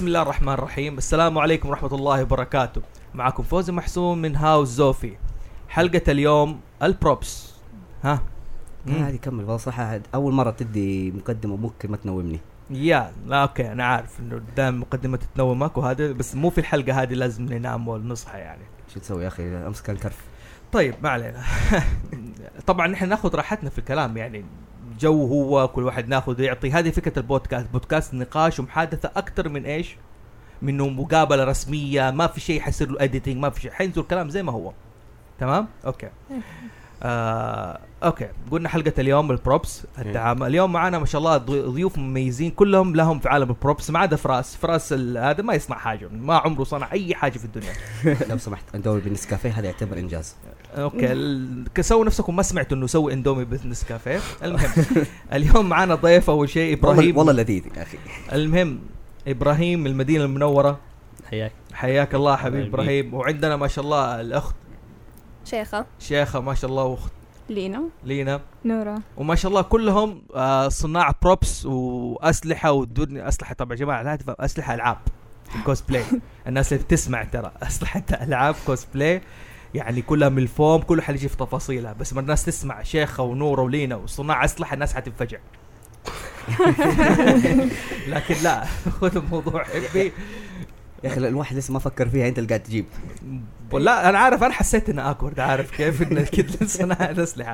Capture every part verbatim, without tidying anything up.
بسم الله الرحمن الرحيم. السلام عليكم ورحمة الله وبركاته. معكم فوزي محسوم من هاوس زوفي. حلقة اليوم البروبس. ها هذه كمل والله صح. أول مرة تدي مقدمة ممكن ما تنومني. يا لا أوكي أنا عارف إنه دائما مقدمة تنومك وهذا، بس مو في الحلقة هذه لازم ننام ونصحى يعني. شو تسوي يا أخي؟ أمسك الكرف. طيب ما علينا. طبعا نحن ناخذ راحتنا في الكلام يعني، جو هو كل واحد ناخذ يعطي. هذه فكرة البودكاست، بودكاست نقاش ومحادثة أكتر من إيش، منه مقابلة رسمية. ما في شيء حيصير له اديتنج، ما في شيء، حينزل الكلام زي ما هو. تمام اوكي. آه، اوكي قلنا حلقة اليوم البروبس الدعامة. اليوم معنا ما شاء الله ضيوف مميزين كلهم لهم في عالم البروبس، ما عدا فراس. فراس هذا ما يصنع حاجة، ما عمره صنع اي حاجة في الدنيا. لو سمحت اندومي بالنسكافيه هذا يعتبر انجاز. اوكي كسووا نفسكم ما سمعتوا انه سوي اندومي بالنسكافيه. المهم اليوم معنا ضيف اول شيء ابراهيم. والله لذيذ يا اخي. المهم ابراهيم من المدينة المنورة. حياك حياك الله حبيب ابراهيم. وعندنا ما شاء الله الاخت شيخة شيخة ما شاء الله، واخت لينا لينا نورة، وما شاء الله كلهم آه صناع بروبس واسلحه والدنيا. اسلحه طبعا يا جماعه لا تفهم، اسلحه العاب كوسبلاي. الناس اللي بتسمع ترى اسلحه العاب كوسبلاي يعني كلها من الفوم، كله حيجي في تفاصيلها. بس ما الناس تسمع شيخة ونورة ولينا وصناع اسلحه الناس حتنفجع. لكن لا خذ الموضوع حبي يا اخي الواحد لسه ما فكر فيها، انت اللي قاعد تجيب. لا انا عارف، انا حسيت ان اكورد، عارف كيف ان كده صناعه الاسلحه.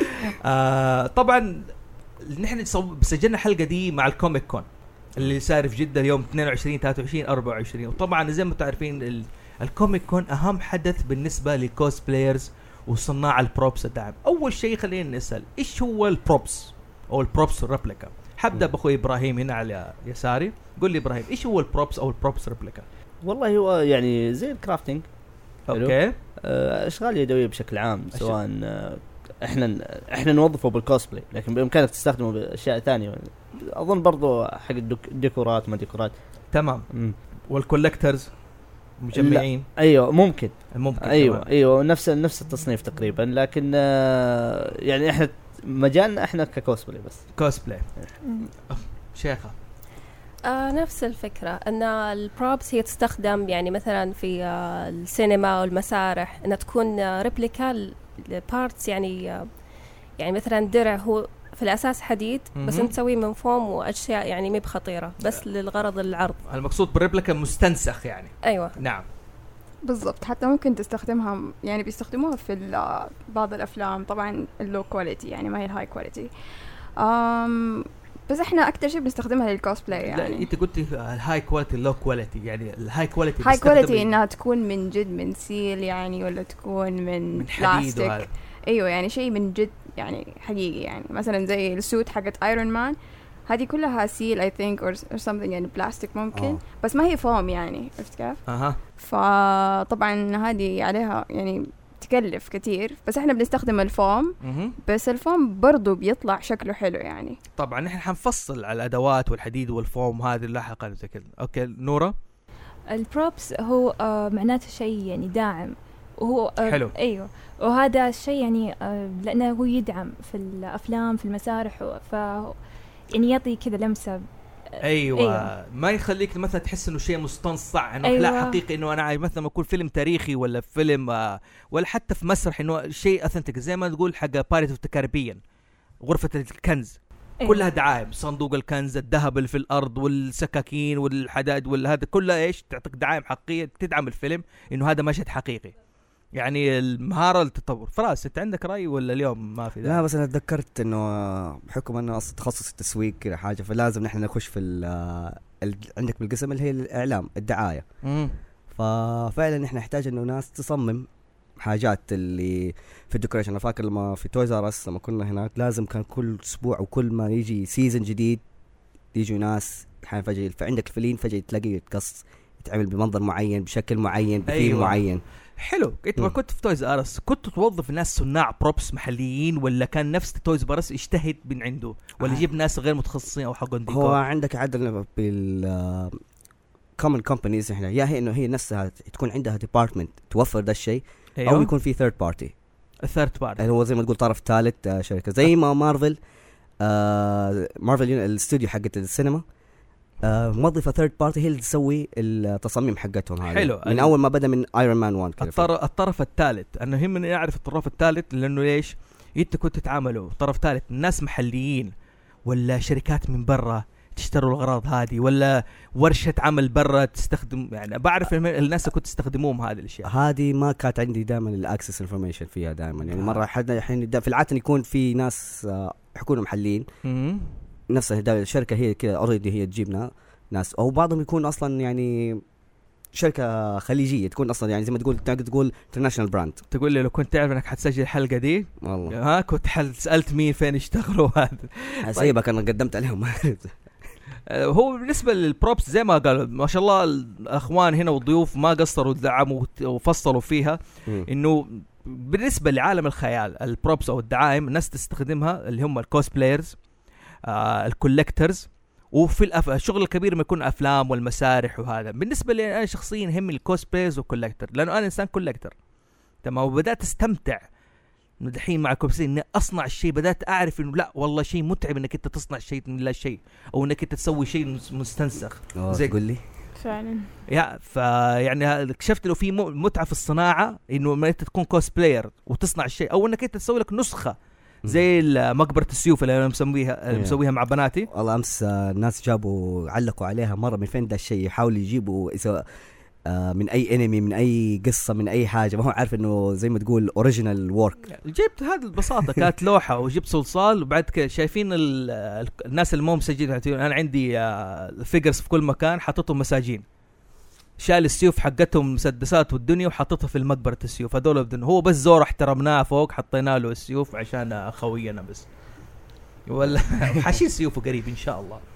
آه طبعا نحن سجلنا حلقه دي مع الكوميك كون اللي صار في جده اليوم اثنين وعشرين ثلاثة وعشرين أربعة وعشرين. وطبعا زي ما تعرفين الكوميك كون اهم حدث بالنسبه للكوست بلايرز وصناع البروبس الدعم. اول شيء خلينا نسال ايش هو البروبس او البروبس ريبليكا. حبدا باخوي ابراهيم هنا على يساري. قول لي ابراهيم ايش هو البروبس او البروبس ريبليكا؟ والله هو يعني زي الكرافتنج. اوكي. اشغال يدويه بشكل عام، سواء احنا احنا نوظفه بالكوسبلاي، لكن بامكانك تستخدمه باشياء ثانيه. اظن برضو حق الديكورات ما ديكورات. تمام. والكولكترز مجمعين. ايوه ممكن ممكن ايوه تمام. ايوه نفس نفس التصنيف تقريبا، لكن يعني احنا مجالنا احنا ككوسبلاي بس. كوسبلاي. شيخة آه نفس الفكرة أن البروبس هي تستخدم يعني مثلا في آه السينما والمسارح، أنها تكون آه ريبليكا البارتس يعني آه يعني مثلا درع هو في الأساس حديد بس انت تسويه من فوم وأشياء يعني مي بخطيرة بس للغرض العرض. المقصود بالريبليكا مستنسخ يعني. أيوة نعم بالضبط. حتى ممكن تستخدمها يعني بيستخدموها في بعض الأفلام، طبعا اللو كواليتي يعني ما هي الهاي كواليتي. أم بس احنا اكتر شيء بنستخدمها للكوسبلاي يعني. لا انت قلتي الهاي كواليتي اللو كواليتي، يعني الهاي كواليتي هاي كواليتي انها تكون من جد من سيل يعني، ولا تكون من, من بلاستيك. ايوه يعني شيء من جد يعني حقيقي، يعني مثلا زي السوت حقت ايرون مان هذه كلها سيل اي ثينك اور something يعني بلاستيك ممكن أوه. بس ما هي فوم يعني، عرفت كيف؟ اها. فطبعا هذه عليها يعني تكلف كتير، بس احنا بنستخدم الفوم. بس الفوم برضو بيطلع شكله حلو يعني. طبعا نحن حنفصل على الادوات والحديد والفوم هذه لاحقا زي كذا. اوكي نورة. البروبس هو آه معناته شيء يعني داعم، وهو آه حلو. ايوه وهذا الشيء يعني آه لانه هو يدعم في الافلام في المسارح، ف يعني يعطي كذا لمسه. أيوة. أيوة ما يخليك مثلا تحس انه شيء مستنصع انه أيوة. لا حقيقي انه انا مثلا ما اكون فيلم تاريخي ولا فيلم آه ولا حتى في مسرح انه شيء اثنتك زي ما تقول حق باريت اوف ذا كاريبيان غرفه الكنز. أيوة. كلها دعائم، صندوق الكنز، الذهب اللي في الارض والسكاكين والحدائد والهذا كلها ايش تعطيك دعائم حقيقيه تدعم الفيلم انه هذا مشهد حقيقي. يعني المهاره التطور. فراس انت عندك راي ولا اليوم ما في؟ لا بس انا تذكرت انه بحكم انه اصلا تخصص التسويق كذا حاجه، فلازم نحن نخش في ال عندك بالقسم اللي هي الاعلام الدعايه. امم ففعلا احنا نحتاج انه ناس تصمم حاجات اللي في الديكوريشن. انا فاكر لما في تويز ار اس لما كنا هناك لازم كان كل اسبوع وكل ما يجي سيزن جديد يجوا ناس حين فجاه فعندك الفلين فجاه تلاقيه يتقص يتعمل بمنظر معين بشكل معين بثيم أيوة. معين. حلو. انت ما كنت في تويز ارس كنت توظف ناس صناع بروبس محليين ولا كان نفس تويز بارس يجتهد من عنده ولا يجيب آه. ناس غير متخصصين او حقون ديكور؟ هو عندك عدل بال كومن كومبانيز احنا يا هي انه هي نفسها تكون عندها ديبارتمنت توفر ده الشيء. أيوة. او يكون في ثيرد بارتي. الثيرد بارتي هو زي ما تقول طرف ثالث آه شركه زي ما مارفل آه مارفل الاستوديو حقت السينما آه موظفه ثيرد بارتي هي اللي تسوي التصاميم حقتهم هذه حلو. من اول ما بدا من ايرون مان واحد كده. الطرف, الطرف الثالث انا يهمني اعرف الطرف الثالث لانه ليش انت كنت تتعاملوا طرف ثالث الناس محليين ولا شركات من برا تشتروا الأغراض هذه ولا ورشة عمل برا تستخدم يعني بعرف الناس اللي كنت تستخدموهم هذه الأشياء هذه ما كانت عندي دائما الأكسس انفورميشن فيها دائما يعني مرة حد الحين في العادة يكون في ناس يكونوا محلين نفس الشركة هي كذا أوريدي هي تجيبنا ناس أو بعضهم يكون أصلا يعني شركة خليجية تكون أصلا يعني زي ما تقول تقول international براند. تقول لي لو كنت تعرف إنك حتسجل الحلقة دي والله ها كنت حل سألت مين فين يشتغلوا هذا سيبك أنا قدمت عليهم. هو بالنسبة للبروبس زي ما قالوا ما شاء الله الأخوان هنا والضيوف ما قصروا دعموا وفصلوا فيها م. إنه بالنسبة لعالم الخيال البروبس أو الدعائم الناس تستخدمها اللي هم الكوسبلايرز آه الكولكترز وفي الأف... الشغل الكبير ما يكون أفلام والمسارح وهذا. بالنسبة لي أنا شخصيا هم الكوسبلايرز والكولكتر لأنه أنا إنسان كولكتر تمام وبدأت استمتع إنه دحين مع الكوسبلاير إني أصنع الشيء بدأت أعرف إنه لا والله شيء متعب إنك أنت تصنع شيء من لا شيء أو إنك أنت تسوي شيء مستنسخ زي قول لي فعلا يا فيعني اكتشفت إنه في متعة في الصناعة إنه ما أنت تكون كوسبلاير وتصنع الشيء أو إنك أنت تسوي لك نسخة زي مقبرة السيوف اللي أنا مسويها yeah. مسويها مع بناتي. والله أمس الناس جابوا علقوا عليها مرة من فين ده الشيء يحاولوا يجيبوا آه من أي أنمي من أي قصة من أي حاجة ما هو عارف إنه زي ما تقول أوريجينال وورك. جبت هذه البساطة كانت لوحة وجبت صلصال وبعد كده شايفين الناس اللي مو مسجلين أنا عندي آه فيجرز في كل مكان حطيتهم مساجين شال السيوف حقتهم مسدسات والدنيا وحطتها في المقبرة السيوف هذول بدون هو بس زور احترمناه فوق حطينا له السيوف عشان خوينا بس ولا حشيل سيوفه قريب إن شاء الله.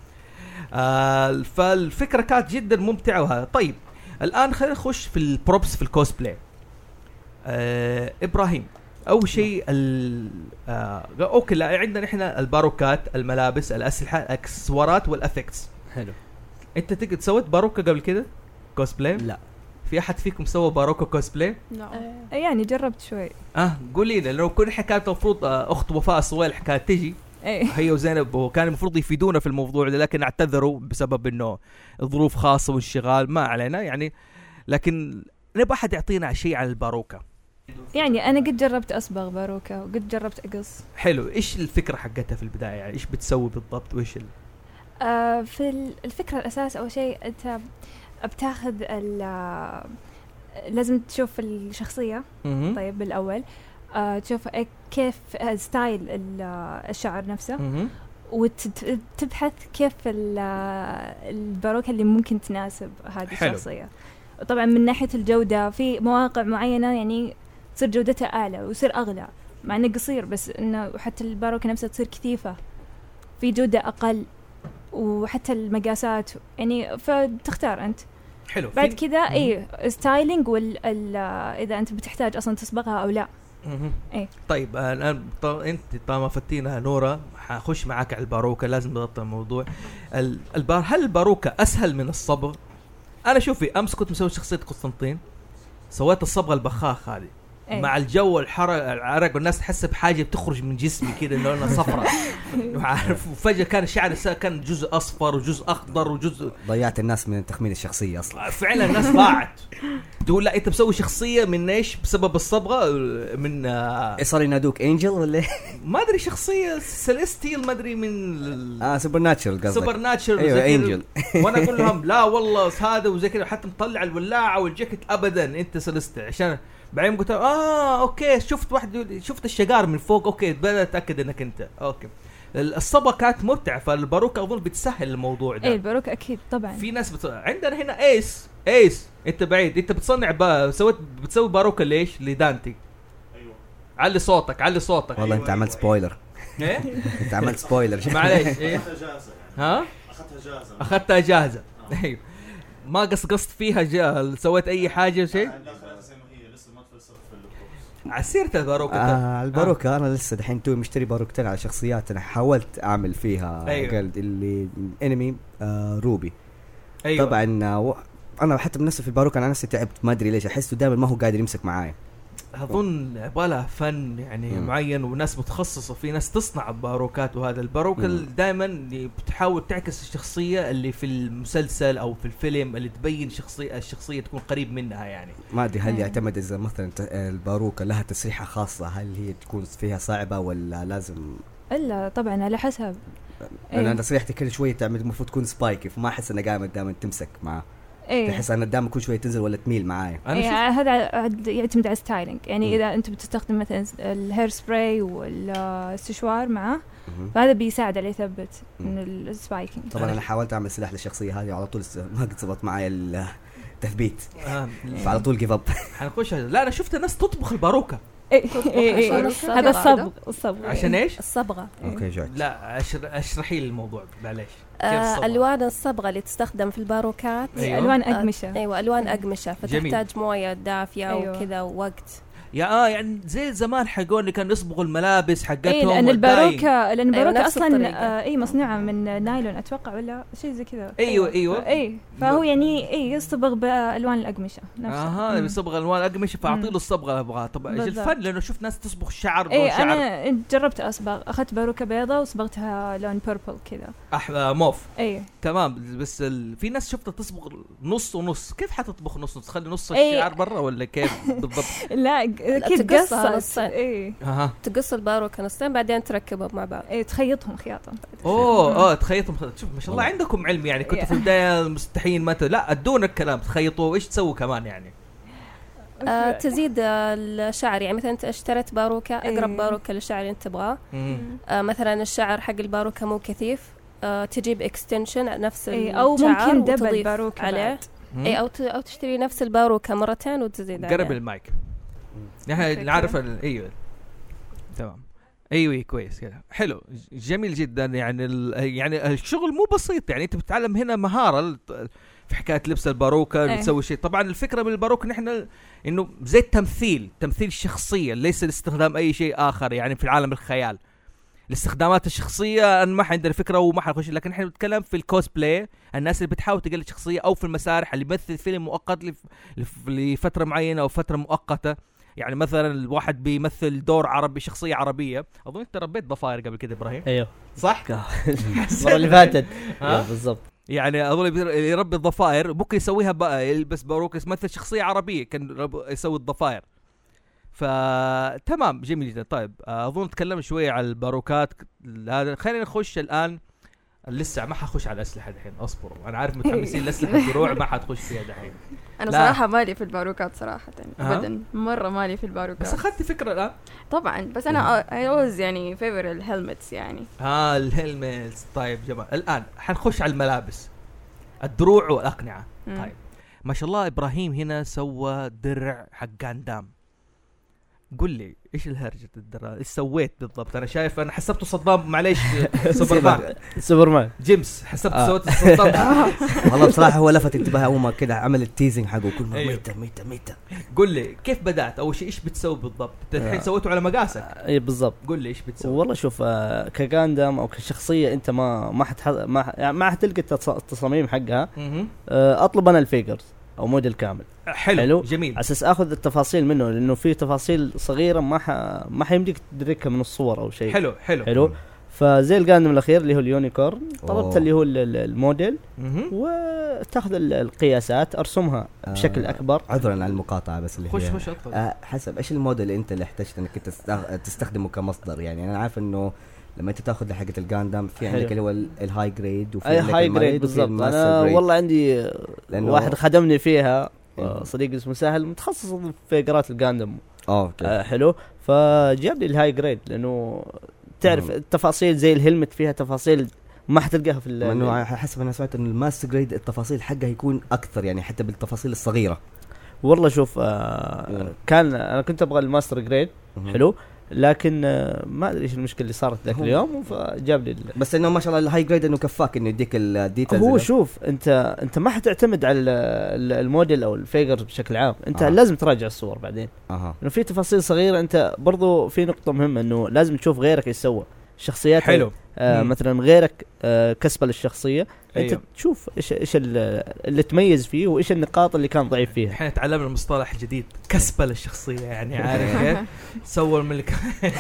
آه فالفكرة كانت جدا ممتعة وهذا. طيب الآن خلينا نخش في البروبس في الكوسبلاي. آه إبراهيم أول شيء آه أوكي لا عندنا إحنا الباروكات الملابس الأسلحة الأكسسوارات والأفكتس. حلو. أنت تقدر سويت باروكة قبل كده كوسبلاي؟ لا. في أحد فيكم سوى باروكة كوسبلاي؟ لا. آه يعني جربت شوي. آه قولي لنا لو كل حكاية المفروض آه أخت وفاء الصويل حكاية تجي أيه. هي وزينب وكان المفروض يفيدونا في الموضوع لكن اعتذروا بسبب إنه الظروف خاصة والشغال ما علينا يعني لكن نبغى أحد يعطينا شيء عن الباروكة. يعني أنا قد جربت أصبغ باروكة وقد جربت أقص. حلو. إيش الفكرة حقتها في البداية يعني إيش بتسوي بالضبط وإيش ال... آه في الفكرة الأساس أول شيء أنت بتاخذ لازم تشوف الشخصية م-م. طيب بالأول آه تشوف كيف ستايل الشعر نفسه م-م. وتبحث كيف الباروكة اللي ممكن تناسب هذه الشخصية. طبعا من ناحية الجودة في مواقع معينة يعني تصير جودتها أعلى ويصير أغلى مع إنه قصير بس إنه حتى الباروكة نفسها تصير كثيفة في جودة أقل وحتى المقاسات يعني فتختار أنت. حلو. بعد كذا اي ستايلينج وال اذا انت بتحتاج اصلا تصبغها او لا. اي طيب الان انت طالما فتينا نورة حخش معاك على الباروكة لازم نغطي الموضوع. البار هل الباروكة اسهل من الصبغ؟ انا شوفي امس كنت مسوي شخصية قسطنطين سويت الصبغة البخاخ هذه أي. مع الجو الحر العرق والناس تحس بحاجة بتخرج من جسمي كده لونها صفراء عارف وفجأة كان الشعر كان جزء أصفر وجزء أخضر وجزء ضيعت الناس من التخمين الشخصية أصلا فعلا الناس ضاعت تقول لا أنت بسوي شخصية من إيش بسبب الصبغة من آه صار ينادوك إنجل ولا ما أدري شخصية سيليستيل ما أدري من آه سوبر ناتشرال قصدك سوبر ناتشرال أيوة إنجل وأنا أقول لهم لا والله هذا وزي كده حتى مطلع الولاعة والجاكيت أبدا أنت سيليستيل عشان بعدين قلت اه اوكي شفت واحد شفت الشجار من فوق اوكي بدأت اتاكد انك انت اوكي. الصبغه كانت ممتعه فالباروكه اظن بتسهل الموضوع ده. ايه الباروكه اكيد طبعا في ناس بت... عندنا هنا ايس ايس انت بعيد انت بتصنع با... سويت بتسوي باروكه ليش لدانتي. ايوه علي صوتك علي صوتك والله أيوة انت عملت سبويلر ايه انت عملت سبويلر معليش ايه اخذتها جاهزه ها اخذتها جاهزه اخذتها جاهزه ايوه ما قصقصت فيها جا... سويت اي حاجه شيء عسيرة الباروكة. آه الباروكة آه. أنا لسه دحين توي مشتري باروكتين على شخصيات أنا حاولت أعمل فيها أيوة. قلد اللي أنمي آه روبي. أيوة. طبعا آه أنا حتى بنفسي في الباروكة أنا نفسي تعبت ما أدري ليش أحسه دائما ما هو قادر يمسك معايا اظن يبغى فن يعني م. معين وناس متخصصه، في ناس تصنع باروكات، وهذا الباروكه دائما بتحاول تعكس الشخصيه اللي في المسلسل او في الفيلم، اللي تبين شخصيه الشخصيه تكون قريب منها يعني. ما ادري هل يعتمد اذا مثلا الباروكه لها تسريحه خاصه، هل هي تكون فيها صعبه ولا لازم؟ الا طبعا على حسب. انا تسريحتي كل شويه تعمل المفروض تكون سبايكي، فما احس انها قاعده دائما تمسك معاه. ايه تحس ان الدم كل شويه تنزل ولا تميل معايا. إيه هذا يعتمد على ستايلينج يعني. م. اذا انت بتستخدم مثلا الهير سبراي والسشوار معه فهذا بيساعد على يثبت من السبايكينج. طبعا انا حاولت اعمل سلاح للشخصيه هذه على طول ما قد ضبط معي التثبيت، آه. فعلى طول جيف اب. حنخش. لا انا شفت ناس تطبخ الباروكه. إيه إيه إيه هذا الصبغ. الصبغ عشان ايش؟ الصبغه. اوكي جاي. لا اشرحي لي الموضوع معليش. آه الوان الصبغه اللي تستخدم في الباروكات. أيوة. الوان اقمشه. آه ايوه الوان اقمشه، فتحتاج مويه دافيه أيوة. وكذا ووقت. يا اه يعني زي زمان حقون اللي كانوا يصبغوا الملابس حقتهم. اي لان الباروكه لان الباروكه أيوة اصلا آه اي مصنوعه من نايلون اتوقع ولا شيء زي كذا. ايوه ايوه اي فهو يعني اي يصبغ بالوان الاقمشه نفسها. اها يصبغ الوان الاقمشه فاعطي له الصبغه اللي ابغاها. طب ايش الفن؟ لانه شفت ناس تصبغ الشعر. اي انا جربت اصبغ، اخذت باروكه بيضاء وصبغتها لون بيربل كذا احلى موف. اي تمام. بس ال... في ناس شفتها تصبغ نص ونص. كيف حتطبخ نص نص؟ تخلي نص الشعر برا ولا كيف بالضبط؟ لا كيف قص نصين. ايه اها تقص الباروكه نصين بعدين تركبهم مع بعض. ايه تخيطهم خياطه. اوه اه تخيطهم. شوف ما شاء الله عندكم علم يعني. كنتوا في البدايه مستحيين متى لا ادون الكلام تخيطوا. ايش تسووا كمان يعني؟ آه تزيد الشعر يعني. مثلا انت اشتريت باروكه اقرب باروكه للشعر اللي انت تبغاه. آه مثلا الشعر حق الباروكه مو كثيف، آه تجيب اكستنشن نفس ايه او ممكن دبل باروكه عليه. اي او او تشتري نفس الباروكه مرتين وتزيد عليه. قرب المايك. نحن نعرف ايوه تمام. ايوه كويس كده حلو جميل جدا يعني. يعني الشغل مو بسيط يعني. انت بتتعلم هنا مهاره في حكايه لبس الباروكه. أيه. بتسوي شيء. طبعا الفكره من الباروكه نحن انه زي التمثيل تمثيل الشخصيه ليس لاستخدام اي شيء اخر يعني في العالم الخيال. الاستخدامات الشخصيه ما عندنا فكره وما حنخش، لكن احنا بنتكلم في الكوسبلاي، الناس اللي بتحاول تقلد شخصيه، او في المسارح اللي بيمثل فيلم مؤقت لف... لف... لفتره معينه او فتره مؤقته. يعني مثلا الواحد بيمثل دور عربي شخصيه عربيه. اظن انت ربيت ضفائر قبل كده ابراهيم. ايوه صح المره اللي فاتت بالضبط. يعني اظن يربي الضفائر ممكن يسويها بقى يلبس باروكه يمثل شخصيه عربيه كان يسوي الضفائر. فتمام جميل جدا. طيب اظن تكلمنا شويه على الباروكات هذا. خلينا نخش الان. لسه ما حخش على الاسلحه دحين اصبروا. انا عارف متحمسين الاسلحه الدروع ما حتخش فيها دحين. انا صراحه مالي في الباروكات صراحه ابدا. مره مالي في الباروكات. بس اخذت فكره الان طبعا. بس انا اي اولويز يعني فيفر الهلمتس يعني. ها الهلمتس. طيب جماعه الان حنخش على الملابس الدروع والاقنعه. م. طيب ما شاء الله ابراهيم هنا سوى درع حق غاندام. قل لي ايش الهرجه الدرع؟ ايش سويت بالضبط؟ انا شايف انا حسبته صدام معليش سوبرمان سوبرمان جيمس حسبت آه. سويت صدام. والله بصراحه هو لفت انتباهي اول ما كده عمل التيزنج حقه كل ما أيوه. ميته ميته ميته. قل لي كيف بدات اول شيء ايش بتسوي بالضبط؟ انت الحين سويته على مقاسك. اي بالضبط. قل لي ايش بتسوي؟ والله شوف آه كغاندام او كشخصيه انت ما ما حتح... ما يعني ما حتلقى التصاميم حقها. آه اطلب انا الفيجرز او موديل كامل. حلو, حلو. جميل. على اساس اخذ التفاصيل منه لانه في تفاصيل صغيره ما ح... ما حيمديك تدركها من الصور او شيء. حلو حلو حلو. فزي الجاندم الاخير اللي هو اليونيكورن طلبت اللي هو الموديل وتاخذ القياسات ارسمها آه بشكل اكبر. عذرا على المقاطعه بس اللي خش خش ادخل. آه حسب ايش الموديل اللي انت اللي احتجت انك تستخدمه كمصدر. يعني انا عارف انه لما انت تاخذ لحقه الجاندام في عندك اللي هو الهاي جريد وفي الهاي جريد بالضبط. انا والله عندي واحد خدمني فيها صديق اسمه سهل متخصص في قراءة الجاندم. اه آه حلو. فجاب لي الهاي جريد لانه تعرف التفاصيل زي الهلمت فيها تفاصيل ما حتلقاها في انه حسب انا سمعت انه الماستر جريد التفاصيل حقها يكون اكثر يعني حتى بالتفاصيل الصغيره. والله شوف آه كان انا كنت ابغى الماستر جريد حلو لكن ما ادري ايش المشكله اللي صارت ذاك اليوم فجاب لي. بس انه ما شاء الله الهاي جريد انه كفاك انه يديك الديتيلز. هو شوف انت انت ما حتعتمد على الموديل او الفيجر بشكل عام. انت آه. لازم تراجع الصور بعدين. اها انه في تفاصيل صغيره. انت برضو في نقطه مهمه انه لازم تشوف غيرك ايش سوى. شخصيات حلو آه مثلا غيرك آه كسبه للشخصيه. أيوه. انت تشوف ايش ايش اللي تميز فيه وايش النقاط اللي كان ضعيف فيها. احنا تعلمنا المصطلح الجديد كسبه للشخصيه، يعني عارف كيف سووا الملك.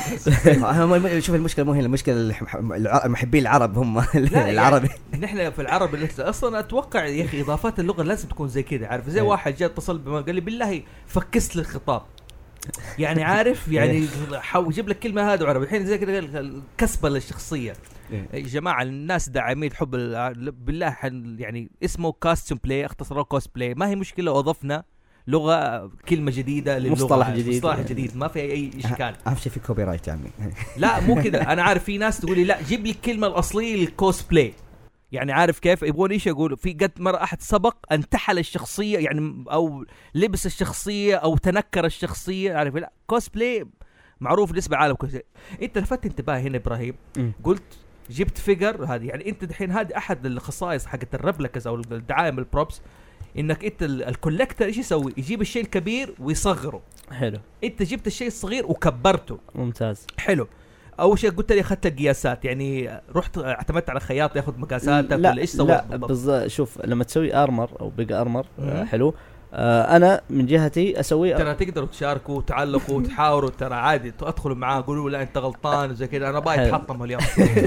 شوف المشكله مو هنا، المشكله المحبين العرب هم العربي. يعني نحن في العرب اللي اصلا اتوقع يا اخي اضافات اللغه لازم تكون زي كده، عارف زي واحد جاء اتصل بما قال لي بالله فكست لي الخطاب، يعني عارف يعني حاول يجيب لك كلمه هذا عربي الحين زي كده كسبه للشخصيه. يا جماعه الناس داعمين حب بالله يعني اسمه كاستم بلاي، اختصروه كوست بلاي، ما هي مشكله اضفنا لغه كلمه جديده للغه، مصطلح جديد مصطلح جديد ما في اي اشكال. اهم شيء في كوبي رايت يا عمي. لا مو كذا، انا عارف في ناس تقول لي لا جيب لي الكلمه الاصليه للكوست بلاي، يعني عارف كيف يبغون ايش يقولوا. في قد مره احد سبق انتحل الشخصيه يعني او لبس الشخصيه او تنكر الشخصيه، عارف لا كوست بلاي معروف بالنسبه للعالم كله. انت لفت انتباهي هنا ابراهيم قلت جبت فيجر هذه، يعني انت دحين هذه احد الخصائص حقت الربلكس او الدعايه من البروبس، انك انت الكولكتر ايش يسوي؟ يجيب الشيء الكبير ويصغره. حلو. انت جبت الشيء الصغير وكبرته. ممتاز. حلو. اول شيء قلت لي اخذت القياسات، يعني رحت اعتمدت على خياط ياخذ مقاساتك ولا ايش سويت لا بالضبط؟ شوف لما تسوي ارمر او بيج ارمر آه حلو آه انا من جهتي اسوي ترى تقدروا تشاركوا وتعلقوا وتحاوروا، ترى عادي تدخلوا معاه قولوا لا انت غلطان وزي كذا، انا باي اتحطم اليوم.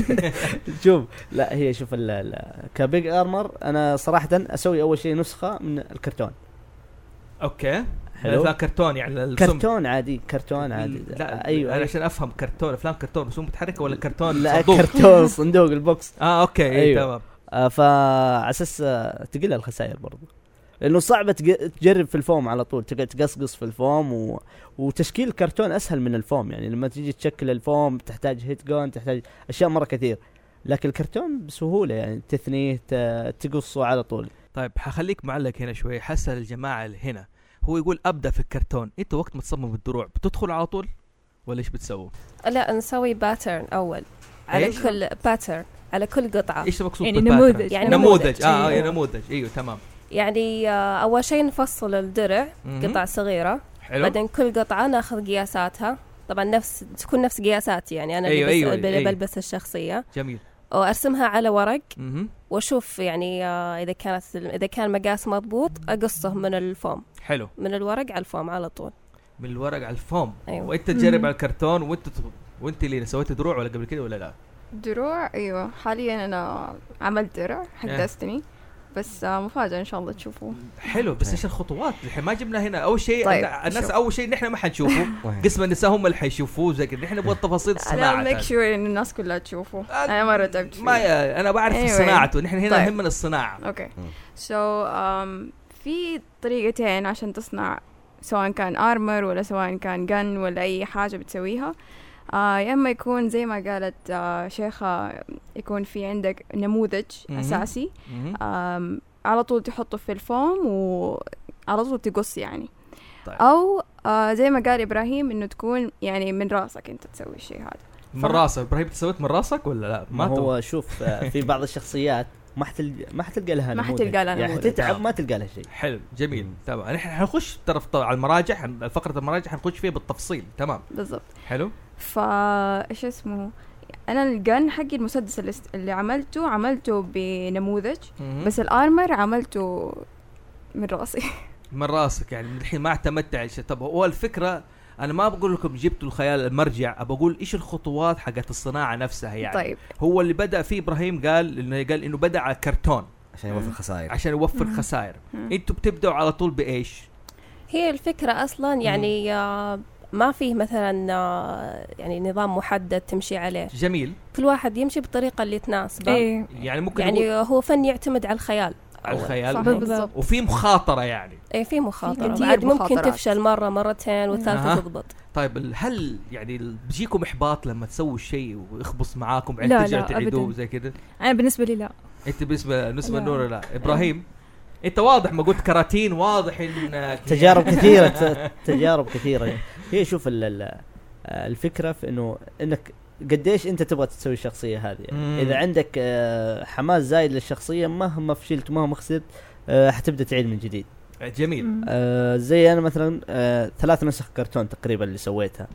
شوف لا هي شوف كبيج ارمر انا صراحه اسوي اول شيء نسخه من الكرتون. اوكي حلو. كرتون يعني كرتون عادي، كرتون عادي. لا ايوه انا عشان افهم كرتون افلام كرتون رسوم متحركه ولا كرتون لا صندوق؟ كرتون صندوق البوكس. اه اوكي أيوة. تمام. آه فعلى اساس آه تقل الخسائر برضو، لانه صعب تجرب في الفوم على طول، تقعد تقصقص في الفوم و... وتشكيل الكرتون اسهل من الفوم، يعني لما تيجي تشكل الفوم تحتاج هيت جون، تحتاج اشياء مره كثير، لكن الكرتون بسهوله يعني تثنيه تقصه على طول. طيب حخليك معلق هنا شوي، حسن الجماعه اللي هنا هو يقول ابدا في الكرتون، انت وقت ما تصمم الدروع بتدخل على طول ولا ايش بتسوي؟ لا نسوي باترن اول على إيش؟ كل باترن على كل قطعه. ايش المقصود يعني نموذج يعني نموذج اه اي نموذج ايوه تمام. يعني آه اول شيء نفصل الدرع قطع صغيره، بعدين كل قطعه ناخذ قياساتها، طبعا نفس تكون نفس قياساتي، يعني انا أيوة اللي أيوة أيوة. بلبس الشخصيه. جميل. وارسمها على ورق مم. واشوف يعني آه اذا كانت اذا كان مقاس مضبوط اقصه من الفوم. حلو. من الورق على الفوم على طول. من الورق على الفوم. أيوة. وانت تجرب على الكرتون وانت وانت اللي سويت دروع ولا قبل كده ولا لا؟ دروع ايوه حاليا انا عملت درع حق داستني بس مفاجأة ان شاء الله تشوفوه. حلو بس ايش الخطوات الحين ما جبنا هنا؟ اول شيء طيب الناس اول شيء نحن ما حنشوفه، قسم النساء هم اللي حيشوفوه زي كده، نحن نبغى التفاصيل الصناعه. انا ميك شور ان الناس كلها تشوفه. انا مره تعبت ما ي... انا بعرف anyway. صناعته، نحن هنا طيب. يهمنا الصناعه. اوكي سو so, um, في طريقتين عشان تصنع سواء كان ارمر ولا سواء كان جن ولا اي حاجه بتسويها. آه يا اما يكون زي ما قالت آه شيخة يكون في عندك نموذج م-م. اساسي م-م. على طول تحطه في الفوم وعلى طول تقص يعني. طيب. او آه زي ما قال ابراهيم انه تكون يعني من راسك انت تسوي الشيء هذا. من راسك ابراهيم تسويت من راسك ولا لا؟ ما هو شوف في بعض الشخصيات ما حتلقى ما حتلقى لها ما حتلقى لها يعني تتعب ما تلقى لها شيء. حلو جميل تمام. نحن حنخش طرف على المراجع، فقره المراجع حنخش فيها بالتفصيل. تمام بالضبط. حلو. فا ايش اسمه انا الجن حقي المسدس اللي, اللي عملته عملته بنموذج م-م. بس الارمر عملته من راسي. من راسك يعني الحين ما اعتمدت على شيء. طب هو الفكره انا ما بقول لكم جبتوا الخيال المرجع، ابى اقول ايش الخطوات حقت الصناعه نفسها يعني. طيب. هو اللي بدا فيه ابراهيم قال انه قال انه بدا على كرتون عشان يوفر خسائر عشان يوفر م-م. خسائر. انتوا بتبداوا على طول بايش؟ هي الفكره اصلا يعني آه ما فيه مثلا يعني نظام محدد تمشي عليه. جميل. كل واحد يمشي بالطريقه اللي تناسبه. إيه. يعني ممكن يعني هو فن يعتمد على الخيال على الخيال بالضبط. وفي مخاطره يعني. اي في مخاطره بعد ممكن تفشل مره مرتين والثالثه تضبط. طيب هل يعني بيجيكم احباط لما تسووا شيء ويخبص معاكم بعدين ترجعوا تعيدوه زي كده؟ انا بالنسبه لي لا. انت بالنسبه بالنسبه لنور لا. ابراهيم انت واضح ما قلت كراتين واضح ان تجارب كثيره تجارب كثيره. هي شوف الفكره في انه انك قديش انت تبغى تسوي الشخصيه هذه يعني. اذا عندك حماس زايد للشخصيه مهما فشلت مهما خسرت حتبدا تعيد من جديد. جميل. آه زي انا مثلا آه ثلاث نسخ كرتون تقريبا اللي سويتها،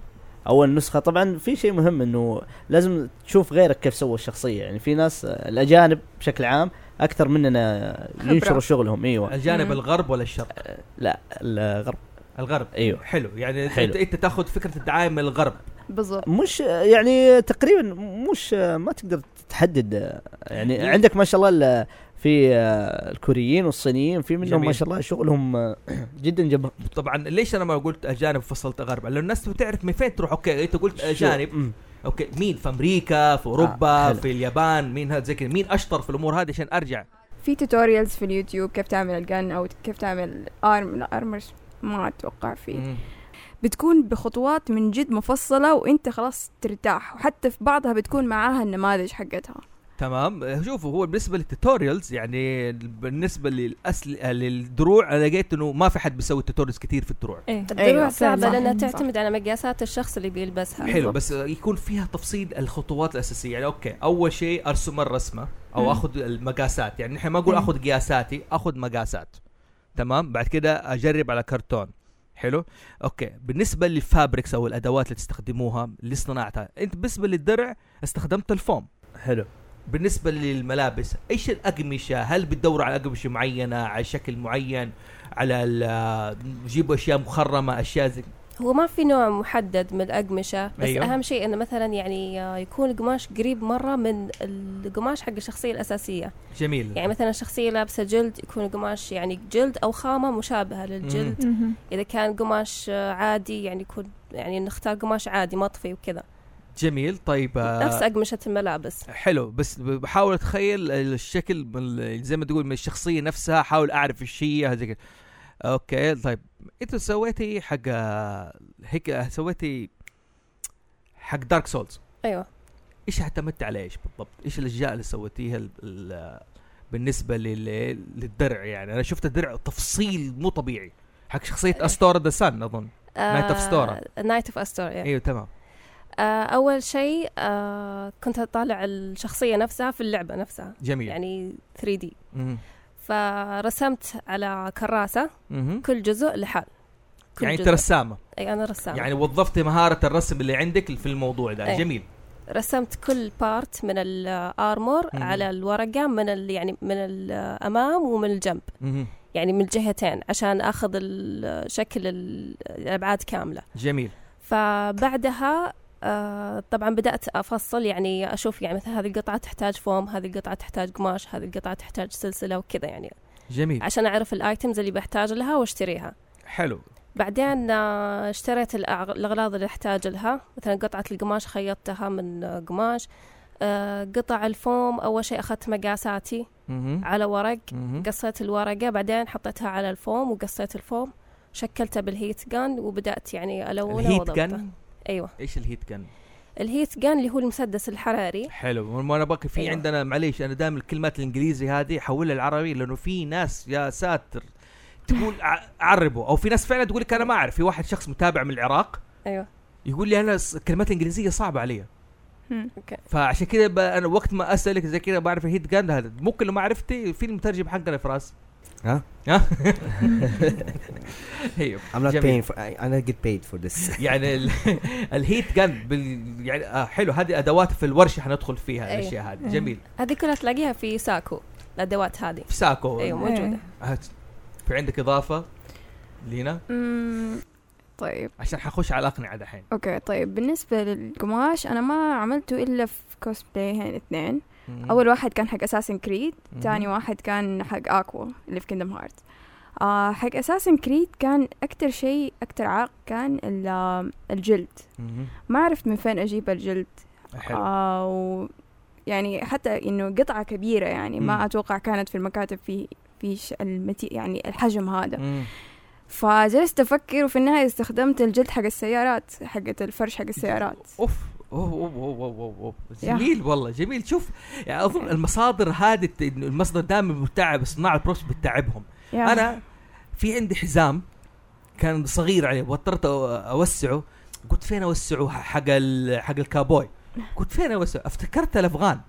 اول نسخه. طبعا في شيء مهم انه لازم تشوف غيرك كيف سووا الشخصيه، يعني في ناس الاجانب بشكل عام اكثر مننا ينشروا شغلهم. ايوه الجانب الغرب ولا الشرق؟ أه لا الغرب. الغرب ايوه حلو يعني حلو. انت تاخذ فكره الدعايه من الغرب بالضبط. مش يعني تقريبا مش ما تقدر تحدد يعني جميل. عندك ما شاء الله في الكوريين والصينيين في منهم جميل. ما شاء الله شغلهم جدا جبار. طبعا ليش انا ما قلت اجانب فصلت غرب؟ لانه الناس بتعرف من فين تروح. اوكي انت قلت اجانب، اوكي مين في امريكا في اوروبا آه في اليابان، مين هذا زي كذا، مين اشطر في الامور هذه عشان ارجع. في توتوريالز في اليوتيوب كيف تعمل الجن او كيف تعمل ارم لا ارمر ما اتوقع فيه مم. بتكون بخطوات من جد مفصلة وانت خلاص ترتاح، وحتى في بعضها بتكون معاها النماذج حقتها. تمام. شوفوا هو بالنسبه للتوتوريالز يعني بالنسبه للأسل للدروع انا لقيت انه ما في حد بيسوي توتوريالز كتير في الدروع. إيه. الدروع أيوة. صعبة لأنها صح. تعتمد على مقاسات الشخص اللي بيلبسها. حلو بس يكون فيها تفصيل الخطوات الاساسيه. يعني اوكي اول شيء ارسم الرسمه او مم. اخذ المقاسات، يعني نحن ما اقول مم. اخذ قياساتي، اخذ مقاسات. تمام. بعد كده اجرب على كرتون. حلو. اوكي بالنسبه للفابريكس او الادوات اللي تستخدموها لصناعتها، انت بالنسبه للدرع استخدمت الفوم. حلو. بالنسبه للملابس ايش الاقمشه؟ هل بتدوروا على اقمشه معينه، على شكل معين، على تجيبوا اشياء مخرمه، اشياء زي هو ما في نوع محدد من الأقمشة، بس أيوه. أيوه. أهم شيء إنه مثلا يعني يكون القماش قريب مرة من القماش حق الشخصية الأساسية. جميل. يعني مثلا الشخصية لابسة جلد يكون القماش يعني جلد أو خامة مشابهة للجلد. مهم. إذا كان قماش عادي يعني يكون يعني نختار قماش عادي مطفي وكذا. جميل. طيب نفس أقمشة الملابس. حلو. بس بحاول اتخيل الشكل من زي ما تقول من الشخصيه نفسها، احاول اعرف ايش هي هذا كده. اوكي طيب انت سويتي حق هيك سويتي حق دارك سولز. أيوة. ايش اعتمدت على ايش بالضبط؟ ايش الاشياء اللي سويتيها بالنسبه لل... للدرع؟ يعني انا شفت الدرع تفصيل مو طبيعي حق شخصيه استورا ذا سان اظن. نايت اوف ستورا. نايت اوف استورا. ايوه تمام. آه أول شيء آه كنت أطالع الشخصية نفسها في اللعبة نفسها. جميل. يعني ثري دي. مم. فرسمت على كراسة مم. كل جزء لحال. كل يعني جزء. انت رسامة. أي أنا رسامة. يعني وظفت مهارة الرسم اللي عندك في الموضوع ده. أي. جميل. رسمت كل بارت من الارمور مم. على الورقة من ال يعني من الأمام ومن الجنب. مم. يعني من الجهتين عشان أخذ شكل الأبعاد كاملة. جميل. فبعدها آه طبعا بدأت أفصل، يعني أشوف يعني مثلا هذه القطعة تحتاج فوم، هذه القطعة تحتاج قماش، هذه القطعة تحتاج سلسلة وكذا يعني. جميل. عشان أعرف الآيتمز اللي بحتاج لها واشتريها. حلو. بعدين آه اشتريت الأغراض اللي أحتاج لها، مثلا قطعة القماش خيطتها من آه قماش. آه قطع الفوم أول شيء أخذت مقاساتي مم. على ورق. مم. قصيت الورقة بعدين حطيتها على الفوم وقصيت الفوم، شكلتها بالهيت جان وبدأت يعني ألونه. الهيت جان. ايوه. ايش الهيت جان؟ الهيت جان اللي هو المسدس الحراري. حلو. ما انا باقي في أيوة. عندنا معليش انا دائما الكلمات الانجليزي هذه حولها العربي، لانه في ناس يا ساتر تقول عربوا، او في ناس فعلا تقول لك انا ما اعرف. في واحد شخص متابع من العراق ايوه يقول لي انا الكلمات الانجليزيه صعبه علي، اوكي. فعشان كذا انا وقت ما اسالك زي كذا بعرف الهيت جان هذا. ممكن لو ما عرفتي في المترجم حقنا فراس. ها ها هي I'm not paying for I, I not get paid for this. يعني ال... الهيت جان بال... يعني آه حلو. هذه ادوات في الورشه حندخل فيها. أيوة. الاشياء هذه جميل. هذه كلها تلاقيها في ساكو، الادوات هذه في ساكو. ايوه موجوده. هات. في عندك اضافه لينا؟ مم. طيب عشان حخش على الاقنعه دحين. اوكي طيب بالنسبة للقماش انا ما عملته الا في كوسبلاي هين اثنين. اول واحد كان حق اساسن كريد، تاني واحد كان حق اكوا اللي في كيندم هارت. آه حق اساسن كريد كان اكتر شيء اكتر عائق كان الجلد. ما عرفت من فين اجيب الجلد. حلو. آه و يعني حتى انه قطعة كبيرة يعني ما مم. اتوقع كانت في المكاتب في في المتي يعني الحجم هذا. مم. فجلست افكر وفي النهاية استخدمت الجلد حق السيارات، حقة الفرش حق السيارات. اوف اوه اوه اوه اوه اوه جميل والله جميل. شوف يعني اظن المصادر هذه المصدر دائما متعب صناع البروبس بتتعبهم. انا في عندي حزام كان صغير عليه واضطرت اوسعه، قلت فين اوسعه حق حق الكابوي، قلت فين اوسعه، افتكرت الافغان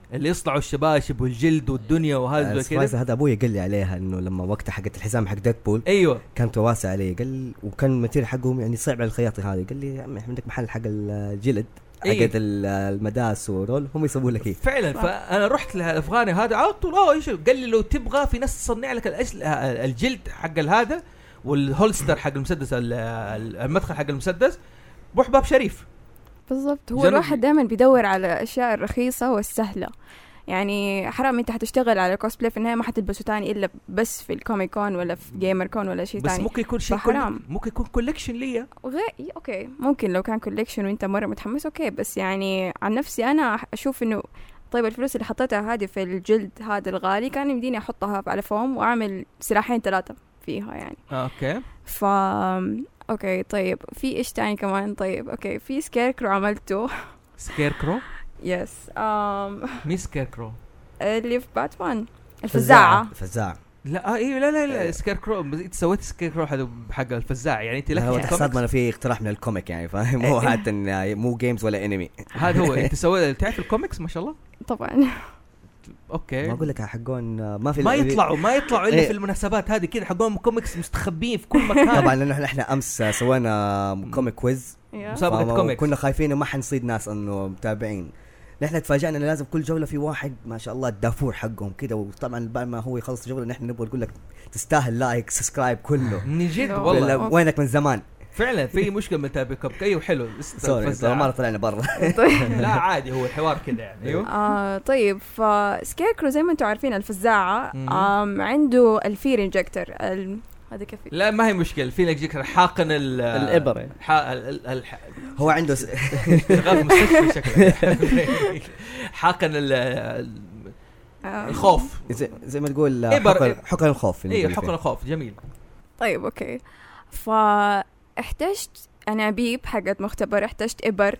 اللي يصنعوا الشباشب والجلد والدنيا وهذا كذا. هذا ابوي قال لي عليها انه لما وقتها حقت الحزام حق ديدبول ايوه كانت واسع علي، قال وكان الماتيريال حقهم يعني صعب على الخياطه هذه، قال لي يا عمي عندك محل حق الجلد أيه. حق المداس ورول هم يسووا لك ايه فعلا. فانا رحت للافغاني هذا على طول اه ايش قال لي لو تبغى في ناس تصنع لك الجلد حق هذا والهولستر حق المسدس المدخل حق المسدس روح باب شريف. بالضبط. هو الواحد دائما بيدور على الاشياء الرخيصه والسهله، يعني حرام انت حتشتغل على كوسبلاي في النهايه ما حتلبسه تاني الا بس في الكوميك كون ولا في جيمر كون ولا شيء تاني. بس ممكن يكون شيء كل... ممكن يكون كولكشن ليا غير اوكي ممكن لو كان كولكشن وانت مره متحمس اوكي، بس يعني عن نفسي انا اشوف انه طيب الفلوس اللي حطيتها هذه في الجلد هذا الغالي كان يمديني احطها على فوم واعمل سلاحين ثلاثه فيها يعني. اوكي ف اوكي طيب في ايش تاني كمان؟ طيب اوكي في سكيركرو عملته. سكيركرو يس ام مي سكيركرو اللي في باتمان الفزاعه. الفزاعه لا ايوه لا لا لا سكيركرو انت سويت سكيركرو هذا حق الفزاعه يعني انت لك هو تحسب ما في اقتراح من الكوميك يعني فاهم مو حتى مو جيمز ولا انمي. هذا هو انت سويت تعرف الكوميكس ما شاء الله طبعا. اوكي ما اقول لك حقون ما في ما يطلعوا ما يطلعوا الا في المناسبات هذه كذا حقون كوميكس مستخبين في كل مكان. طبعا لانه احنا امس سوينا كوميك كويز مسابقه كوميك كنا خايفين ما حنصيد ناس انه متابعين. نحن تفاجئنا انه لازم كل جوله في واحد ما شاء الله الدافور حقهم كده، وطبعا بعد ما هو يخلص الجوله نحن نبغى نقول لك تستاهل لايك سبسكرايب كله من جد والله وينك من زمان فعلا في مشكله من تابع كوب ايوه حلو سوري ما طلعنا برا. لا عادي هو الحوار كده يعني. ايوه آه طيب فسكيركرو زي ما انتم عارفين الفزاعه عنده الفير انجكتور ال... هذا كيف لا ما هي مشكله في انجكتور حاقن الابر يعني ح... ال... ال... هو عنده شغال مستشفى شكله حاقن ال... الخوف زي, زي ما تقول حقن, حقن الخوف. ايوه حقن الخوف جميل. طيب اوكي فاحتجت انابيب حقت مختبر، احتجت ابر،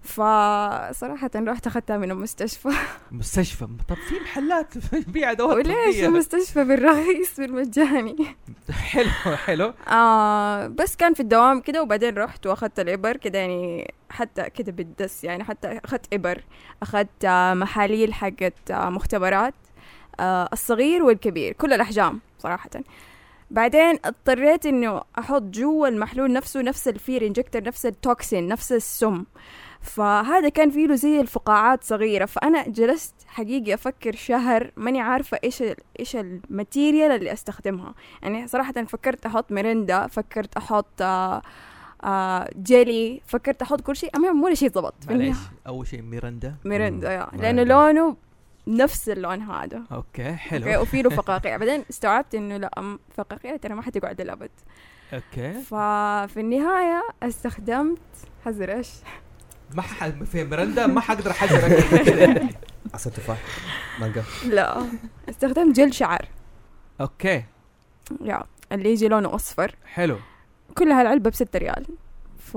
فصراحة رحت أخذتها من المستشفى. مستشفى طب في محلات بيع ادوات وليش المستشفى بالرخيص بالمجاني؟ حلو حلو. آه بس كان في الدوام كده وبعدين رحت واخذت الابر كده يعني حتى كده بالدس يعني حتى اخذت ابر، اخذت آه محاليل حقت آه مختبرات آه الصغير والكبير كل الاحجام صراحة. بعدين اضطريت انه احط جوا المحلول نفسه نفس الفير انجكتور نفس التوكسين نفس السم، فهذا كان فيه له زي الفقاعات صغيرة. فأنا جلست حقيقي أفكر شهر ماني عارفة إيش إيش الماتيريال اللي أستخدمها. يعني صراحة فكرت أحط مرندا، فكرت أحط آآ آآ جيلي، فكرت أحط كل شيء، أمام ولا شيء ضبط. معليش أول شيء ميرندا ميرندا يا لأنه لونه نفس اللون هذا. أوكي حلو. أوكي وفيه له فقاقيع. بعدين استوعبت إنه لا فقاقيع ترى ما حتقعد الأبد. أوكي. ففي النهاية استخدمت حزر إيش ما ح... في مرندا ما حقدر احذرك. عصير تفاح مانجا لا استخدمت جل شعر. اوكي يا اللي يجي لونه اصفر حلو. كل هالعلبه بستة ريال. ف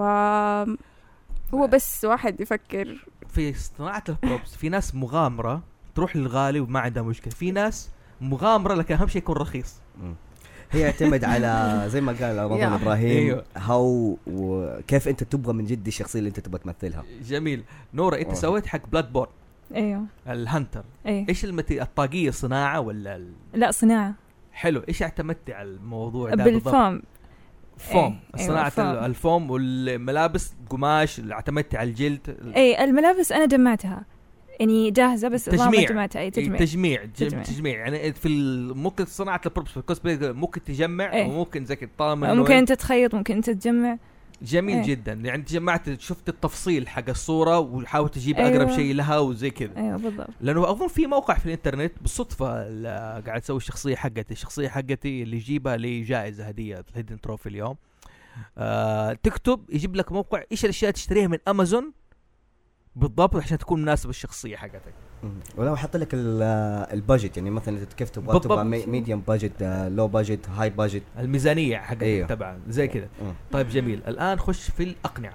هو بس واحد يفكر في صناعه البروبس. في ناس مغامره تروح للغالي وما عندها مشكله، في ناس مغامره لكن اهم شيء يكون رخيص. هي يعتمد على زي ما قال رمضان ابراهيم هاو وكيف انت تبغى من جد الشخصيه اللي انت تبغى تمثلها. جميل. نورا انت أوه. سويت حق بلاد بورن. ايوه الهانتر. أيوه. ايش المتي... الطاقيه صناعه ولا ال... لا صناعه. حلو. ايش اعتمدتي على الموضوع ده؟ بالفوم فوم. أيه. صناعه أيوة الفوم والملابس قماش اللي اعتمدتي على الجلد. اي الملابس انا جمعتها يعني جاهزه بس تجميع جمعتها. اي تجميع تجميع تجميع, تجميع. يعني في ممكن صناعه البروبس في الكوسبلاي ممكن تجمع أيه. وممكن زي طالما ممكن انت تخيط ممكن انت تجمع. جميل أيه. جدا. يعني جمعت شفت التفصيل حق الصوره وحاولت تجيب أيوة. اقرب شيء لها وزي كذا. ايوه بالضبط. لانه اظن في موقع في الانترنت بالصدفه قاعد اسوي الشخصيه حقتي الشخصيه حقتي اللي يجيبها لي جائزه هديه الهيدن تروفي اليوم. آه تكتب يجيب لك موقع ايش الاشياء تشتريها من امازون بالضبط عشان تكون مناسبه الشخصيه حقتك. ولو حط لك البادجت يعني مثلا انت كيف تبغى تبغى ميديوم بادجت لو بادجت هاي بادجت الميزانيه حقتك. أيوه. تبعا زي كذا. طيب جميل. الان خش في الاقنعه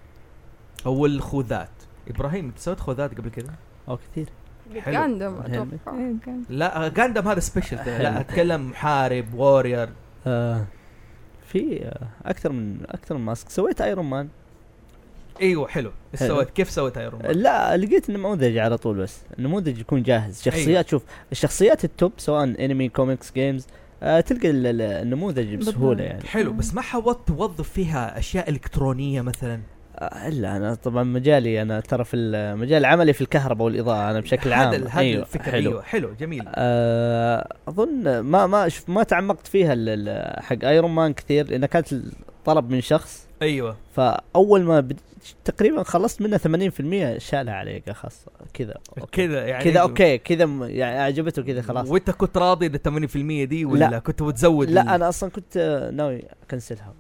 او الخوذات. ابراهيم انت سويت خوذات قبل كذا؟ او كثير. غاندم اتوقع. لا غاندم هذا سبيشل. لا اتكلم محارب وورير. آه في آه اكثر من اكثر من ماسك. سويت ايرون مان ايوه حلو. سويت كيف سويت ايرون مان؟ لا لقيت النموذج على طول، بس النموذج يكون جاهز شخصيات. أيوة. شوف الشخصيات التوب سواء انمي كوميكس جيمز آه تلقى النموذج بسهوله يعني. حلو. بس ما حاولت توظف فيها اشياء الكترونيه مثلا؟ الا انا طبعا مجالي انا ترى في المجال العملي في الكهرباء والاضاءه انا بشكل عام. هذا أيوة الفكره. حلو. أيوة حلو جميل. أه اظن ما ما شوف ما تعمقت فيها حق ايرون مان كثير لان كانت طلب من شخص. ايوه. فاول ما بد... تقريبا خلصت منها ثمانين بالمئة شالها عليك خاص كذا كذا يعني كذا اوكي كذا م... يعني اعجبته كذا خلاص. وانت كنت راضي ال ثمانين بالمئة دي ولا لا. كنت بتزود؟ لا ال... انا اصلا كنت ناوي اكنسلها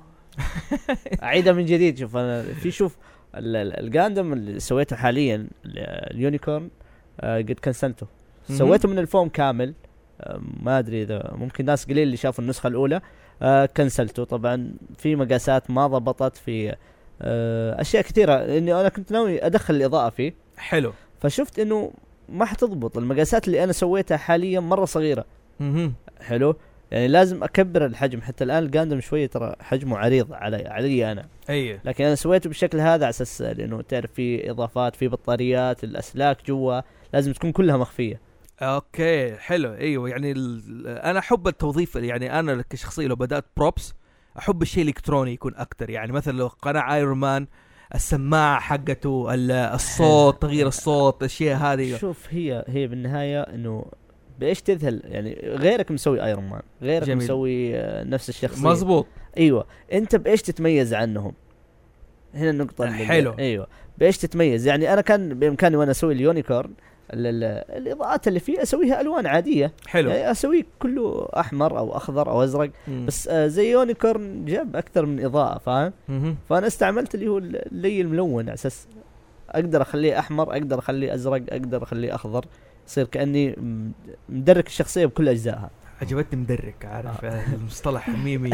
اعيدها من جديد. شوف انا في شوف الجاندم اللي سويته حاليا اليونيكورن آه قد كنسلته. سويته من الفوم كامل آه ما ادري اذا ممكن ناس قليل اللي شافوا النسخه الاولى آه كنسلته. طبعا في مقاسات ما ضبطت في آه اشياء كثيره اني انا كنت ناوي ادخل الاضاءه فيه. حلو. فشفت انه ما حتضبط المقاسات اللي انا سويتها حاليا مره صغيره. اها حلو يعني لازم اكبر الحجم. حتى الان الجاندم شويه ترى حجمه عريض علي علي انا. ايوه. لكن انا سويته بالشكل هذا على اساس لانه تعرف في اضافات في بطاريات الاسلاك جوا لازم تكون كلها مخفيه. اوكي حلو. ايوه يعني انا احب التوظيف يعني انا كشخصيه لو بدات بروبس احب الشيء الالكتروني يكون اكتر. يعني مثلا لو قناع ايرون مان السماعه حقته الصوت تغيير الصوت الاشياء هذه. شوف هي هي بالنهايه انه بايش تذهل يعني غيرك مسوي ايرون مان غيرك جميل. مسوي نفس الشخصيه مزبوط. ايوه انت بايش تتميز عنهم هنا النقطه. حلو. ايوه بايش تتميز. يعني انا كان بامكاني وانا اسوي اليونيكورن الاضاءات اللي فيه اسويها الوان عاديه. حلو. يعني اسوي كله احمر او اخضر او ازرق. مم. بس آه زي يونيكورن جاب اكثر من اضاءه فاهم. مم. فانا استعملت اللي هو اللي الملون على اساس اقدر اخليه احمر اقدر اخليه ازرق اقدر اخليه اخضر يصير كاني مدرك الشخصيه بكل اجزائها. عجبتني مدرك عارف آه. المصطلح ميمي.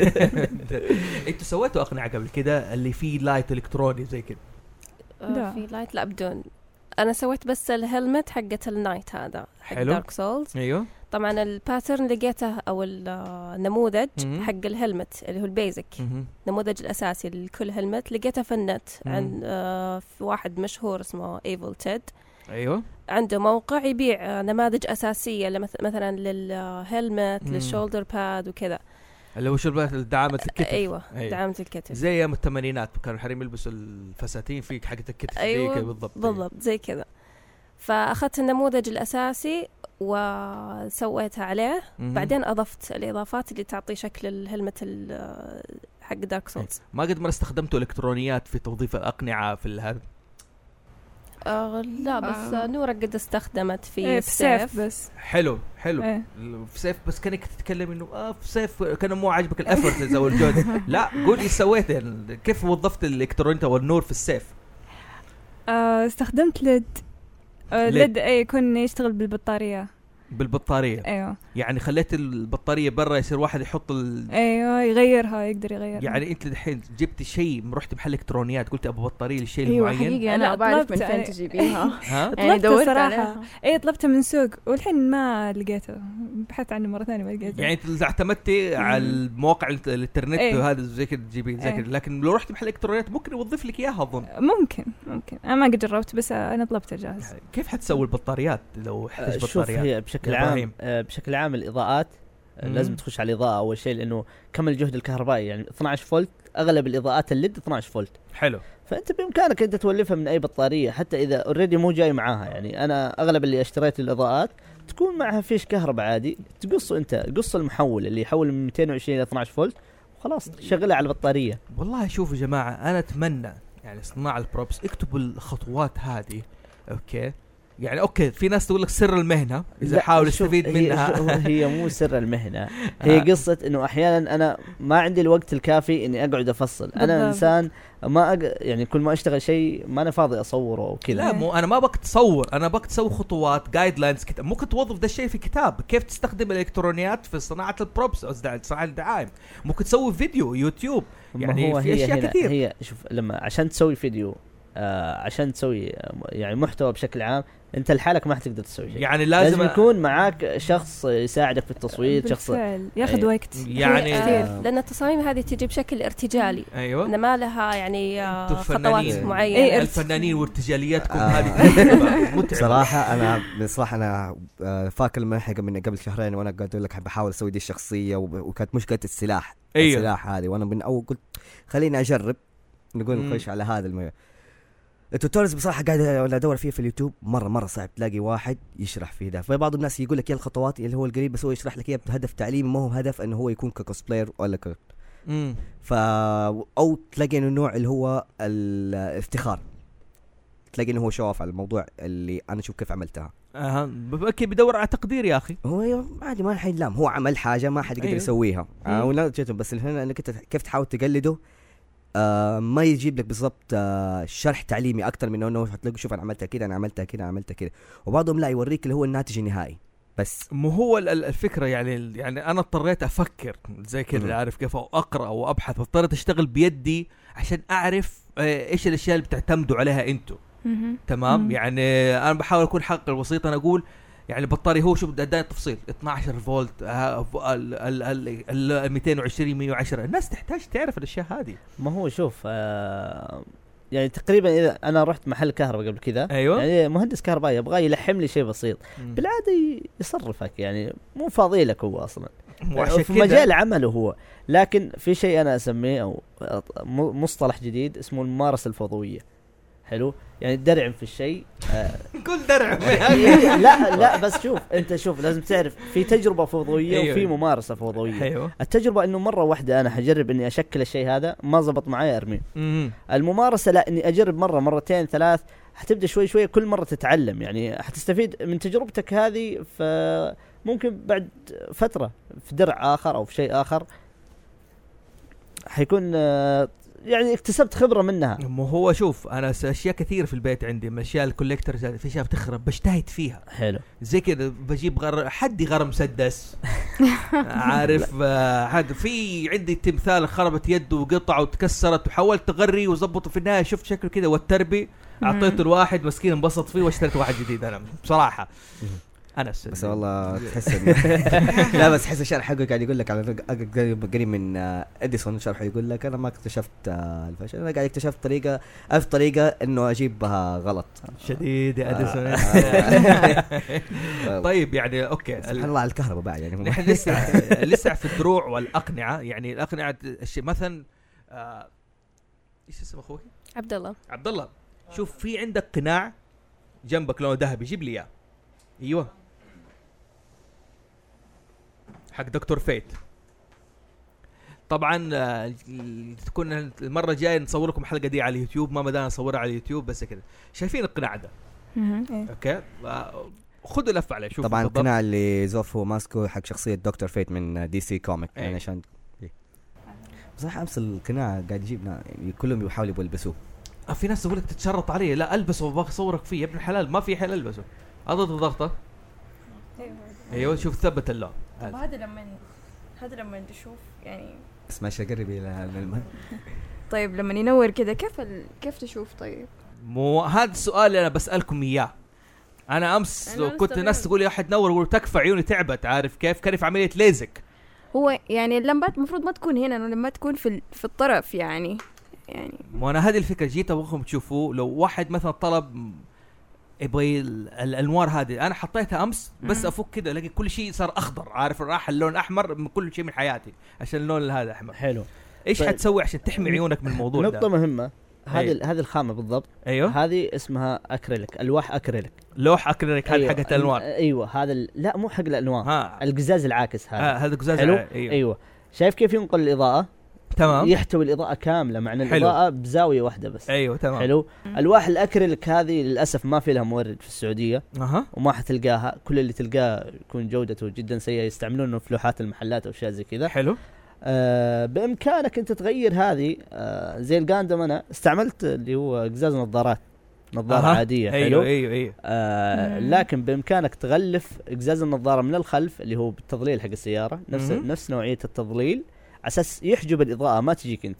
انتوا سويتوا اقنعه قبل كده اللي فيه لايت الكتروني زي كده؟ آه في لايت لا بدون. انا سويت بس الهلمت حقه النايت هذا حق دارك سولز. ايوه طبعا الباترن لقيته او النموذج م- حق الهلمت اللي هو البيزك م- النموذج الاساسي لكل هلمت لقيته في النت عن آه في واحد مشهور اسمه ايفل تيد. ايوه عنده موقع يبيع نماذج اساسيه مثلا للهلمت للشولدر باد وكذا اللي هو شربات دعامه الكتف. ايوه, أيوة. دعامه الكتف زي ايام الثمانينات كانوا الحريم يلبسوا الفساتين فيك حقه الكتف. أيوة زي كذا بالضبط. بالضبط زي كذا. فاخذت النموذج الاساسي وسويتها عليه. م- بعدين اضفت الاضافات اللي تعطي شكل الهلمت حق دارك سولز. ما قد ما استخدمتوا الكترونيات في توظيف الاقنعه في هذا؟ آه لا بس آه. نورة قد استخدمت في إيه السيف بس. حلو حلو. إيه. في سيف بس كانك تتكلم انه اه في سيف كان مو عاجبك الافورت او الجهد. لا قولي سويت يعني كيف وظفت الالكترونيات والنور في السيف؟ آه استخدمت ليد آه ليد اي يكون يشتغل بالبطاريه. بالبطاريه ايوه يعني خليت البطاريه برا يصير واحد يحط ال... ايوه يغيرها يقدر يغيرها. يعني انت الحين جبت شيء رحت محل الكترونيات قلت ابغى بطاريه للشيء أيوة المعين. حقيقي انا بعرف من فين تجيبيها. يعني دورت صراحه اي طلبته من سوق والحين ما لقيته بحثت عنه مره ثانيه ما لقيته. يعني انت اعتمدتي على المواقع الانترنت أيه. وهذا زي كذا تجيبيه زي كذا. لكن لو رحت محل الكترونيات ممكن يوظف لك اياها اظن. ممكن ممكن انا ما قد جربت بس انا طلبته جاهز. كيف حتسوي البطاريات لو احتاج بطاريات؟ شوف هي بشكل عام بشكل عام الإضاءات مم. لازم تخش على الإضاءة أول شيء لأنه كم الجهد الكهربائي يعني اثنا عشر فولت أغلب الإضاءات الليد اثنا عشر فولت. حلو. فأنت بإمكانك أنت تولفها من أي بطارية حتى إذا أوريدي مو جاي معاها. يعني أنا أغلب اللي اشتريت الإضاءات تكون معها فيش كهرباء عادي تقص أنت قص المحول اللي يحول من مئتين وعشرين إلى اثنا عشر فولت وخلاص شغلها على البطارية. والله شوفوا يا جماعة أنا أتمنى يعني صناع البروبس اكتبوا الخطوات هذه. أوكي يعني اوكي في ناس تقول لك سر المهنه اذا حاول يستفيد منها. هي مو سر المهنه هي قصه انه احيانا انا ما عندي الوقت الكافي اني اقعد افصل. انا انسان ما أق... يعني كل ما اشتغل شيء ما انا فاضي اصوره وكذا. لا مو انا ما بك تصور انا بك تسوي خطوات جايد لاينز كتاب. ممكن توظف ده الشيء في كتاب كيف تستخدم الالكترونيات في صناعه البروبس او صناعه الدعايم. ممكن تسوي فيديو يوتيوب يعني هو في اشياء كثير. هي شوف لما عشان تسوي فيديو آه عشان تسوي يعني محتوى بشكل عام انت لحالك ما حتقدر تسوي شيء. يعني لازم, لازم يكون معاك شخص يساعدك في التصوير، شخص ياخذ وقت يعني آه لان التصاميم هذه تجي بشكل ارتجالي. ايوه ان ما لها يعني آه خطوات معينه. أيه الفنانين وارتجالياتكم آه هذه متعبه صراحه. انا بصراحه انا فاكر الملحقه من قبل شهرين وانا قاعد اقول لك بحاول اسوي دي الشخصيه، وكانت مشكله السلاح. أيوه. السلاح هذه وانا من اول قلت خليني اجرب نقول نخش على هذا الموضوع. التوتورز بصراحه قاعد ادور فيه في اليوتيوب مره مره صعب تلاقي واحد يشرح فيه ده. فبعض الناس يقول لك يا الخطوات اللي هو القريب، بس هو يشرح لك اياه بهدف تعليمي، ما هو هدف انه هو يكون ككوسبلاير ولا ك امم ف او تلاقي انه النوع اللي هو الافتخار، تلاقي انه هو شواف على الموضوع اللي انا شوف كيف عملتها. اها اكيد بدور على تقدير يا اخي. هو عادي ما حيلام، هو عمل حاجه ما حد يقدر أيوه. يسويها آه ولا جتهم. بس هنا انك كيف تحاول تقلده، آه ما يجيب لك بالضبط آه شرح تعليمي اكتر من انه هتلاقي شوف انا عملتها كده انا عملتها كده عملتها كده. وبعضهم لا يوريك اللي هو الناتج النهائي بس. مو هو الفكره يعني يعني انا اضطريت افكر زي كده عارف كيف، او اقرا او ابحث، واضطريت اشتغل بيدي عشان اعرف ايش الاشياء اللي بتعتمدوا عليها انتوا. تمام. يعني انا بحاول اكون حق البسيط. انا اقول يعني بطاري هو شوف اداني التفصيل اثناشر فولت ال مئتين وعشرين مئة وعشرة. الناس تحتاج تعرف الاشياء هذه. ما هو شوف آه يعني تقريبا اذا انا رحت محل كهرباء قبل كذا أيوة. يعني مهندس كهربائي يبغى يلحم لي شيء بسيط م. بالعاده يصرفك يعني مو فاضي لك هو اصلا في مجال عمله هو. لكن في شيء انا اسميه او مصطلح جديد اسمه الممارسه الفوضويه. حلو يعني درع في الشيء آه كل درع لا لا بس شوف انت شوف لازم تعرف في تجربه فوضويه أيوة. وفي ممارسه فوضويه. أيوة. التجربه انه مره واحده انا حجرب اني اشكل الشيء هذا ما زبط معي ارميه. الممارسه لا اني اجرب مره مرتين ثلاث حتبدا شوي شوي كل مره تتعلم يعني حتستفيد من تجربتك هذه. فممكن بعد فتره في درع اخر او في شيء اخر حيكون آه يعني اكتسبت خبرة منها. مو هو شوف أنا أشياء كثير في البيت عندي من أشياء الكوليكترز في أشياء بتخرب بجتهد فيها. حلو زي كده بجيب غر حد يغرم مسدس عارف آه حد في عندي تمثال خربت يده وقطع وتكسرت وحاولت تغري وزبطه في النهاية شفت شكله كده والتربي أعطيته الواحد مسكين انبسط فيه واشتريت واحد جديد. أنا بصراحة أنا بس والله تحس لا بس تحس الشرح حقه قاعد يقول لك على قريب من اديسون. شرحه يقول لك انا ما اكتشفت الفشل، انا قاعد اكتشفت طريقه ألف طريقه انه اجيبها غلط. شديد يا اديسون. طيب يعني اوكي سبحان الله على الكهرباء بعد يعني نحن لسه لسه في الدروع والاقنعه. يعني الاقنعه الشيء مثلا آه ايش اسم اخوك؟ عبد الله. عبد الله شوف في عندك قناع جنبك لونه ذهبي جيب لي اياه. ايوه حق دكتور فيت. طبعا آه تكون المره الجايه نصور لكم الحلقه دي على اليوتيوب، ما بدانا نصورها على اليوتيوب بس كده. شايفين القناع ده؟ اوكي آه خذوا لفه عليه شوفوا. طبعا القناع اللي زوف هو ماسكه حق شخصيه دكتور فيت من دي سي كوميك يعني عشان بصراحه امس القناع قاعد يجيبنا يعني كلهم بيحاولوا يبغوا يلبسوه. آه في ناس تقول لك تتشرط عليه. لا البسه وباخذ صورك فيه يا ابن الحلال. ما في حل البسه. اضغط ضغطه ايوه شوف ثبت اللون. هذا لما هذا لما تشوف يعني بس ماشي قربي للماء. طيب لما ينور كده كيف ال... كيف تشوف؟ طيب مو هذا السؤال اللي انا بسالكم اياه. انا امس لو كنت الناس تقول لي واحد نور يقول تكفى عيوني تعبت عارف كيف كيف عمليه ليزك. هو يعني اللمبات المفروض ما تكون هنا لما تكون في ال... في الطرف يعني يعني مو انا هذه الفكره جيت ابغاكم تشوفوا. لو واحد مثلا طلب يبغى الانوار هذه انا حطيتها امس بس افك كده الاقي كل شيء صار اخضر عارف راح اللون احمر من كل شيء من حياتي عشان اللون هذا احمر. حلو. ايش طيب. حتسوي عشان تحمي عيونك من الموضوع نقطة ده؟ نقطة مهمة. هذه هذه الخامة بالضبط. ايوه هذه اسمها اكريليك، الواح اكريليك. لوح اكريليك هذه أيوة. حقت الانوار. ايوه هذا ال... لا مو حق الانوار. القزاز العاكس هذا. آه هذا قزاز حلو. ع... أيوة. ايوه شايف كيف ينقل الاضاءة؟ تمام. يحتوي الإضاءة كاملة مع أن الإضاءة بزاوية واحدة بس. أيوة تمام. حلو. الواح الأكريليك هذه للأسف ما في لها مورد في السعودية. أه. وما حتلقاها. كل اللي تلقاه يكون جودته جدا سيئة يستعملونه في لوحات المحلات أو أشياء زي كذا. حلو. آه بإمكانك أنت تغير هذه آه زي الجاندم. أنا استعملت اللي هو قزاز نظارات نظارة أه. عادية. أيوة حلو. أيوة أيوة. آه لكن بإمكانك تغلف قزاز النظارة من الخلف اللي هو بالتضليل حق السيارة نفس مم. نفس نوعية التضليل أساس يحجب الإضاءة ما تجيك أنت.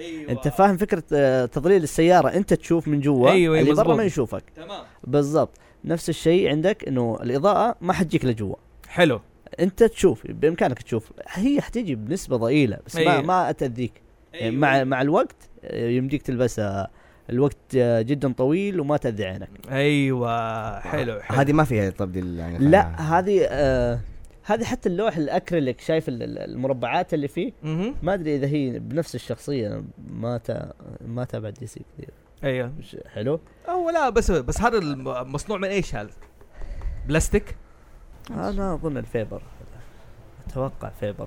أيوة. انت فاهم فكره آه تظليل السياره، انت تشوف من جوا، أيوة اللي مزبوط. برا ما يشوفك. تمام بالضبط نفس الشيء عندك، انه الاضاءه ما حتجيك لجوا، حلو، انت تشوف بامكانك تشوف، هي حتيجي بنسبه ضئيله بس أيوة. ما ما تاذيك. أيوة. يعني مع مع الوقت يمديك تلبسها الوقت جدا طويل وما تأذي عينك. ايوه حلو, حلو. هذه ما فيها تبديل يعني. لا هذه آه هذه حتى اللوح الاكريليك شايف المربعات اللي فيه م-م. ما ادري اذا هي بنفس الشخصيه، ما تا ما تابع دي سي كثير. ايوه حلو. او لا بس بس هذا المصنوع من ايش؟ هذا بلاستيك؟ انا اظن الفيبر، اتوقع فيبر.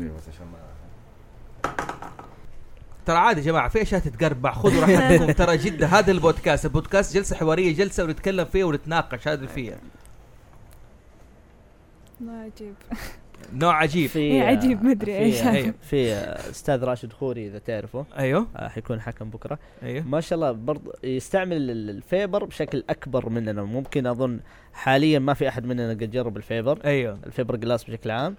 ترى عادي يا جماعه، في اشياء تتقربع، خذوا راحتكم. ترى جدا هذا البودكاست البودكاست جلسه حواريه، جلسه ونتكلم فيها ونتناقش، هذا فيها ما عجيب نوع عجيب. في عجيب ما ادري ايش. أيوه. في استاذ راشد خوري اذا تعرفه، ايوه آه حيكون حكم بكره. ايوه ما شاء الله برضه يستعمل الفيبر بشكل اكبر مننا. ممكن اظن حاليا ما في احد مننا قد جرب الفيبر. ايوه الفيبر جلاس بشكل عام.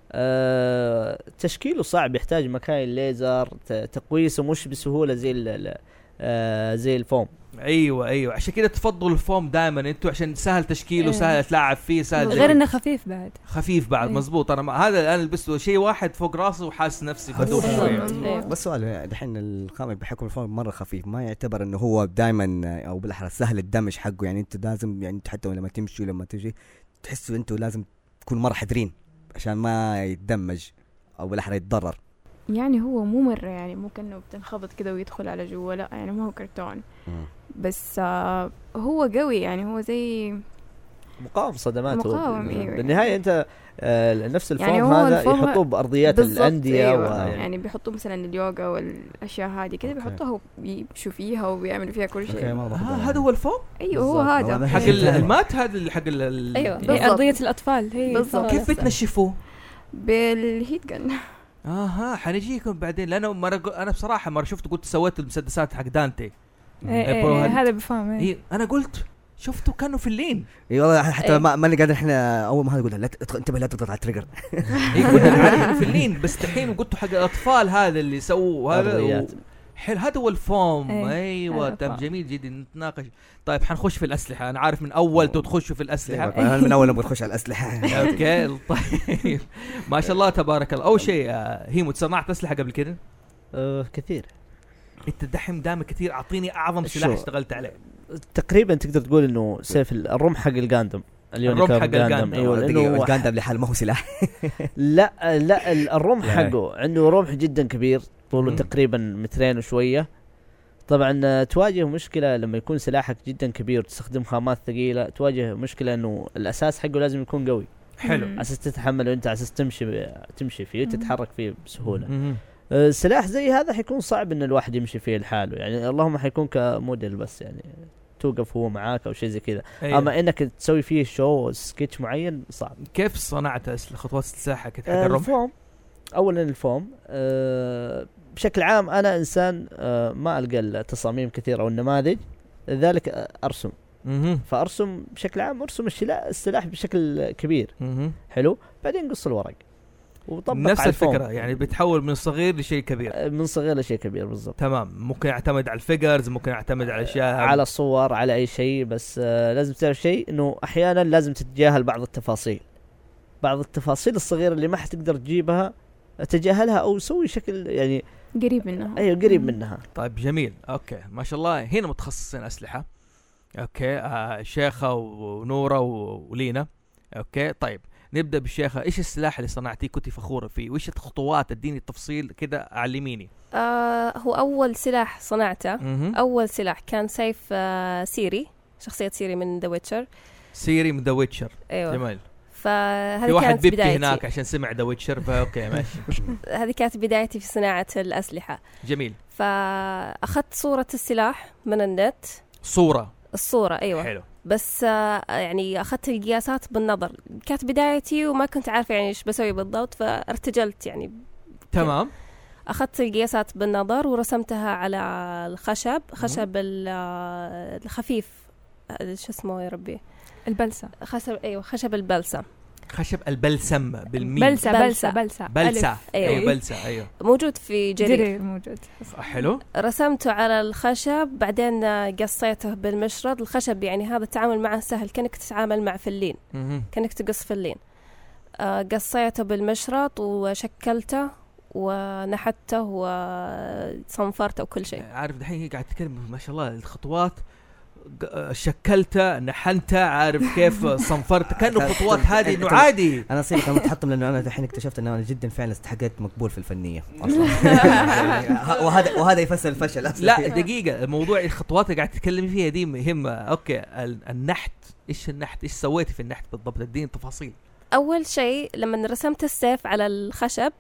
أه تشكيله صعب، يحتاج مكاين ليزر، تقويسه مش بسهوله زي أه زي الفوم. ايوه ايوه عشان كده تفضلوا الفوم دائما انتوا، عشان سهل تشكيله، سهل تلعب فيه، سهل غير انه خفيف بعد خفيف بعد. مزبوط. انا هذا الان لبسته شيء واحد فوق راسي وحاسس نفسي بدوخ شويه. بس سؤال دحين الخامة بحكم الفوم مره خفيف، ما يعتبر انه هو دائما او بالاحرى سهل الدمج حقه؟ يعني انت لازم يعني حتى لما تمشي ولما تجي تحسوا انتوا لازم تكونوا مره حذرين عشان ما يتدمج او بالاحرى يتضرر. يعني هو مو مرة يعني مو كأنه بتنخبط كده ويدخل على جوا، لا يعني ما هو كرتون. بس آه هو قوي، يعني هو زي مقاوم صدمات. مقاوم إيه. بالنهاية انت آه نفس الفوم يعني هذا يحطوه بأرضيات الأندية. أيوة. و... يعني بيحطوا مثلا اليوغا والأشياء هذه كده بيحطوها ويمشوا فيها وبيعملوا فيها كل شيء. آه هذا هو الفوم. ايوه هو هذا حق المات، هذا حق ال ايوه أرضية الأطفال. هي كيف بتنشفوه؟ بالهيت جن. اها حنجيكم بعدين، لانه مرة انا بصراحه مره شفت قلت سويت المسدسات حق دانتي. إيه إيه هذا بفهم. إيه انا قلت شفتوا كانوا في اللين. اي والله حتى إيه. ما ماني قادر. احنا اول ما هذا قلنا لا انتبه لا تضغط على التريجر. يقول انا في اللين بس دحين وقلت حق الاطفال هذا اللي سووا هذا و... حلو. هذا هو الفوم. إيه. ايوه طيب جميل جدا نتناقش. طيب حنخش في الاسلحه. انا عارف من اول تخشوا في الاسلحه. انا من اول نبغى نخش على الاسلحه. اوكي طيب ما شاء الله تبارك الله. اول شيء هيمو صنعت اسلحه قبل كده؟ أه كثير. انت دحين دام كثير، اعطيني اعظم سلاح اشتغلت عليه. تقريبا تقدر تقول انه سيف الرمح حق الجاندم. الرمح حق الجاندم. ايوه لانه الجاندم لحاله ما هو سلاح. لا لا الرمح حقه عنده رمح جدا كبير، طوله تقريبا مترين وشويه. طبعا تواجه مشكله لما يكون سلاحك جدا كبير وتستخدم خامات ثقيله، تواجه مشكله انه الاساس حقه لازم يكون قوي. حلو. على اساس تتحمله انت، على اساس تمشي تمشي فيه وتتحرك فيه بسهوله. سلاح زي هذا حيكون صعب ان الواحد يمشي فيه لحاله، يعني اللهم حيكون كموديل بس، يعني توقف هو معاك او شيء زي كذا. أيوة. اما انك تسوي فيه شو سكتش معين صعب. كيف صنعت خطوات السلاح حق آه الرمح؟ الفوم اولا الفوم آه بشكل عام انا انسان آه ما القى التصاميم كثيره او النماذج، لذلك آه ارسم. مه. فارسم بشكل عام ارسم السلاح بشكل كبير. مه. حلو. بعدين قص الورق وطبق نفس على الفكره، يعني بتحول من صغير لشيء كبير. من صغير لشيء كبير بالضبط. تمام. ممكن يعتمد على الفيجرز، ممكن يعتمد على اشياء، على الصور، على اي شيء. بس آه لازم تعرف شيء، انه احيانا لازم تتجاهل بعض التفاصيل. بعض التفاصيل الصغيره اللي ما حتقدر تجيبها تجاهلها او سوي شكل يعني قريب منها. ايوه قريب منها. طيب جميل. اوكي ما شاء الله. هنا متخصصين اسلحه. اوكي آه شيخه ونوره ولينا. اوكي طيب نبدا بالشيخه. ايش السلاح اللي صنعتيه كنتي فخوره فيه؟ وايش الخطوات؟ اديني التفصيل كده علميني. آه هو اول سلاح صنعته م-م. اول سلاح كان سيف آه سيري، شخصية سيري من ذا ويتشر. سيري من ذا ويتشر. ايوه جميل. فهذه في واحد كانت بيبكي بدايتي هناك عشان سمع ذا ويتشر، فاوكي ماشي. هذه كانت بدايتي في صناعة الأسلحة. جميل. فأخذت صورة السلاح من النت. صورة الصورة أيوة. حلو. بس يعني أخذت القياسات بالنظر. كانت بدايتي وما كنت عارفة يعني إيش بسوي بالضبط، فارتجلت يعني. تمام. أخذت القياسات بالنظر ورسمتها على الخشب، خشب الخفيف، شو اسمه يا ربي؟ البلسة. خشب أيوة خشب البلسة. خشب البلسم بالميم. بلسة بلسة بلسة بلسة أيوة. أيوة بلسة أيوة موجود في جرير, جرير موجود. حلو. رسمته على الخشب بعدين قصيته بالمشرط. الخشب يعني هذا التعامل معه سهل كأنك تتعامل مع فلين مم. كأنك تقص فلين. آه قصيته بالمشرط وشكلته ونحته وصنفرته وكل شيء. عارف دحين هي قاعد تتكلم ما شاء الله الخطوات، شكلته نحنته عارف كيف صنفرت كأنه خطوات هذه انه عادي. انا صير كان متحطم لانه انا الحين اكتشفت انه انا جدا فعلا استحقيت مقبول في الفنيه اصلا. وهذا وهذا يفسر الفشل أصلاً. لا دقيقه، الموضوع الخطوات اللي قاعد تتكلمي فيها دي مهمه. اوكي النحت، ايش النحت؟ ايش سويتي في النحت بالضبط؟ اديني تفاصيل. اول شيء لما رسمت السيف على الخشب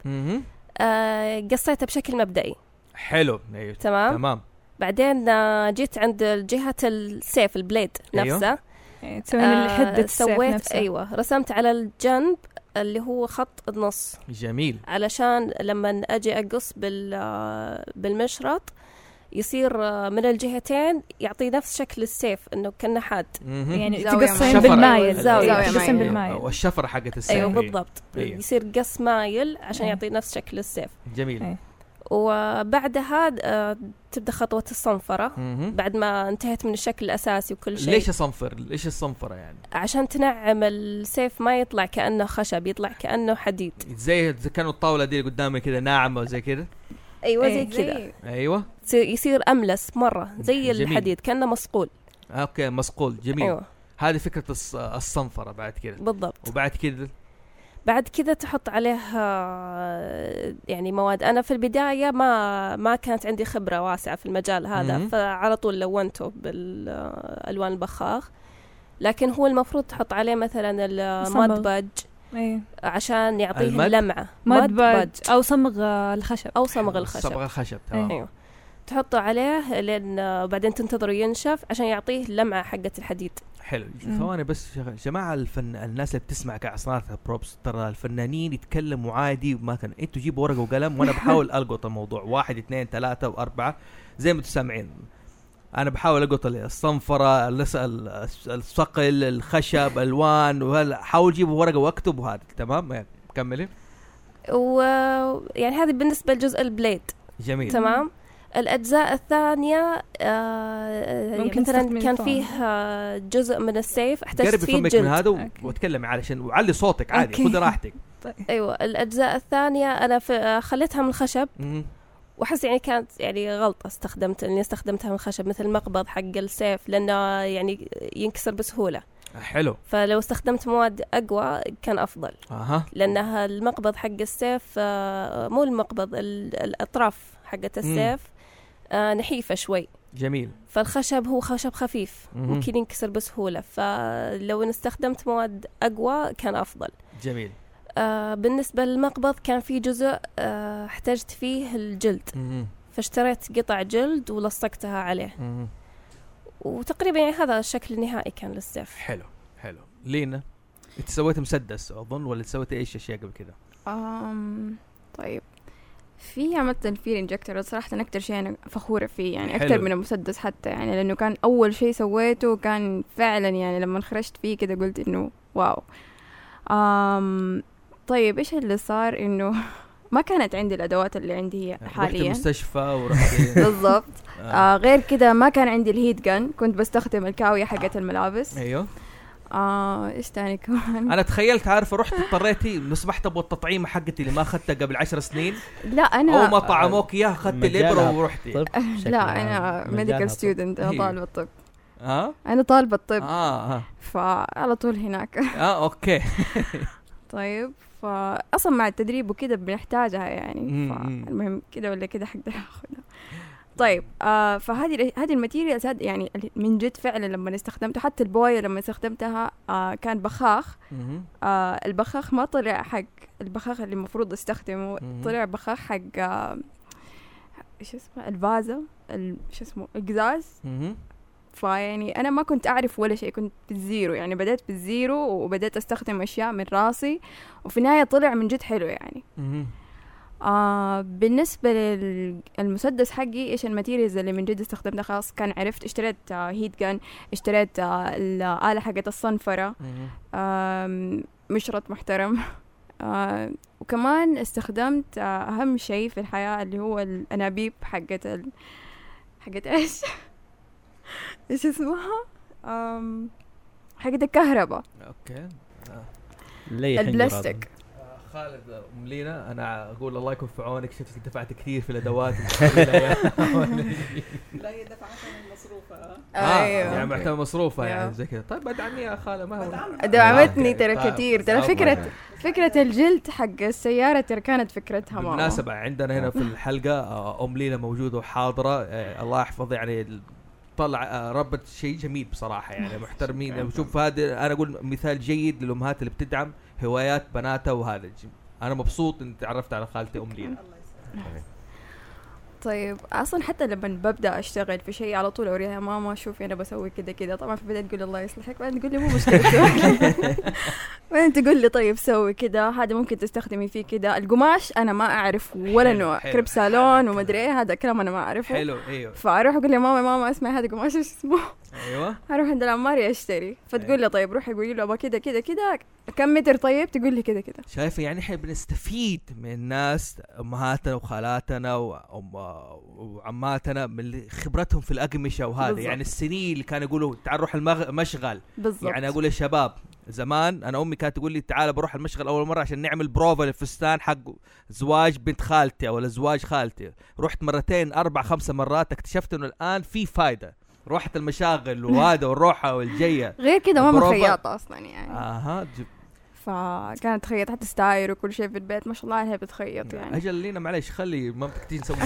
آه قصيته بشكل مبدئي. حلو. أيوه. تمام تمام. بعدين جيت عند جهة السيف البليد نفسه. أيوه. تسوين آه حدة سويت نفسه. أيوة رسمت على الجنب اللي هو خط النص. جميل. علشان لما أجي أقص بال بالمشرط يصير من الجهتين يعطي نفس شكل السيف انه كأنه حاد. يعني تقصين بالمايل. زاوية تقصين بالمايل والشفرة حقت السيف. ايوه بالضبط. أيوه. يصير قص مايل عشان أيوه. يعطي نفس شكل السيف. جميل. أيوه. وبعدها تبدأ خطوة الصنفرة. بعد ما انتهت من الشكل الأساسي وكل شيء. ليش صنفر؟ ليش الصنفرة يعني؟ عشان تنعم السيف ما يطلع كأنه خشب، يطلع كأنه حديد. زي إذا كانوا الطاولة دي قدامي كده ناعمة وزي كده. أيوة زي كده. أيوة. يصير أملس مرة زي جميل. الحديد كأنه مصقول. أوكي مصقول. جميل. أيوة. هذه فكرة الصنفرة بعد كده. بالضبط. وبعد كده بعد كذا تحط عليه يعني مواد. أنا في البداية ما ما كانت عندي خبرة واسعة في المجال هذا. م- فعلى طول لونته بالألوان البخاخ. لكن هو المفروض تحط عليه مثلا المدبج أيه. عشان يعطيه المد؟ اللمعة. مدبج أو صمغ الخشب. أو صمغ الخشب. صمغ الخشب. تمام. أيوه. تحطه عليه لين بعدين تنتظره ينشف عشان يعطيه اللمعة حقة الحديد. حلو. ثواني بس جماعة الفن الناس اللي بتسمع كعصنات بروبس، ترى الفنانين يتكلموا عادي وما كان انتوا جيبوا ورقة وقلم وانا بحاول القط الموضوع واحد اثنين ثلاثة واربعة زي ما تسمعين. انا بحاول القط الصنفرة الصقل الخشب الوان وهلا حاول جيبوا ورقة واكتب وهذا تمام. يعني كملي. ويعني هذه بالنسبة لجزء البليد. جميل. تمام. الأجزاء الثانية آه ممكن مثلا كان فيه آه جزء من السيف احتجت فيه جلد. من هذا واتكلم علشان وعلي صوتك عادي خذ راحتك. طيب. أيوة الأجزاء الثانية أنا في خليتها من الخشب وحس يعني كانت يعني غلطة استخدمت إني استخدمتها من الخشب مثل المقبض حق السيف لأنه يعني ينكسر بسهولة. حلو. فلو استخدمت مواد أقوى كان أفضل. أها. لأنها المقبض حق السيف آه مو المقبض الأطراف حقة السيف آه نحيفة شوي. جميل. فالخشب هو خشب خفيف مم. ممكن ينكسر بسهولة. فلو استخدمت مواد أقوى كان أفضل. جميل. آه بالنسبة للمقبض كان في جزء آه احتجت فيه الجلد. مم. فاشتريت قطع جلد ولصقتها عليه. مم. وتقريبا يعني هذا الشكل النهائي كان للسيف. حلو حلو. لينا انت سويت مسدس اظن ولا سويت ايش اشياء قبل كده؟ امم طيب في عملت الفير انجكتور صراحه انا اكثر شيء انا فخوره فيه يعني اكثر من المسدس حتى يعني لانه كان اول شيء سويته كان فعلا يعني لما خرجت فيه كده قلت انه واو. امم طيب ايش اللي صار انه ما كانت عندي الادوات اللي عندي حاليا. رحت المستشفى ورحت بالضبط. آه غير كده ما كان عندي الهيت جن كنت بستخدم الكاوية حقت الملابس. ايوه. آه ايش تاني كمان انا تخيلت عارفه رحت اضطريتي لو سمحت ابغى التطعيمه حقتي اللي ما اخذتها قبل عشر سنين. لا انا او ما طعموك اياها اخذت الابره ورحتي. لا انا ميديكال ستودنت انا طالبه الطب. اه انا طالبه الطب. اه اه فعلى طول هناك. اه اوكي. طيب فاصلا مع التدريب وكده بنحتاجها يعني. المهم كده ولا كده حقدر اخذها. طيب آه فهذه هذه الماتيريالز يعني من جد فعلا لما استخدمتها حتى البويه لما استخدمتها آه كان بخاخ. آه البخاخ ما طلع حق البخاخ اللي المفروض استخدمه. طلع بخاخ حق آه ايش اسمه الفازة ايش اسمه القزاز. فيعني انا ما كنت اعرف ولا شيء كنت بالزيرو يعني بدأت بالزيرو وبدأت استخدم اشياء من راسي وفي النهاية طلع من جد حلو يعني. آه بالنسبة للمسدس حقي إيش الماتيريالز اللي من جد استخدمتها خلاص كان عرفت اشتريت آه هيت جان اشتريت آه الآلة حقت الصنفرة. مشرط محترم. آه وكمان استخدمت آه أهم شيء في الحياة اللي هو الأنابيب حقت ال... حقت إيش إيش اسمها آم... حقت الكهرباء. أوكي. البلاستيك. خالد أم لينا أنا أقول الله يكون في عونك، شفتك دفعت كثير في الأدوات. لا هي دفعت المصروفة. آه يعني محتاجة مصروفة يعني زي كذا. طيب بدعمني يا خالة ما هو دعمتني ترى كثير ترى. فكرة فكرة الجلد حق السيارة ترى كانت فكرتها ماما. بالمناسبة عندنا هنا في الحلقة أم لينا موجودة وحاضرة، الله يحفظ يعني طلع ربط شيء جميل بصراحة يعني محترمين. وشوف هذا أنا أقول مثال جيد للأمهات اللي بتدعم هوايات بناتها، وهذا أنا مبسوط إن تعرفت على خالتي أم لينا. طيب أصلا حتى لما ببدأ أشتغل في شيء على طول أوريها ماما شوفي أنا بسوي كده كده. طبعا في البداية تقول الله يصلحك، بعدين تقول لي مو مشكلة بعدين تقول لي طيب سوي كده، هذا ممكن تستخدمي فيه كده. القماش أنا ما أعرف ولا نوع، كريب سالون ومدري إيه هذا كلام أنا ما أعرفه. حلو أيوه. فأروح أقول لي ماما ماما اسمعي هذا قماش إيش اسمه؟ أيوة. أروح عند العماري أشتري، فتقول لي طيب روحي قولي له أبغى كده كده كده كم متر طيب؟ تقول لي كده كده. شايفه يعني احنا بنستفيد من الناس امهاتنا وخالاتنا وعماتنا من خبرتهم في الاقمشه وهذا بالزبط. يعني السنين اللي كانوا يقولوا تعال روح المشغل بالزبط. يعني اقول للشباب زمان انا امي كانت تقول لي تعال بروح المشغل اول مره عشان نعمل بروفا للفستان حق زواج بنت خالتي ولا زواج خالتي. رحت مرتين اربع خمسة مرات، اكتشفت انه الان في فايده. روحت المشاغل وهذا والروحه والجيه. غير كده ماما خياطه اصلا يعني. اها فكانت تخيط حتى ستاير وكل شيء في البيت ما شاء الله عليها بتخيط يعني. اجل لينا معليش خلي مامتك تيجي نسوي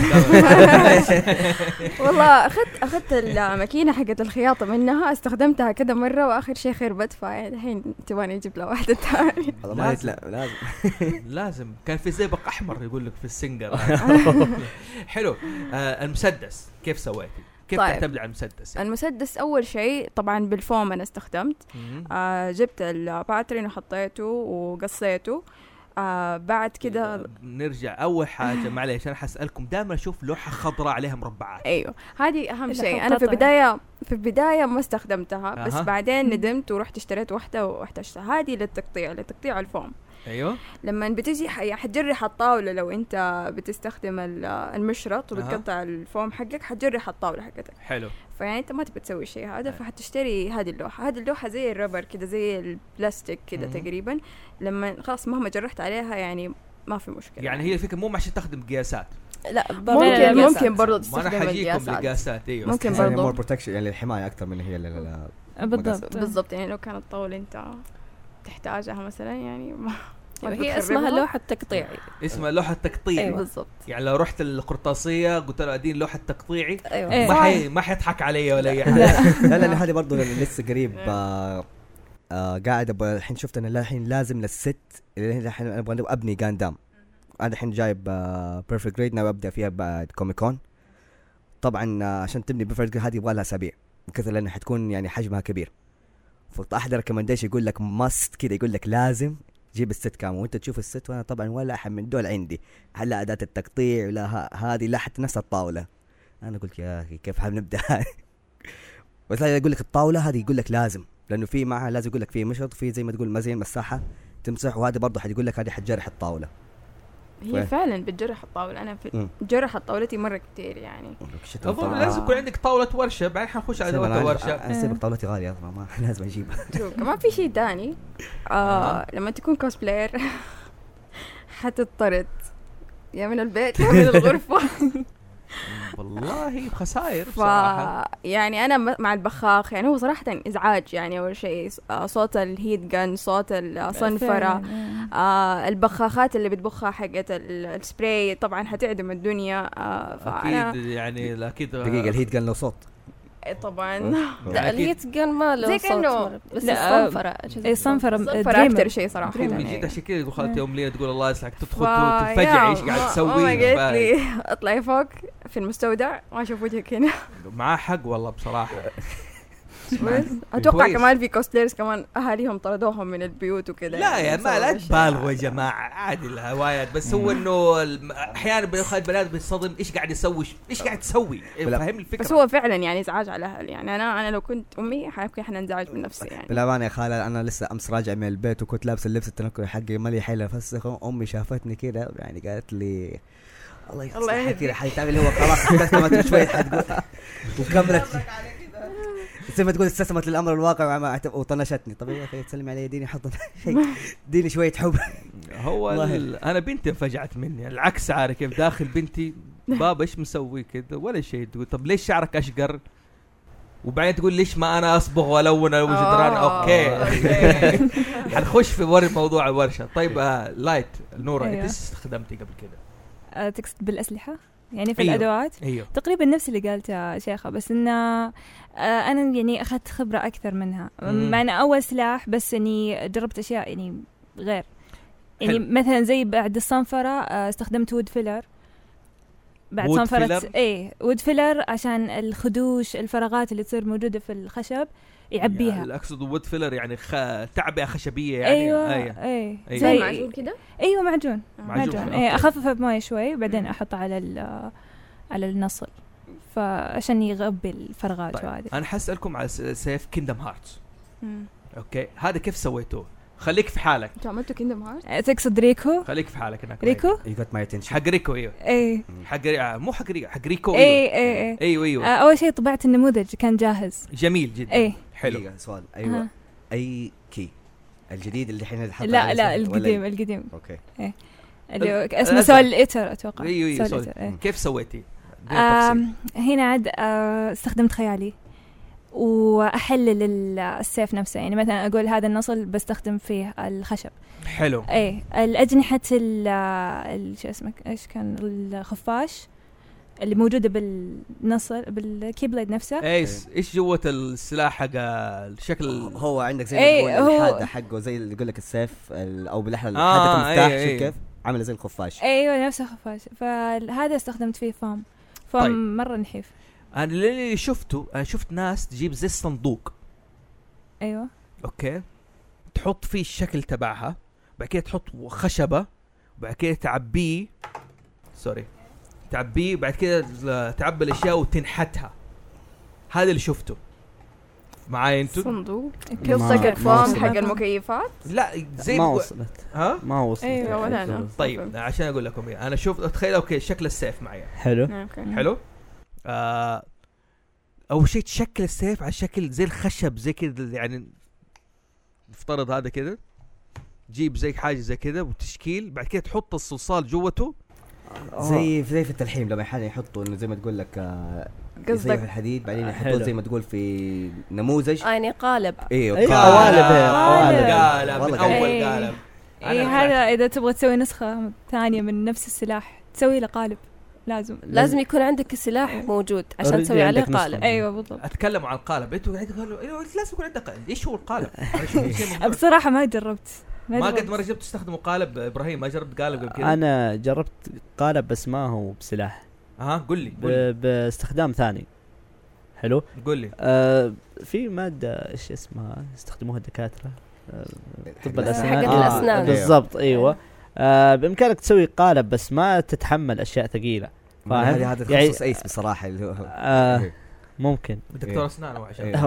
والله اخذت اخذت الماكينه حقت الخياطه منها، استخدمتها كذا مره واخر شيء خربت، فالحين تبغاني اجيب لها واحده ثانيه. والله ما لا لازم لازم كان في زئبق احمر يقول لك في السنجر. حلو. آه المسدس كيف سويتي؟ كيف طيب. تعتمد على المسدس يعني؟ المسدس أول شيء طبعا بالفوم أنا استخدمت آه جبت الباترين وحطيته وقصيته. آه بعد كده نرجع أول حاجة معليش أنا حسألكم دائما أشوف لوحة خضراء عليها مربعات. أيوه هذه أهم شيء. أنا في البداية في البداية ما استخدمتها أه. بس بعدين ندمت ورحت اشتريت واحدة واحتاجتها. هذه للتقطيع لتقطيع الفوم. ايوه لما بتجي حتجرح الطاوله لو انت بتستخدم المشرط وبتقطع أه. الفوم حقك حتجرح الطاوله حقتك. حلو. فيعني انت ما تبي تسوي شيء هذا أه. فحتشتري هذه اللوحه. هذه اللوحه زي الربر كده زي البلاستيك كده تقريبا. لما خلاص مهما جرحت عليها يعني ما في مشكله. يعني هي الفكره مو عشان تستخدم قياسات. لا ممكن ممكن برضه تستخدم القياسات. ايوه ممكن برضه مور بروتكشن يعني الحمايه اكثر من هي لا بالضبط بالضبط. يعني لو كانت الطاوله انت تحتاجها مثلا يعني ما هي اسمها لوحة تقطيعي. اسمها لوحة تقطيعي. أيوة بالضبط. يعني لو رحت القرطاسية قلت له ادين لوحة تقطيعي أيوة. ما حي ما حيضحك علي ولا اي حاجة. لا لا هذه برضه لسه قريب آه آه قاعد الحين شفت انا الحين لازم للست الحين ابغى ابني غاندام. انا الحين جايب بيرفكت جريد ناوي ابدا فيها بعد كوميكون. طبعا آه عشان تبني بيرفكت جريد هذه يبغى لها اسابيع كذا لانها حتكون يعني حجمها كبير. فاحد ريكومنديشن يقول لك ماست كذا يقول لك لازم جيب الست كامل وانت تشوف الست. وانا طبعا ولا احد من دول عندي لا اداه التقطيع ولا هذه لا حتى نفس الطاوله. انا قلت يا اخي كيف حنبدا بس لا يقول لك الطاوله هذه يقول لك لازم لانه في معها لازم يقول لك في مشرط في زي ما تقول مزين مساحه تمسح وهذا برضه حيقول لك هذه حتجرح الطاوله. هي فعلا بتجرح الطاوله. انا في جرح طاولتي مره كتير يعني. اظن لازم يكون عندك طاوله ورشه بعدين حنخش على طاوله ورشه. اسيبك طاولتي غاليه اصلا ما لازم اجيبها. كمان في شيء ثاني آه لما تكون كوسبلاير حتضطرد يا من البيت يا من الغرفه. والله خسائر صراحه. يعني انا مع البخاخ يعني هو صراحه ازعاج يعني. اول شيء صوت الهيت جن صوت الصنفره آه البخاخات اللي بتبخها حقت السبراي طبعا حتعدم الدنيا. آه اكيد يعني اكيد دقيقه الهيت جن له صوت طبعا. لا الهيت جن ما له صوت بس الصنفره اي صنفره الصنفره اكثر شيء صراحه. جيت عشان كذا تقول خالتي ام لينا تقول الله يسلمك تدخل تنفجع ايش قاعد تسوي. اطلعي فوق في المستودع ما اشوف وجهك هنا. معاه حق والله بصراحه. اتوقع كمان في كوسبلايرز كمان اهاليهم طردوهم من البيوت وكذا. لا يا ما لا تبالغوا يا جماعه، عادي الهوايات، بس هو انه احيانا بيخلي البنات بيصدم ايش قاعد يسوي ايش قاعد تسوي، فاهم الفكره؟ بس هو فعلا يعني ازعاج على الاهل. يعني انا انا لو كنت امي حيكون حننزعج من نفسي يعني. بالامانه يا خاله انا لسه امس راجع من البيت وكنت لابس اللبس التنكري حقي مالي حيله فسخه، امي شافتني كذا يعني قالت لي الله يصلحك كذا حتعمل هو خلاص استسلمت شوي حتقول وكملت زي ما تقول استسلمت للامر الواقع وطنشتني. طب يا اخي تسلم علي ديني حط شيء ديني شويه حب. هو انا بنتي انفجعت مني العكس، عارف كيف داخل بنتي بابا ايش مسوي كذا ولا شيء، تقول طب ليش شعرك اشقر، وبعدين تقول ليش ما انا اصبغ والون الوجدران. اوكي حنخش في ور موضوع الورشه. طيب آه لايت نورا أيوة. انت استخدمتي قبل كده أه تقصد بالاسلحه يعني في أيوه. الادوات أيوه. تقريبا نفس اللي قالتها شيخه، بس انه آه انا يعني اخذت خبره اكثر منها. مع ان اول سلاح بس اني جربت اشياء يعني غير يعني حلو. مثلا زي بعد الصنفره آه استخدمت وود فيلر بعد صنفرة ايه وود فيلر عشان الخدوش الفراغات اللي تصير موجودة في الخشب يعبيها. يعني اقصد وود فيلر يعني خ... تعبئة خشبية يعني. ايوه ايه, أيه. أيه. زي معجون كده. ايوه معجون معجون, معجون. ايه اخففه بمويه شوي بعدين احطه على على النصل فعشان يغبي الفراغات. طيب. وهذه انا حسألكم على سيف كيندم هارتس. اوكي هذا كيف سويتوه؟ خليك في حالك. انتوا عملتوا كيندم هارت؟ تقصد ريكو؟ خليك في حالك هناك. ريكو؟ يو جوت ماي اتنشن. حق ريكو ايوه. ايه حق مو حق ريكو حق ريكو ايه ايه ايوه ايوه. آه اول شيء طبعت النموذج كان جاهز. جميل جدا. ايه حلو. سؤال ايوه أه. اي كي الجديد اللي الحين الحلقه لا لا القديم القديم. اوكي. ايه اللي اسمه سول الاتر اتوقع. ايوه ايوه سول. إيه. كيف سويتي؟ آه هنا عاد آه استخدمت خيالي واحلل السيف نفسه. يعني مثلا اقول هذا النصل بستخدم فيه الخشب. حلو. ايه الاجنحه ال شو اسمه ايش كان الخفاش اللي موجوده بالنصل بالكيبليد نفسه. ايش ايش جوه السلاح حق الشكل هو عندك زي ايه الحاده حقه زي اللي يقول لك السيف او بالاحرى آه حاده المفتاح. ايه ايه كيف عامله زي الخفاش. ايوه نفس الخفاش. فهذا استخدمت فيه فام فام طيب. مره نحيف. انا اللي شفته انا شفت ناس تجيب زي الصندوق. ايوه اوكي تحط فيه الشكل تبعها بعد كده تحط خشبه وبعد كده تعبيه سوري تعبيه بعد كده تعبي الاشياء وتنحتها. هذا اللي شفته معايا انتوا. صندوق قصدك الفام حق المكيفات؟ لا زي ما وصلت. ها ما وصلت. ايوه ولا انا. طيب عشان اقول لكم ايه انا شفت اتخيل اوكي شكل السيف معايا. حلو أوكي. حلو آه اول شيء تشكل السيف على شكل زي الخشب زي كده يعني نفترض هذا كده جيب زي حاجه زي كده وتشكيل بعد كده تحط الصلصال جوته زي زي في التلحيم لما يحاول يحطوا انه زي ما تقول لك آه قصدك في الحديد بعدين يحطوه زي ما تقول في نموذج يعني قالب. ايوه قالب قالب قالب اول قالب. اي هذا اذا تبغى تسوي نسخه ثانيه من نفس السلاح تسوي له قالب لازم لازم يكون عندك السلاح موجود عشان تسوي عليه قالب. ايوه بالضبط. اتكلم عن القالب انتوا قاعدين تقولوا لازم يكون عندك ايش هو القالب. بصراحه ما جربت ما قد مرة جربت تستخدموا قالب ابراهيم ما جربت قالب قبل كده. انا جربت قالب بس ما هو بسلاح. ها قل لي باستخدام ثاني. حلو قل لي. آه في ماده ايش اسمها يستخدموها الدكاتره آه طب الاسنان. آه الاسنان بالضبط ايوه. آه بامكانك تسوي قالب بس ما تتحمل اشياء ثقيله. فاهم هذا تخصص يعني ايس بصراحه اللي هو آه ممكن دكتور اسنان هو عشان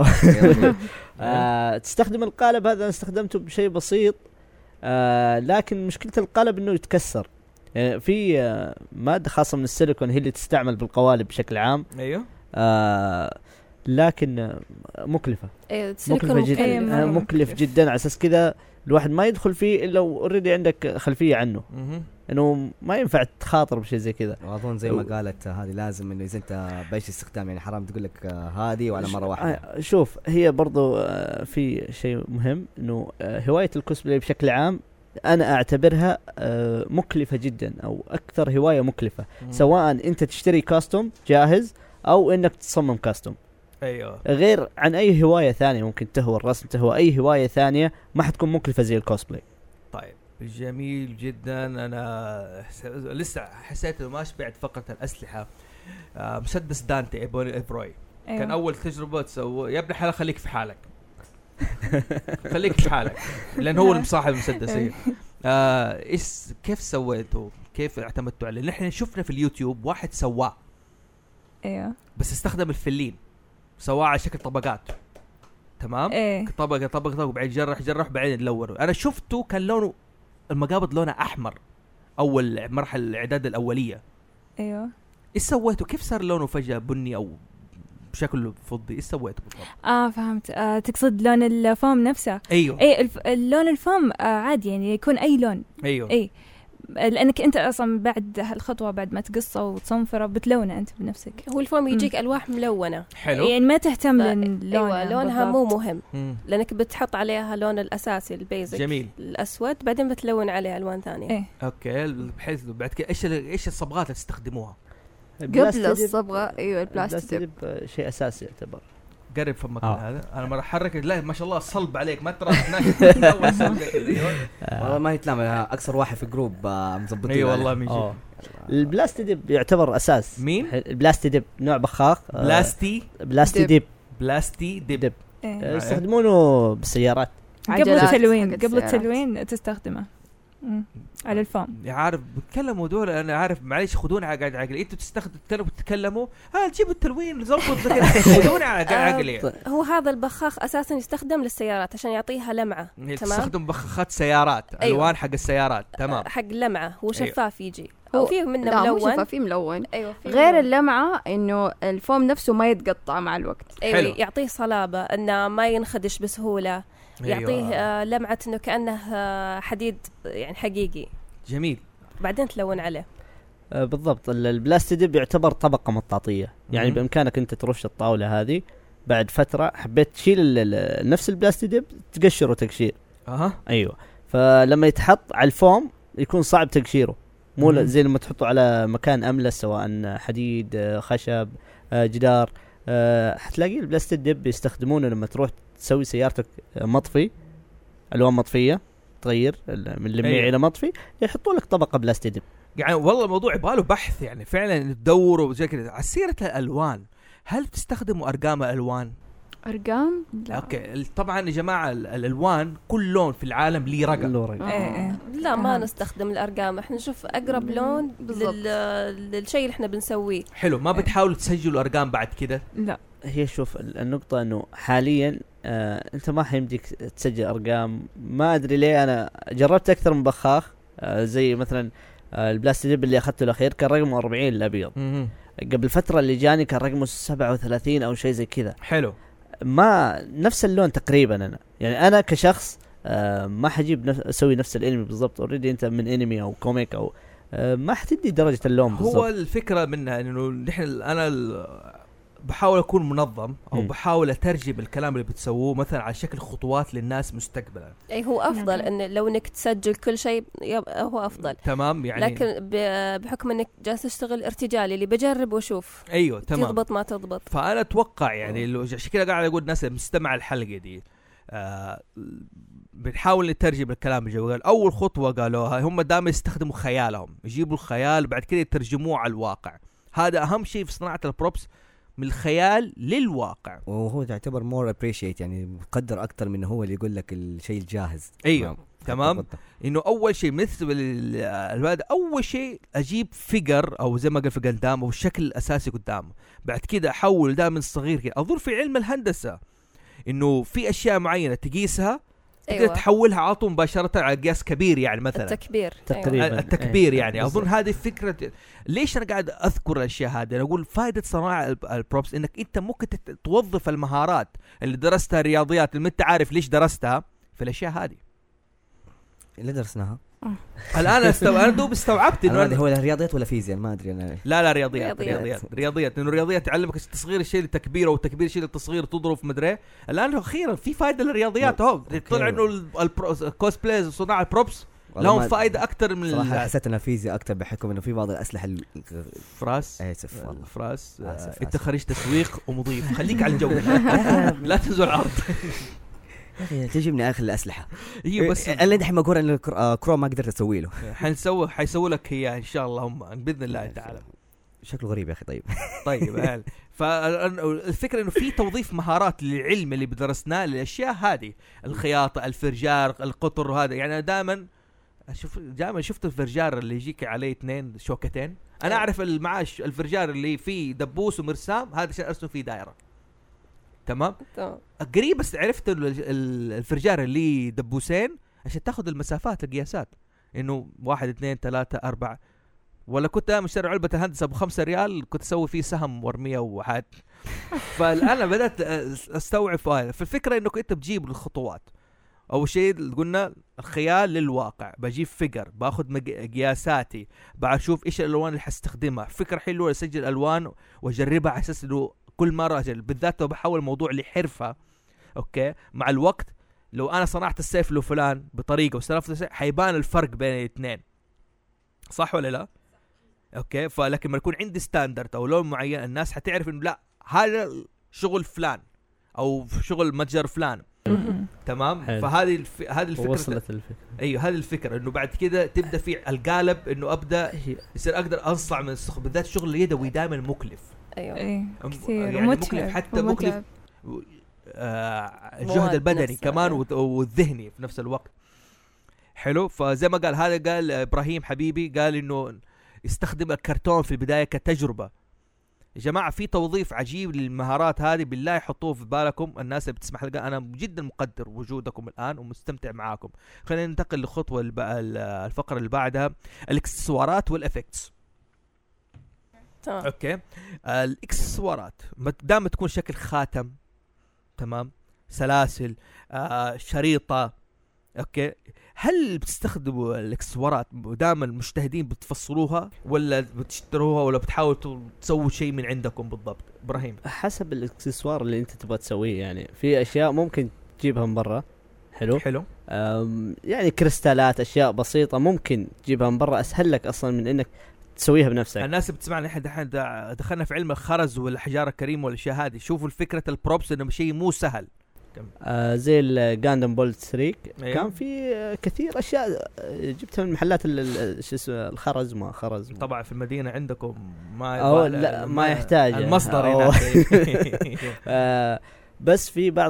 آه تستخدم القالب هذا. استخدمته بشيء بسيط آه لكن مشكله القالب انه يتكسر. يعني في آه ماده خاصه من السيليكون هي اللي تستعمل بالقوالب بشكل عام. ايوه آه لكن آه مكلفه. ايوه مكلفه جدا آه مكلف جدا على اساس كذا الواحد ما يدخل فيه الا اوريدي عندك خلفيه عنه. انه ما ينفع تخاطر بشيء زي كذا. واظن زي ما قالت هذه لازم انه اذا انت بايش استخدام يعني حرام تقول لك هذه وعلى مره واحده. شوف هي برضو في شيء مهم انه هوايه الكوسبلاي بشكل عام انا اعتبرها مكلفه جدا او اكثر هوايه مكلفه. سواء انت تشتري كاستوم جاهز او انك تصمم كاستوم. ايوه غير عن اي هوايه ثانيه ممكن تهوى الرسم تهوى اي هوايه ثانيه ما حتكون مكلفه زي الكوسبلاي. طيب جميل جدا. انا لسه حسيت انه ما شبعت فقره الاسلحه. آه مسدس دانتي ابوني افروي أيوه. كان اول تجربه تسوي يا ابن الحلال خليك في حالك خليك في حالك لان هو صاحب المسدس. آه ايش كيف سويته كيف اعتمدتوا عليه؟ نحن شفنا في اليوتيوب واحد سواه ايوه بس استخدم الفلين سواه على شكل طبقات تمام إيه. طبقه طبقه وبعدين جرح جرح بعدين لونه. انا شفته كان لونه المقابض لونه احمر اول مرحله الاعداد الاوليه. ايوه ايش سويته؟ كيف صار لونه فجاه بني او بشكل فضي؟ ايش سويته بالضبط؟ اه فهمت. آه تقصد لون الفوم نفسه؟ ايوه اي الف... اللون الفوم آه عادي يعني يكون اي لون. ايوه اي لانك انت اصلا بعد هالخطوه بعد ما تقصه وتصنفره بتلونه انت بنفسك. هو الفوم يجيك الواح ملونه حلو يعني ما تهتم ف... للون. ايوه لونها بالضبط. مو مهم مم. لانك بتحط عليها لون الاساسي البيزك جميل الاسود بعدين بتلون عليه الوان ثانيه. إيه؟ اوكي بحيث بعد كده ايش ايش الصبغات اللي تستخدموها قبل الصبغه؟ ايوه البلاستيك شيء اساسي يعتبر. قرب فمك آه. هذا انا ما راح احرك. لا ما شاء الله صلب عليك ما ترى اول صلبه كذا. والله ما يتنام اكثر واحد في جروب مظبطين. اي والله من جد. البلاستي ديب يعتبر اساس. مين؟ البلاستي ديب نوع بخاخ. بلاستي بلاستي ديب بلاستي ديب, ديب. إيه. يستخدمونه بالسيارات قبل التلوين قبل التلوين تستخدمه على الفوم. عارف بتكلموا دول انا عارف معليش خذوني على قاعد عقلي. انتوا تستخدموا تتكلموا ها تجيبوا التلوين زبط خذوني على قاعد عقلي. هو هذا البخاخ اساسا يستخدم للسيارات عشان يعطيها لمعه. تمام تستخدم بخاخات سيارات. أيوة. الوان حق السيارات تمام حق لمعه هو شفاف أيوة. يجي او فيه منه لا ملون. مو شفاف فيه ملون. ايوه غير ملون. اللمعه انه الفوم نفسه ما يتقطع مع الوقت. ايوه حلو. يعطيه صلابه انه ما ينخدش بسهوله. أيوة. يعطيه آه لمعه انه كانه آه حديد يعني حقيقي. جميل. بعدين تلون عليه. آه بالضبط. البلاستيك ديب يعتبر طبقه مطاطيه يعني م-م. بامكانك انت ترش الطاوله هذه بعد فتره حبيت تشيل نفس البلاستيك ديب تقشره تقشير. اها ايوه فلما يتحط على الفوم يكون صعب تقشيره مو م-م. زي لما تحطه على مكان املس سواء حديد خشب جدار. أه حتلاقي البلاستيك ديب يستخدمونه لما تروح تسوي سيارتك مطفي الوان مطفيه تغير من لميع أيوة. الى مطفي يحطوا لك طبقه بلاستيك ديب. يعني والله الموضوع يبغى له بحث يعني فعلا تدوروا زي كذا. على سيره الالوان هل بتستخدموا ارقام الالوان؟ ارقام لا. اوكي طبعا يا جماعه الالوان كل لون في العالم ليه رقم. آه. آه. لا ما نستخدم الارقام احنا نشوف اقرب لون لل... للشيء اللي احنا بنسويه. حلو ما بتحاولوا تسجلوا ارقام بعد كده؟ لا هي شوف النقطه انه حاليا آه انت ما حيمديك تسجل ارقام. ما ادري ليه انا جربت اكثر من بخاخ آه زي مثلا آه البلاستيك ديب اللي اخذته الاخير كان رقمه أربعين الابيض. م- قبل فتره اللي جاني كان رقمه سبعة وثلاثين او شيء زي كذا. حلو ما نفس اللون تقريبا. انا يعني انا كشخص آه ما حجيب نف... اسوي نفس الانمي بالضبط. اوريدي انت من انمي او كوميك او آه ما حتدي درجه اللون بالضبط. هو الفكره منها انه نحن انا بحاول اكون منظم او م. بحاول اترجم الكلام اللي بتسووه مثلا على شكل خطوات للناس مستقبلا. اي هو افضل ان لو انك تسجل كل شيء هو افضل. تمام يعني لكن بحكم انك جالس تشتغل ارتجالي اللي بجرب واشوف. ايوه تمام تضبط ما تضبط. فانا اتوقع يعني عشان كذا قاعد اقول الناس اللي مستمع الحلقه دي آه بنحاول نترجم الكلام اللي قال. اول خطوه قالوها هم دائما يستخدموا خيالهم يجيبوا الخيال وبعد كده يترجموه على الواقع. هذا اهم شيء في صناعه البروبس من الخيال للواقع. وهو تعتبر مور ابريشيت يعني مقدر اكثر من هو اللي يقول لك الشيء الجاهز. ايوه تمام. انه اول شيء مثل الواد اول شيء اجيب فيجر او زي ما قال في قدام او الشكل الاساسي قدامه بعد كده احول ده من صغير كده. اظن في علم الهندسه انه في اشياء معينه تقيسها تقدر أيوة. تحولها على طول مباشره على قياس كبير يعني مثلا التكبير تقريبا أيوة. التكبير أيوة. يعني اظن هذه فكره. ليش انا قاعد اذكر الاشياء هذه؟ انا اقول فائده صناعه البروبس انك انت ممكن توظف المهارات اللي درستها الرياضيات اللي انت عارف ليش درستها في الاشياء هذه اللي درسناها. الان استو... انا دوب استوعبت انه هو الرياضيات ولا فيزياء ما ادري انا. لا لا رياضيات رياضيات رياضيات لانه الرياضيات تعلمك تصغير الشيء لتكبيره وتكبير الشيء لتصغير تضرب مدري. الان اخيرا في فائده للرياضيات اهو. طلع انه الكوسبلايز وصناع البروبس لهم فائده اكثر من صراحه حسيت انها فيزياء اكثر بحكم انه في بعض الاسلحه ال... فراس اسف والله فراس آسف انت خريج تسويق ومضيف خليك على الجو لا تنزل العرض يا اخي تجيبني اخر الاسلحه. ايوه بس انا دحين ما اقول ان كرو ما قدرت اسوي له. حنسوي حيسوي لك هي ان شاء الله هم باذن الله تعالى. شكله غريب يا اخي. طيب طيب فالفكره انه في توظيف مهارات للعلم اللي بدرسناه للاشياء هذه، الخياطه، الفرجار، القطر، هذا يعني دائما اشوف دائما شفت الفرجار اللي يجيك عليه اثنين شوكتين. انا اعرف المعاش الفرجار اللي فيه دبوس ومرسام، هذا عشان ارسم فيه دائره. تمام تمام. قريب بس عرفت الفرجار اللي دبوسين عشان تاخذ المسافات القياسات، انه واحد اثنين ثلاثة أربعة. ولا كنت مشتري علبة الهندسة ابو خمسة ريال كنت اسوي فيه سهم ورمية وحاد. فالآن بدأت استوعب في الفكرة انك انت بتجيب الخطوات. اول شيء قلنا الخيال للواقع، بجيب فيجر، باخذ قياساتي، بشوف ايش الالوان اللي حستخدمها. فكرة حلوة اسجل الوان واجربها على اساس انه كل مرة اجل، بالذات لو بحول الموضوع لحرفة. اوكي مع الوقت لو انا صنعت السيف لفلان بطريقة واستلفت السيف حيبان الفرق بين الاثنين، صح ولا لا؟ اوكي فلكن ما يكون عندي ستاندرد او لون معين الناس حتعرف انه لا هذا شغل فلان او شغل متجر فلان. تمام حلو. فهذه الف... هذه الفكره وصلت الفكره. ايوه هذه الفكره انه بعد كده تبدا في القالب انه ابدا يصير اقدر انصع من السخ، بالذات الشغل اليدوي دائما مكلف. ايوه ايه كثير يعني مكلف حتى مكلف آه الجهد البدني كمان والذهني في نفس الوقت. حلو فزي ما قال هذا قال ابراهيم حبيبي قال انه يستخدم الكرتون في البدايه كتجربه. يا جماعه في توظيف عجيب للمهارات هذه، بالله حطوه في بالكم الناس اللي بتسمح لنا. انا جدا مقدر وجودكم الان ومستمتع معاكم. خلينا ننتقل لخطوه الفقره اللي بعدها، الاكسسوارات والافكتس. اوكي الاكسسوارات دام تكون شكل خاتم، تمام، سلاسل، آه، شريطه. اوكي هل بتستخدموا الاكسسوارات دام المشاهدين بتفصلوها ولا بتشتروها ولا بتحاولوا تسووا شيء من عندكم بالضبط؟ ابراهيم حسب الاكسسوار اللي انت تبغى تسويه. يعني في اشياء ممكن تجيبها من برا، حلو حلو يعني كريستالات، اشياء بسيطه ممكن تجيبها من برا، اسهل لك اصلا من انك تسويها بنفسك. الناس بتسمعنا احنا دحين دخلنا في علم الخرز والاحجار الكريمه والاشياء هذه، شوفوا الفكره البروبس انه شيء مو سهل. آه زي الجاندم بولت ثري أيوه. كان في آه كثير اشياء آه جبتها من محلات شو اسمه الخرز. ما خرز طبعا في المدينه عندكم ما أو لا ما يحتاج المصدر هناك. آه بس في بعض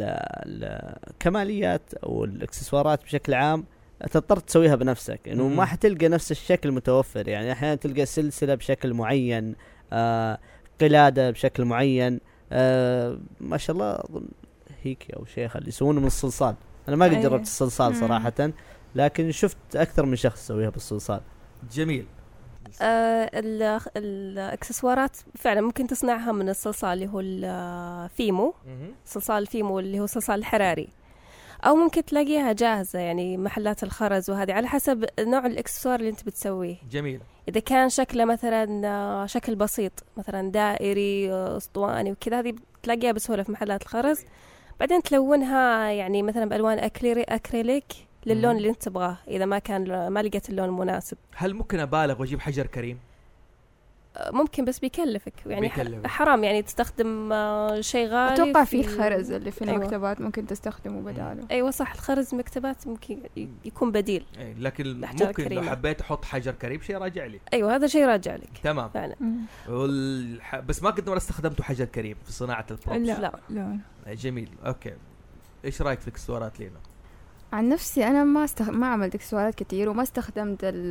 الكماليات او الاكسسوارات بشكل عام تضطر تسويها بنفسك، انه ما حتلقى نفس الشكل متوفر. يعني احيانا تلقى سلسله بشكل معين، آه قلاده بشكل معين، آه ما شاء الله اظن هيك او شيخ اللي يسوونه من الصلصال. انا ما قد جربت الصلصال صراحه، لكن شفت اكثر من شخص يسويها بالصلصال. جميل. آه الاكسسوارات فعلا ممكن تصنعها من الصلصال اللي هو الفيمو، صلصال الفيمو اللي هو الصلصال الحراري، او ممكن تلاقيها جاهزه يعني محلات الخرز، وهذه على حسب نوع الاكسسوار اللي انت بتسويه. جميل. اذا كان شكله مثلا شكل بسيط مثلا دائري اسطواني وكذا، هذه تلاقيها بسهوله في محلات الخرز. بعدين تلونها يعني مثلا بالوان اكريلي اكريليك للون مم. اللي انت تبغاه، اذا ما كان ما لقيت اللون المناسب. هل ممكن ابالغ واجيب حجر كريم؟ ممكن بس بيكلفك يعني بيكلفك. حرام يعني تستخدم شيء غالي. اتوقع في الخرز اللي في المكتبات أيوة. ممكن تستخدمه بداله. ايوه صح، الخرز مكتبات ممكن يكون بديل. أي لكن ممكن كريمة. لو حبيت احط حجر كريم شيء راجع لي. ايوه هذا شيء راجع لك تمام فعلا. والح... بس ما كنت مرة استخدمته حجر كريم في صناعة البروبس. لا لا جميل. اوكي ايش رايك في الاكسسوارات لينا؟ عن نفسي انا ما استخ... ما عملت اكسسوارات كتير وما استخدمت ال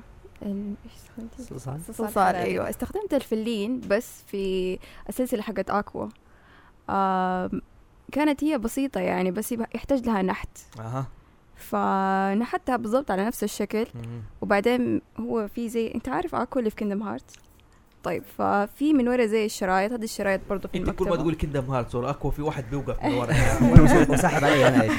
الصلصال. الصلصال ايوه استخدمت الفلين بس في السلسله حقت اكوا. آه كانت هي بسيطه يعني، بس يحتاج لها نحت. اها فنحتها بالضبط على نفس الشكل. مم. وبعدين هو في زي انت عارف اكوا اللي في كيندم هارت، طيب ففي من ورا زي الشرايط، هذه الشرايط برضو في انت المكتبه. كل ما تقول كيندم هارت ولا اكوا في واحد بيوقف من ورا وسحب علي انا ايش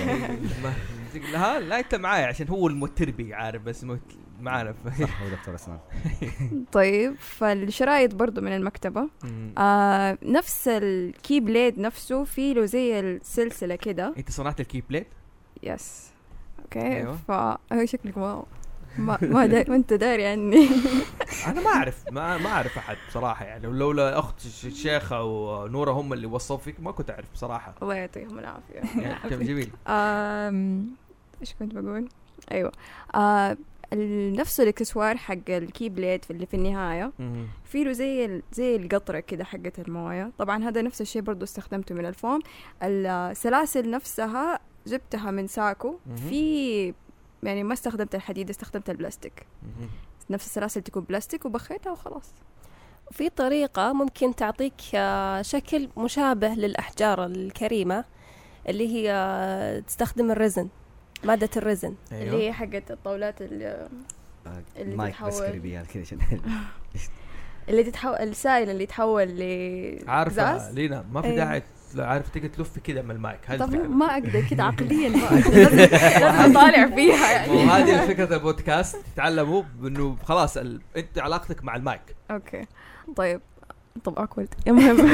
لا لا انت معايا عشان هو المتربي عارف، بس معانا صح هو دكتور اسنان. طيب فالشرايط برضو من المكتبه. آه نفس الكي بليد نفسه في له زي السلسله كده. انت صنعت الكي بليد؟ يس اوكي. أيوة. فهو شكلك واو ما ما دا... انت داري عني. انا ما اعرف ما ما اعرف احد بصراحه يعني، لولا اخت الشيخه ونوره هم اللي وصفوا فيك ما كنت اعرف بصراحه. الله يعطيهم العافيه. يعني جميل. امم ايش كنت بقول؟ ايوه آه نفس الاكسسوار حق الكي بليد اللي في النهاية في له زي زي القطرة كده حقة الموية. طبعا هذا نفس الشيء برضو استخدمته من الفوم. السلاسل نفسها جبتها من ساكو. في يعني ما استخدمت الحديد، استخدمت البلاستيك. نفس السلاسل تكون بلاستيك وبخيتها وخلاص. في طريقة ممكن تعطيك شكل مشابه للأحجار الكريمة اللي هي تستخدم الرزن، مادة الرزن. أيوه. اللي هي حقة الطاولات اللي, اللي تتحول اللي تتحول السائل اللي يتحول ل عارفة لينا ما في داعي عارف تيجي تلف كده من المايك. طب ما أقدر كده عقليا لازم أطالع فيها يعني. وهذه الفكرة البودكاست تتعلموا إنه خلاص ال... أنت علاقتك مع المايك. أوكي طيب طب أكورد. المهم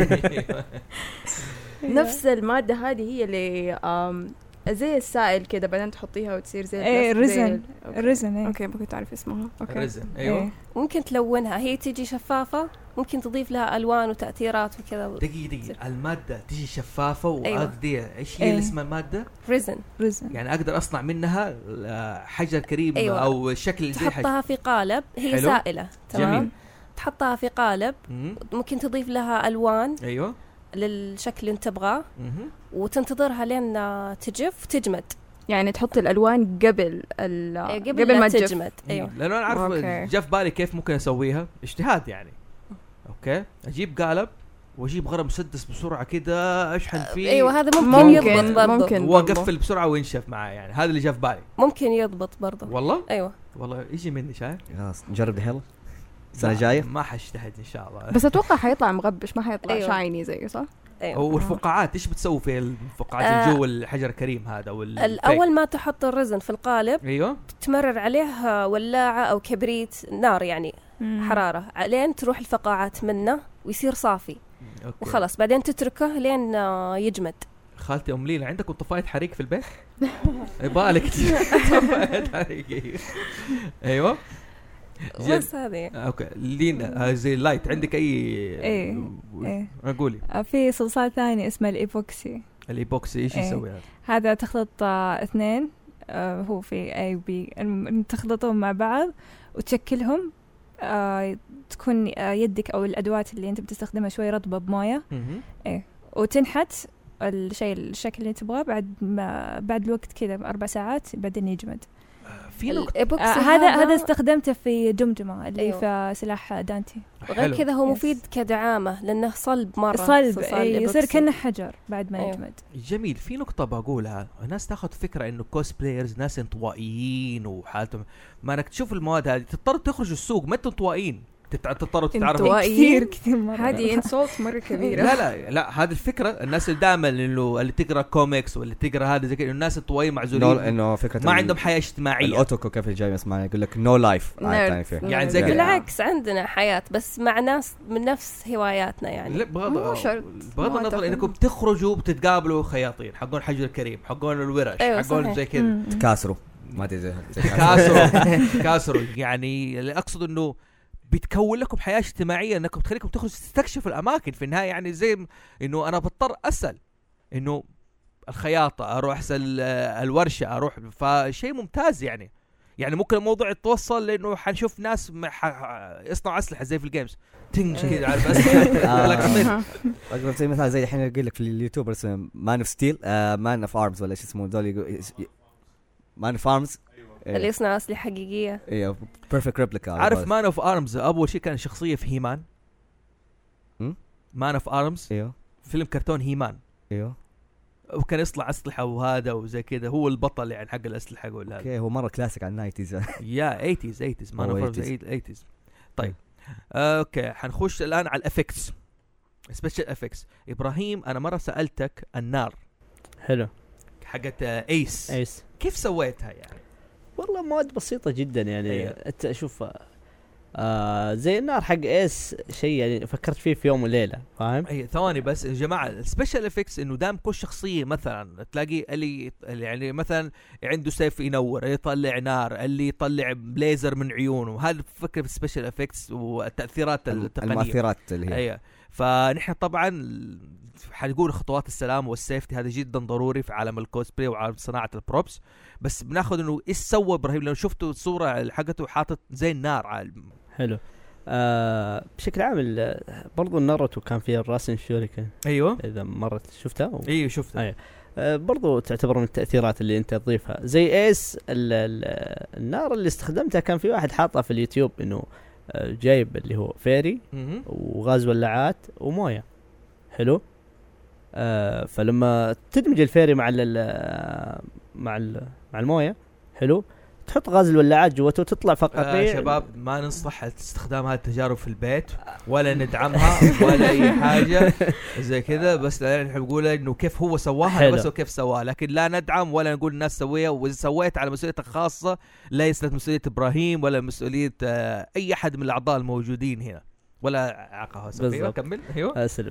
نفس المادة هذه هي اللي زي السائل كده بعدين تحطيها وتصير زي ايه الرزن. الرزن ايه. اوكي ممكن تعرف اسمها. اوكي الرزن ايوه. ايه. ممكن تلونها، هي تيجي شفافة، ممكن تضيف لها الوان وتأثيرات وكذا. دقيقة دقيقة المادة تيجي شفافة وأقدية. أيوة. ايش هي ايه. اسم المادة؟ رزن. رزن يعني أقدر أصنع منها حجر كريم. أيوة. أو شكل زي تحطها في قالب، هي حلو. سائلة تمام. جميل. تحطها في قالب. مم. ممكن تضيف لها الوان. ايوه للشكل اللي تبغاه وتنتظرها لين تجف وتجمد. يعني تحط الالوان قبل ال قبل, قبل ما تجمد. ايوه لانه انا عارف جاف بالي كيف ممكن اسويها اجتهاد يعني. اوكي اجيب قالب واجيب غرم مسدس بسرعه كده اشحن فيه. ايوه هذا ممكن, ممكن يضبط برضه. ممكن واقفل بسرعه وينشف معاه يعني. هذا اللي جاف بالي. ممكن يضبط برضه والله. ايوه والله يجي مني شايف. خلاص نجرب الحين السنة الجاية. ما حجتهد إن شاء الله. بس أتوقع حيطلع مغبش ما حيطلع. أيوة. شايني زيه صح؟ أيوة. والفقاعات إيش بتسوي في الفقاعات آه الجو الحجر الكريم هذا وال الأول ما تحط الرزن في القالب. أيوة. تمرر عليه ولاعة أو كبريت نار يعني مم. حرارة لين تروح الفقاعات منه ويصير صافي. أوكي. وخلاص بعدين تتركه لين يجمد. خالتي أم ليلى عندكم طفاية حريق في البيت؟ يبالك طفاية حريق. أيوة. بس هذه اوكي لينا زي اللايت عندك اي ايه ايه اقولي في صلصال ثاني اسمه الايبوكسي. الايبوكسي ايش يسوي هذا؟ هذا تخلط آه اثنين آه هو في اي وبي تخلطهم مع بعض وتشكلهم آه تكون آه يدك او الادوات اللي انت بتستخدمها شوي رطبه بمويه ايه وتنحت الشيء الشكل اللي تبغاه بعد ما بعد الوقت كذا اربع ساعات بعدين يجمد. في آه هذا هذا استخدمته في جمجمة اللي أيوه. في سلاح دانتي. وغير كذا هو مفيد كدعامة لأنه صلب مرة صلب أي يصير كأنه حجر بعد ما أيوه. يجمد. جميل. في نقطة بقولها الناس تاخذ فكرة إنه كوسبلايرز ناس انطوائيين وحالتهم ما انك تشوف المواد هذه تضطر تخرج السوق ما تضطروا تضطروا تتعرفوا كثير كثير مرة. هذه انسولت مرة كبيرة. لا لا لا هذه الفكرة الناس اللي دائما إنه اللي تقرأ كوميكس واللي تقرأ هذا زي كذا الناس الطوائيين معزولين إنه فكرة ما عندهم حياة اجتماعية. الأوتوكو كيف الجاي اسمه يقول لك نو لايف يعني زي بالعكس عندنا حياة بس مع ناس من نفس هواياتنا يعني. بغض بغض النظر إنكم تخرجوا بتتقابلوا خياطين حقون حجر الكريم حقون الورش أيوة حقون زي كذا تكاسروا ما أدري تكاسروا تكاسروا يعني اللي أقصد إنه بتكون لكم حياة اجتماعية انكم تخليكم تخرجوا تستكشفوا الاماكن في النهاية يعني زي انه انا بضطر اسأل انه الخياطة اروح اسأل الورشة اروح فشيء ممتاز يعني يعني ممكن الموضوع يتوصل لانه حنشوف ناس يصنعوا اسلحة زي في الجيمز تنجي كده عارف اسلحة اقرب زي مثلا زي الحين اقول لك في اليوتيوبر اسمه مان اوف ستيل مان اوف ارمز ولا ايش اسمه ذول مان اوف ارمز اللي يصنع أسلحة حقيقية. ايوه بيرفكت ريبليكا. عارف مان اوف ارمز اول شيء كان شخصية في هيمان. مان اوف ارمز ايوه فيلم كرتون هيمان. ايوه وكان يصنع أسلحة وهذا وزي كذا هو البطل يعني حق الأسلحة يقول هذا. اوكي هو مرة كلاسيك على النايتيز. يا ايتيز ايتيز مان اوف ارمز ايتيز. طيب آه اوكي حنخش الآن على الافكتس سبيشال افكتس. ابراهيم انا مرة سألتك النار حلو حقت ايس ايس كيف سويتها يعني؟ والله مواد بسيطة جدا يعني. أيه. انت اشوف آه زي النار حق ايس شيء يعني فكرت فيه في يوم وليلة فاهم. اي ثواني بس يا جماعة السبيشال افكتس انه دام كل شخصية مثلا تلاقي اللي يعني مثلا عنده سيف ينور يطلع نار اللي يطلع بليزر من عيونه هذا فكرة في السبيشال افكتس والتأثيرات التقنية المؤثرات اللي هي ايوه فنحن طبعا حنقول خطوات السلام والسيفتي هذا جدا ضروري في عالم الكوسبلاي وعالم صناعه البروبس. بس بناخذ انه ايش سوى ابراهيم لو شفتوا الصوره حقته حاطط زي النار على حلو. آه بشكل عام برضو الناروتو كان فيها الراسن شوريكن. ايوه اذا مرت شفتها و... ايوه شفتها. أيوة. آه برضو تعتبر من التاثيرات اللي انت تضيفها زي ايس ال ال النار اللي استخدمتها. كان في واحد حاطها في اليوتيوب انه آه جايب اللي هو فيري م-م. وغاز ولعات ومويه. حلو. آه فلما تدمج الفيري مع ال مع ال مع المويه حلو تحط غاز الولاعات جوته وتطلع فقاقيع. آه شباب ما ننصح استخدام هذه التجارب في البيت ولا ندعمها ولا اي حاجه زي كذا. بس نحن بنقول انه كيف هو سواها بس وكيف سواها لكن لا ندعم ولا نقول الناس سويها. واذا سويت على مسؤوليتك خاصه ليست مسؤوليه ابراهيم ولا مسؤوليه آه اي احد من الاعضاء الموجودين هنا ولا عقها. ايوه كمل. ايوه اسلم.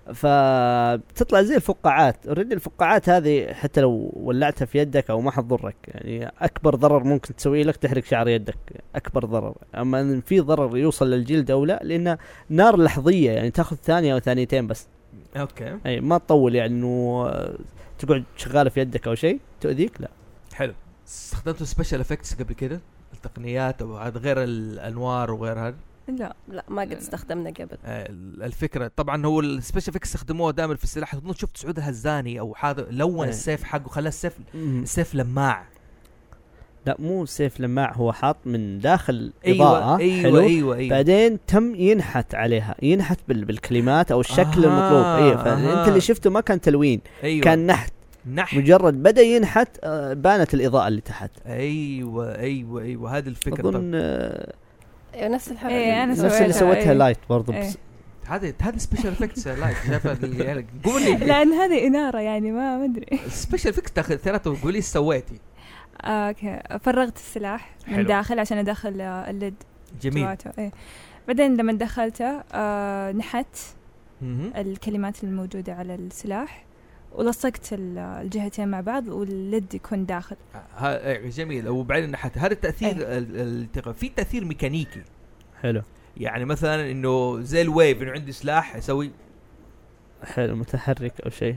فتطلع زي الفقاعات. اوريدي الفقاعات هذه حتى لو ولعتها في يدك او ما حتضرك يعني اكبر ضرر ممكن تسويه لك تحرق شعر يدك اكبر ضرر. اما ان في ضرر يوصل للجلد او لا لان نار لحظيه يعني تاخذ ثانيه او ثانيتين بس. اوكي اي ما تطول يعني انه تقعد شغاله في يدك او شيء تؤذيك لا. حلو. استخدمتوا سبيشال افكتس قبل كده التقنيات او هذا غير الانوار وغير هذا؟ لا لا ما قد استخدمنا قبل. آه الفكره طبعا هو السبيشال افكتس استخدموه دائما في السلاح. اظن شفت سعود الهزاني او هذا لون أيه. السيف حقه خلى السيف السيف لماع. لا مو سيف لماع هو حاط من داخل أيوة إضاءة. أيوة حلو. أيوة أيوة. بعدين تم ينحت عليها ينحت بال بالكلمات او الشكل آه المطلوب. ايوه فانت آه. اللي شفته ما كان تلوين. أيوة. كان نحت. نحت مجرد بدأ ينحت آه بانت الإضاءة اللي تحت. ايوه ايوه ايوه هذه الفكره. اظن آه نفس الحركه إيه أنا نفس اللي سويتها لايت برضو. إيه. هذه هذه سبيشال افكتس لايت شايفه يعني قولي لأن هذه إنارة يعني ما ما أدري. سبيشال افكتس تاخذ ثلاثه وقولي ايش سويتي. اوكي فرغت السلاح من حلو. داخل عشان ادخل الليد جميل. جواته. ايه بعدين لما دخلته آه نحت م-م. الكلمات الموجودة على السلاح ولصقت الجهتين مع بعض والليد يكون داخل. ها جميل. وبعدين نحت هذا التاثير إيه. التقى في تاثير ميكانيكي. حلو. يعني مثلا انه زي الويف انه عندي سلاح يسوي حلو متحرك او شيء.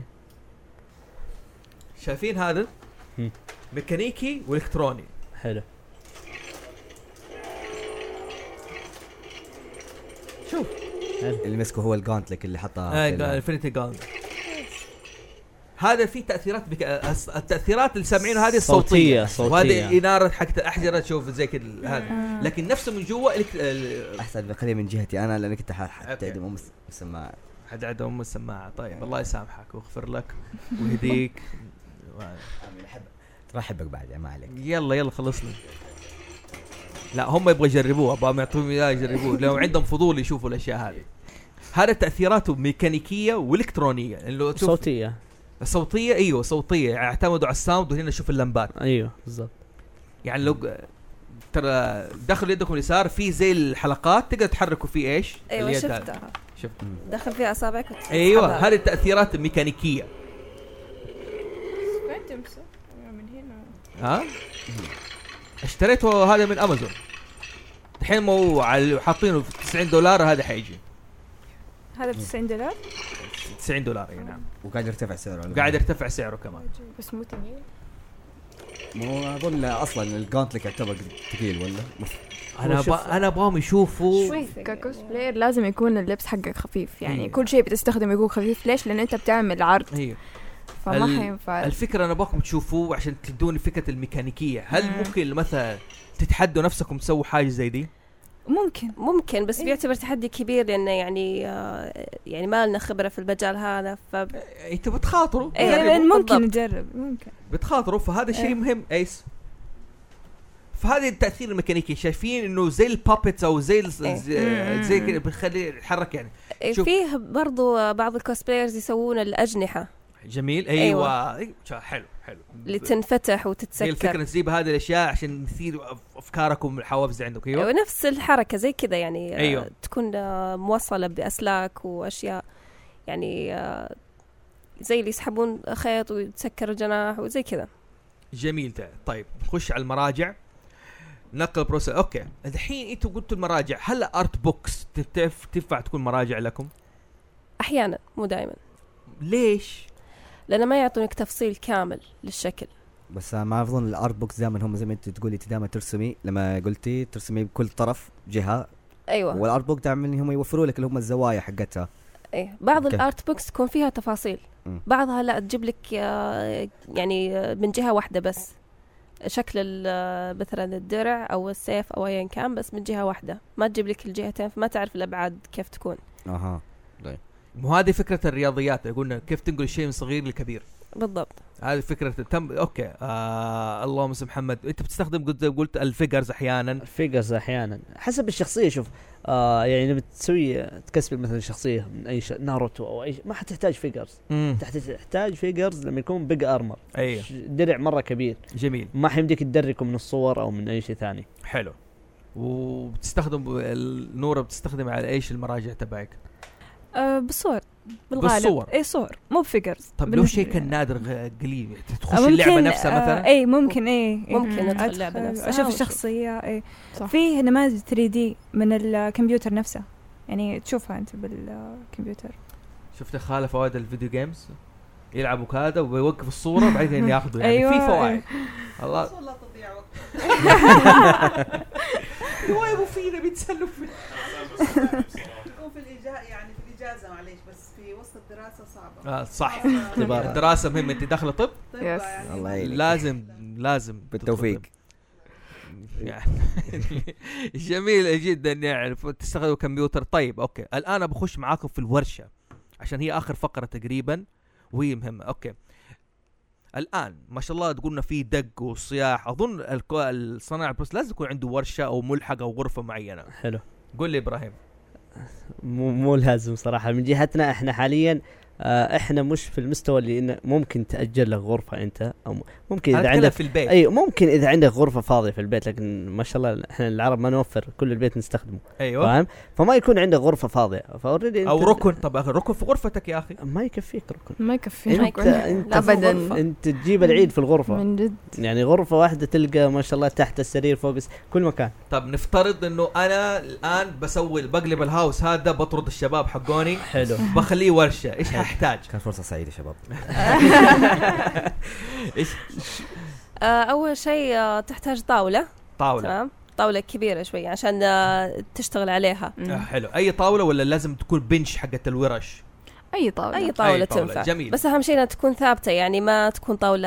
شايفين هذا م. ميكانيكي والكتروني. حلو. شوف اللي مسكه هو الجانتلك اللي حطها اه انفينيتي جان. هذا في تاثيرات بك... التاثيرات اللي سامعينها هذه الصوتيه وهذه اناره حقت الاحجره تشوف زي كذا هذا. لكن نفسه من جوا الك... احسن بقليل من جهتي انا لانك انت حتى ام السماعه حد عاد ام السماعه. طيب الله يسامحك ويغفر لك ويهديك. ترحبك بعد ما عليك. يلا يلا خلصنا. لا هم يبغوا يجربوها ابغى يعطوهم اياه يجربوه لو عندهم فضول يشوفوا الاشياء هذه. هذا تاثيراته ميكانيكيه والكترونيه اللي صوتيه. الصوتيه ايوه صوتيه يعني اعتمدوا على الساوند. وهنا شوف اللمبات. ايوه بالضبط. يعني لو ترى دخل يدكم اليسار في زي الحلقات تقدر تحركوا فيه ايش. ايوه شفتها. شفت دخل فيها اصابعك. ايوه هذه التاثيرات الميكانيكيه. من هنا ها اشتريته هذا من امازون الحين مو حاطينه في تسعين دولار. هذا حيجي هذا ب تسعين دولار. تسعين دولار اي نعم. وقاعد يرتفع سعره. قاعد يرتفع سعره كمان. بس مو ثقيل. مو اظن اصلا الجانتلك يعتبر ثقيل ولا انا با انا ابغاهم يشوفوا. ككوسبلاير لازم يكون اللبس حقك خفيف يعني. إيه. كل شيء بتستخدم يكون خفيف. ليش؟ لان انت بتعمل عرض. ايوه فما ال... حينفع. الفكره انا ابغاكم تشوفوه عشان تدوني فكره الميكانيكيه. هل مم. ممكن مثلا تتحدوا نفسكم تسووا حاجه زي دي؟ ممكن ممكن بس إيه. بيعتبر تحدي كبير لأنه يعني آه يعني ما لنا خبرة في المجال هذا. ف انتوا بتخاطروا. إيه يعني ممكن بالضبط. نجرب ممكن بتخاطروا فهذا شيء إيه. مهم. ايس فهذا التاثير الميكانيكي شايفين انه زي البابيتس او زي إيه. زي, زي كذا بتخلي يتحرك يعني. شوف. فيه برضو بعض الكوسبلايرز يسوون الأجنحة. جميل ايوه, أيوة. حلو حلو اللي تنفتح وتتسكر. هي الفكره نسيب هذه الاشياء عشان نثير افكاركم والحوافز عندك. ايوه أيوة نفس الحركه زي كذا يعني. أيوة. آه تكون آه موصله باسلاك واشياء يعني آه زي اللي يسحبون خيط ويتسكر الجناح وزي كذا. جميل. طيب نخش على المراجع نقل بروسيس. اوكي الحين انتوا قلتوا المراجع. هل ارت بوكس تنفع تكون مراجع لكم؟ احيانا مو دائما. ليش؟ لأنه ما يعطونك تفصيل كامل للشكل. بس ما اظن الارت بوكس دائما هم زي ما انت تقولي دائما ترسمي، لما قلتي ترسمي بكل طرف جهه. ايوه. والارت بوك دائما هم يوفروا لك اللي هم الزوايا حقتها. ايه بعض أوكي. الارت بوكس تكون فيها تفاصيل، م. بعضها لا تجيب لك يعني من جهه واحده بس، شكل مثلا الدرع او السيف او ايا كان، بس من جهه واحده، ما تجيب لك الجهتين، فما تعرف الابعاد كيف تكون. اها مو هذه فكره الرياضيات، قلنا كيف تنقل شيء من صغير لكبير. بالضبط. هذه فكره تم. اوكي آه اللهم صل محمد. انت بتستخدم قلت قلت الفيجرز احيانا. الفيجرز احيانا حسب الشخصيه. شوف آه يعني لما تسوي تكسب مثلا شخصيه من اي ش... ناروتو او اي ش... ما حتحتاج فيجرز. تحتاج فيجرز لما يكون بيج ارمر. ايوه درع مره كبير. جميل. ما حيمديك تدركه من الصور او من اي شيء ثاني. حلو. وبتستخدم النوره بتستخدم على ايش المراجع تبعك؟ أه بالصور بالغالب. بالصور. اي صور مو بفيجرز. طب لو شيء كان نادر قليل تخش ممكن اللعبه نفسها مثلا. آه اي ممكن اي ممكن ادخل اللعبه نفسها اشوف الشخصيه. اي في نماذج ثري دي من الكمبيوتر نفسه، يعني تشوفها انت بالكمبيوتر. شفت خاله فوائد الفيديو جيمز؟ يلعبوا كذا ويوقف الصوره وبعدين ياخذوا يعني. أيوة. في فوائد. الله والله تضيع وقت. هو ابو فينا بيتسلوا في تكون في الإجازة يعني في الإجازة معليش، بس في وسط الدراسة صعبة. اه صح. الدراسه مهمه. انت داخله طب يعني الله يعينك. لازم لازم بالتوفيق. يعني جميل جدا. يعني تستخدموا كمبيوتر. طيب اوكي الان بخش معاكم في الورشه عشان هي اخر فقره تقريبا وهي مهمه. اوكي الان ما شاء الله تقولنا في دق وصياح. اظن الصناعه بس لازم يكون عنده ورشه او ملحق او غرفه معينه. حلو. قول لي ابراهيم. مو مو لازم صراحه. من جهتنا احنا حاليا آه احنا مش في المستوى اللي إن ممكن تأجل لك غرفة انت، او ممكن اذا عندك في البيت. اي ممكن اذا عندك غرفة فاضية في البيت، لكن ما شاء الله احنا العرب ما نوفر كل البيت نستخدمه. ايوه فاهم؟ فما يكون عندك غرفة فاضية فاوريدي او ركن. طب اخي ركن في غرفتك يا اخي ما يكفيك ركن. ما يكفيك انت, انت ابدا. انت تجيب العيد في الغرفة من جد. يعني غرفة واحدة تلقى ما شاء الله تحت السرير فوق كل مكان. طب نفترض انه انا الان بسوي بقلب الهاوس هذا، بطرد الشباب حقوني. حلو. بخليه ورشة. ايش هحتاج؟ كان فرصة سعيدة شباب. ايش؟ اول شيء تحتاج طاولة. طاولة. تمام. طاولة كبيرة شوي عشان آه تشتغل عليها. آه حلو. اي طاولة ولا لازم تكون بنش حقت الورش؟ اي طاولة. اي طاولة, أي طاولة. تنفع. جميل. بس اهم شيء انها تكون ثابتة، يعني ما تكون طاولة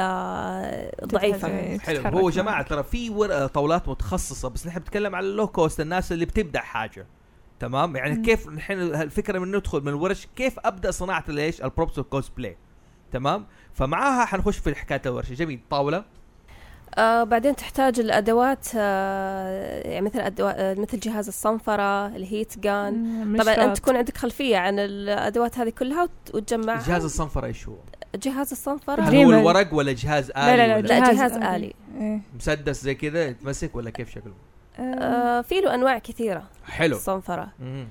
ضعيفة. حلو. هو جماعة ترى في ور... طاولات متخصصة، بس نحن بنتكلم على اللو كوست، الناس اللي بتبدأ حاجة. تمام. يعني م. كيف نحن الفكرة من ندخل من الورش كيف ابدأ صناعة ليش البروبس والكوسبلاي. تمام. فمعاها حنخش في حكاية الورشة. جميل. طاولة. آه بعدين تحتاج الادوات آه يعني مثل أدوات آه مثل جهاز الصنفرة، الهيت جان. طبعا انت تكون عندك خلفية عن الادوات هذه كلها وتجمع. جهاز الصنفرة ايش هو؟ جهاز الصنفرة هل هو الورق ولا جهاز آلي؟ لا لا, لا, لا جهاز, جهاز آلي, آلي. إيه. مسدس زي كذا يتمسك ولا كيف شكله؟ آه في له انواع كثيرة. حلو. الصنفرة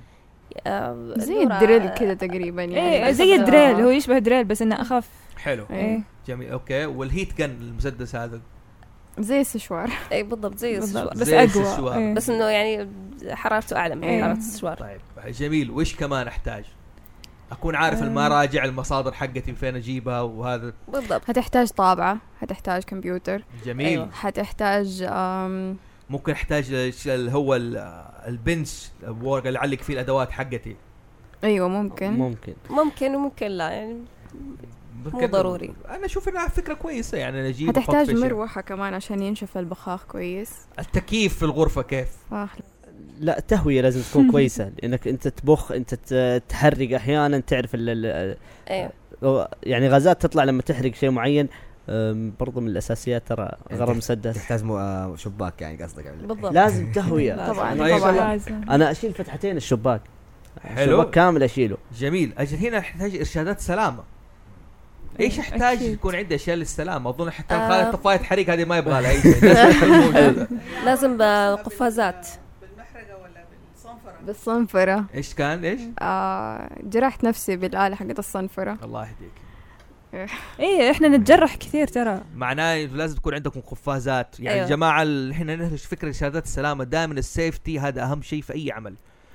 آه زي الدريل كده تقريبا يعني. ايه زي الدريل، هو يشبه دريل بس انه اخف. حلو. ايه. جميل. اوكي. والهيت جن المسدس هذا زي السشوار. اي بالضبط زي السشوار بس اقوى. ايه. بس انه يعني حرارته اعلى من ايه. حرارة السشوار. طيب جميل. وإيش كمان احتاج؟ اكون عارف اه. المراجع المصادر حقتي فين اجيبها وهذا. بالضبط. هتحتاج طابعة، هتحتاج كمبيوتر. جميل. أيوة. هتحتاج أم ممكن احتاج اللي هو البنش الورق اللي علق فيه الادوات حقتي. ايوه ممكن ممكن ممكن وممكن لا يعني مو ضروري. انا اشوف انها فكره كويسه يعني. نجيب هتحتاج مروحه كمان عشان ينشف البخاخ كويس. التكييف في الغرفه كيف؟ آه. لا تهويه لازم تكون كويسه لانك انت تبخ انت تحرق احيانا تعرف ال ايوه يعني غازات تطلع لما تحرق شيء معين. برضو من الاساسيات ترى غرام مسدس تحتاج شباك يعني قصدك. بالضبط. لازم تهويه. طبعا طبعا انا اشيل فتحتين الشباك. حلو. شباك كامل اشيله. جميل. اجل هنا احتاج ارشادات سلامه. ايش احتاج يكون عندي اشياء للسلامه؟ اظن حتى آه. خالد طفايه حريق هذه ما يبغى لها اي شيء. لازم بقفازات. بالمحرقه ولا بالصنفره؟ بالصنفره. ايش كان ايش؟ آه جرحت نفسي بالاله حقت الصنفره. الله يهديك. ايه احنا نتجرح كثير ترى. معناه لازم تكون عندكم قفازات يعني. أيوة. جماعه هنا نهش فكره ارشادات السلامه دائما. السيفتي هذا اهم شيء في اي عمل.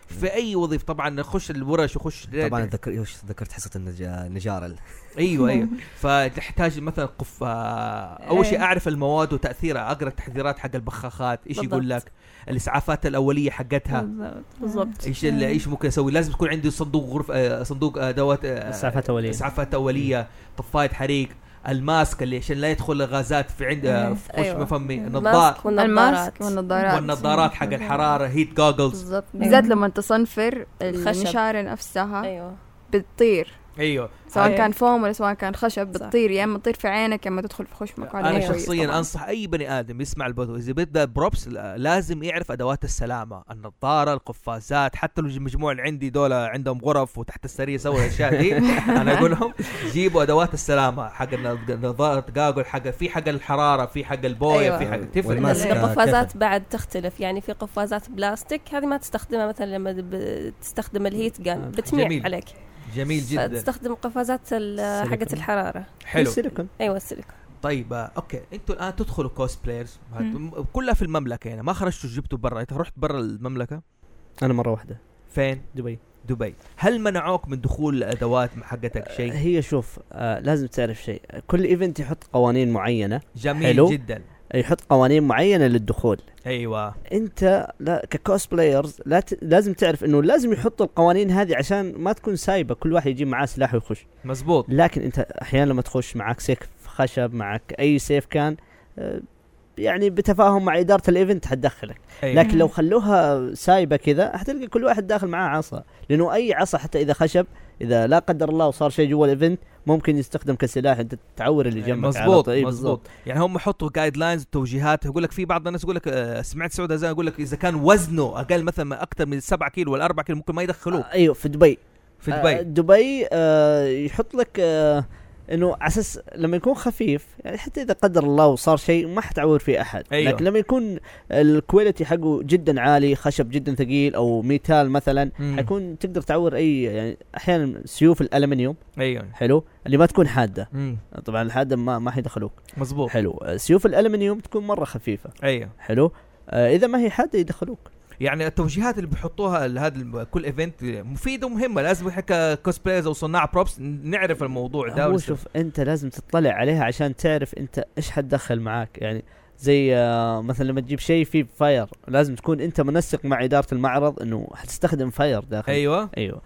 في اي وظيفه طبعا نخش الورش وخش طبعا ذكر ذكرت حصه النجاره. ايوه ايوه فتحتاج مثلا قف اول شيء اعرف المواد وتاثيرها، اقرا التحذيرات حق البخاخات ايش يقول لك، الاسعافات الاوليه حقتها بالضبط ايش ايش ممكن اسوي. لازم تكون عندي صندوق غرف صندوق ادوات اسعافات اوليه اسعافات اوليه طفايه حريق، الماسك اللي عشان لا يدخل غازات في عند في خش أيوة. مفمي، النظارات الماسك والنظارات والنظارات حق الحراره هيت جوجلز بالضبط، بالذات لما تصنفر الخشب. النشاره نفسها ايوه بتطير، ايوه سواء أيوة. كان فوم ولا سواء كان خشب بتطير، يا اما تطير في عينك يا اما تدخل في خشمك. انا أيوة. شخصيا طبعاً. انصح اي بني ادم يسمع البودو اذا بدا بروبس لازم يعرف ادوات السلامه، النظاره، القفازات، حتى لو المجموعه اللي عندي دول عندهم غرف وتحت السرير يسوي الاشياء دي انا اقول لهم جيبوا ادوات السلامه حق النظاره جاجل، حق في حق الحراره، في حق البويه، أيوة. في حق تفرق. القفازات بعد تختلف، يعني في قفازات بلاستيك هذه ما تستخدمها مثلا لما تستخدم الهيت جان بتميع جميل. عليك جميل جدا. تستخدم قفازات حقة الحرارة. حلو. السيليكون. ايوه السيليكون. طيب اوكي انتوا الان تدخلوا كوسبلايرز كلها في المملكه يعني، ما خرجتوا جبتوا برا؟ انت رحت برا المملكه؟ انا مره واحده. فين؟ دبي. دبي. هل منعوك من دخول الادوات حقتك شيء؟ هي شوف آه لازم تعرف شيء، كل ايفنت يحط قوانين معينه. جميل حلو؟ جدا. يحط قوانين معينه للدخول. ايوه انت لا ككوسبلايرز لا ت... لازم تعرف انه لازم يحطوا القوانين هذه عشان ما تكون سايبه كل واحد يجيب معاه سلاح ويخش. مزبوط. لكن انت احيانا لما تخش معك سيف خشب، معك اي سيف كان آه يعني بتفاهم مع اداره الايفنت حتدخلك. أيوة. لكن لو خلوها سايبه كذا حتلقى كل واحد داخل معاه عصا، لانه اي عصا حتى اذا خشب اذا لا قدر الله وصار شيء جوا الايفنت ممكن يستخدم كسلاح انت تعور اللي جنبك. مزبوط مزبوط. يعني هم يحطوا جايد لاينز وتوجيهات، يقول لك في بعض الناس يقول لك آه سمعت سعود زي يقول لك اذا كان وزنه اقل مثلا اكثر من سبعة كيلو ولا أربعة كيلو ممكن ما يدخلوه. آه ايوه في دبي. في دبي آه دبي آه يحط لك آه انه اساس لما يكون خفيف يعني حتى اذا قدر الله وصار شيء ما حتعور فيه احد. أيوه. لكن لما يكون الكواليتي حقه جدا عالي، خشب جدا ثقيل او ميتال مثلا، مم. حيكون تقدر تعور اي يعني احيانا سيوف الالمنيوم. ايوه حلو اللي ما تكون حاده. مم. طبعا الحاده ما ما حيدخلوك. مزبوط. حلو سيوف الالمنيوم تكون مره خفيفه. ايوه حلو آه اذا ما هي حاده يدخلوك. يعني التوجيهات اللي بيحطوها لهذا كل ايفنت مفيده ومهمه، لازم احنا كوسبلايرز او صناع بروبس نعرف الموضوع ده. هو شوف انت لازم تطلع عليها عشان تعرف انت ايش حتدخل معاك، يعني زي آه مثلا لما تجيب شيء فيه فاير لازم تكون انت منسق مع اداره المعرض انه حتستخدم فاير داخل. ايوه ايوه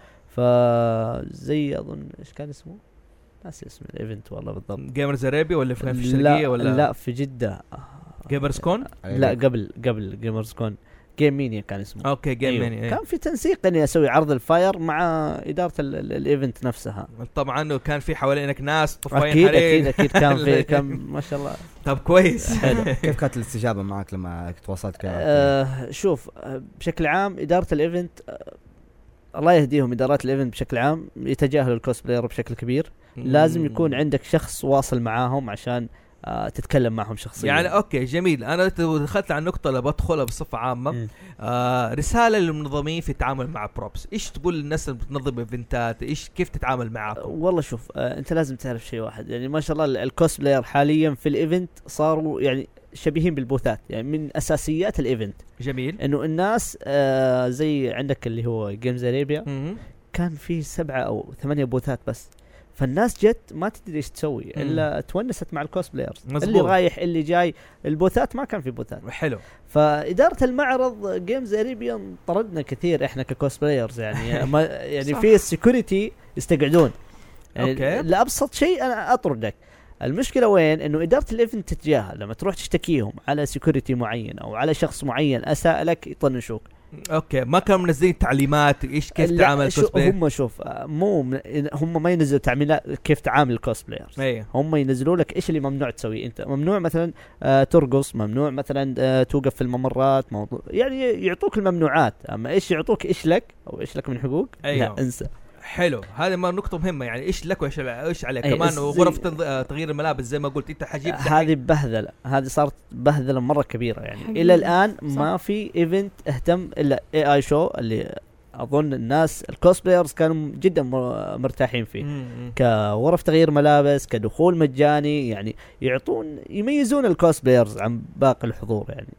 فزي اظن ايش كان اسمه ناسي اسم الايفنت والله بالضبط. جيمرز ارابيا ولا في الشرقيه ولا لا في جده. جيمرز كون لا قبل قبل جيمرز كون جيم مينيا كان اسمه. اوكي جيم أيوه. مينيا. كان في تنسيق اني اسوي عرض الفاير مع اداره الايفنت نفسها. طبعا وكان في حوالينك ناس طفاين اكيد حريق. اكيد اكيد كان في كان ما شاء الله. طب كويس. كيف كانت الاستجابه معك لما تواصلت؟ آه شوف بشكل عام اداره الايفنت آه الله يهديهم، ادارات الايفنت بشكل عام يتجاهلوا الكوسبلاير بشكل كبير. لازم يكون عندك شخص واصل معاهم عشان آه تتكلم معهم شخصيا. يعني اوكي جميل. انا دخلت على النقطه اللي بدخلها بصفه عامه. آه رساله للمنظمين في التعامل مع بروبس، ايش تقول للناس اللي بتنظم ايفنتات، ايش كيف تتعامل معاهم؟ آه والله شوف آه انت لازم تعرف شيء واحد، يعني ما شاء الله الكوسبلاير حاليا في الايفنت صاروا يعني شبيهين بالبوثات، يعني من اساسيات الايفنت. جميل. انه الناس آه زي عندك اللي هو جيمز ارابيا كان في سبعة او ثمانية بوثات بس، فالناس جت ما تدري ايش تسوي الا تونست مع الكوسبلايرز اللي رايح اللي جاي. البوثات ما كان في بوثات. حلو. فاداره المعرض جيمز اريبيا طردنا كثير احنا ككوسبلايرز يعني ما يعني في السكيورتي يستقعدون يعني أوكي. لابسط شيء انا اطردك. المشكله وين؟ انه اداره الايفنت تتجاهل لما تروح تشتكيهم على سكيورتي معين او على شخص معين اساء لك يطنشوك. اوكي ما كانوا منزلين تعليمات ايش كيف تعامل الكوسبلاير؟ هم شوف مو هم ما ينزلوا تعليمات كيف تعامل الكوسبلايرز. أيه. هم ينزلوا لك ايش اللي ممنوع تسويه. انت ممنوع مثلا آه ترقص، ممنوع مثلا آه توقف في الممرات، موضوع يعني يعطوك الممنوعات. اما ايش يعطوك ايش لك او ايش لك من حقوق. أيوه. لا انسى. حلو. هذه ما نقطة مهمة يعني ايش لك وايش ايش عليك. أيه كمان غرف تغيير الملابس زي ما قلت انت حجيب. هذه بهذلة، هذه صارت بهذلة مرة كبيرة يعني. الى الان ما في ايفنت اهتم الا اي اي شو اللي اظن الناس الكوسبلايرز كانوا جدا مرتاحين فيه. مم. كغرف تغيير ملابس، كدخول مجاني، يعني يعطون يميزون الكوسبلايرز عن باقي الحضور يعني.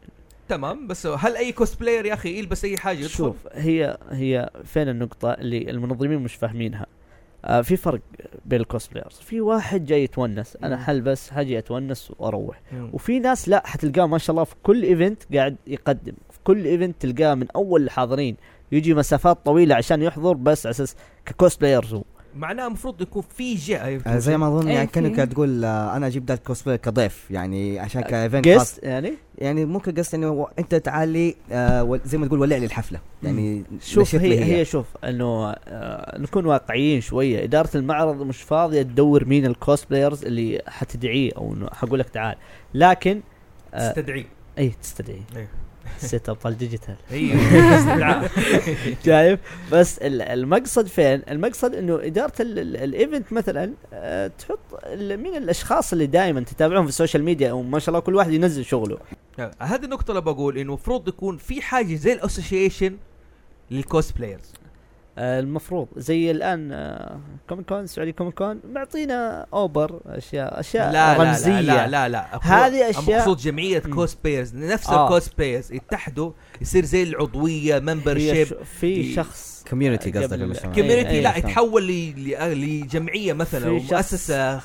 تمام. بس هل اي كوسبلاير يا اخي يلبس اي حاجه يدخل؟ شوف هي هي فين النقطه اللي المنظمين مش فاهمينها. آه في فرق بين الكوسبلايرز. في واحد جاي يتونس، انا حلبس حاجي اتونس واروح. مم. وفي ناس لا، حتلقاه ما شاء الله في كل ايفنت قاعد يقدم، في كل ايفنت تلقاه من اول الحاضرين، يجي مسافات طويله عشان يحضر بس اساس ككوسبلايرز. هو معناه المفروض يكون في جهه زي ما اظن يعني كانك تقول آه انا اجيب ذا الكوسبلاير كضيف يعني عشان كايفنت خاص يعني يعني ممكن قصد انه انت تعالي آه زي ما تقول ولع لي الحفله يعني. شوف هي, هي هي شوف انه آه نكون واقعيين شويه. اداره المعرض مش فاضيه تدور مين الكوسبلايرز اللي حتدعيه او انه حقول لك تعال، لكن آه تستدعي اي تستدعي أيه. سيت اب الديجيتال ايوه شايف. بس المقصد فين؟ المقصد انه اداره الايفنت مثلا أه تحط مين الاشخاص اللي دائما تتابعهم في السوشيال ميديا وما شاء الله كل واحد ينزل شغله. هذه النقطه اللي بقول انه المفروض يكون في حاجه زي الاسوسيشن للكوسبلايرز. آه المفروض زي الان آه كوميك كون السعودي كوميك كون معطينا اوبر اشياء اشياء لا رمزيه. لا لا لا, لا. هذه اشياء مقصود جمعيه كوسبلايرز نفس آه. الكوسبلايرز يتحدوا يصير زي العضويه ممبرشيب في شخص كوميونتي قصدك كوميونتي لا يتحول لجمعيه مثلا مؤسسه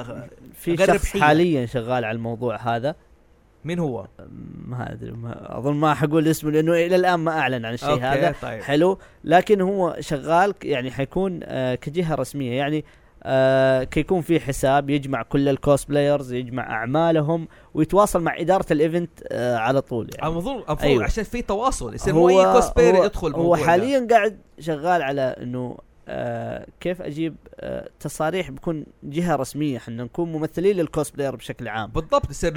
في شخص حاليا شغال على الموضوع هذا. مين هو؟ ما ادري اظن ما حقول اسمه لانه الى الان ما اعلن عن الشيء هذا. طيب. حلو. لكن هو شغال يعني حيكون آه كجهه رسميه يعني آه كيكون في حساب يجمع كل الكوسبلايرز، يجمع اعمالهم ويتواصل مع اداره الايفنت آه على طول يعني. المفروض أيوة. عشان في تواصل يصير مو اي كوسبلاير يدخل. هو حاليا ده. قاعد شغال على انه آه كيف اجيب آه تصاريح بكون جهه رسميه احنا نكون ممثلين للكوسبلاير بشكل عام. بالضبط يصير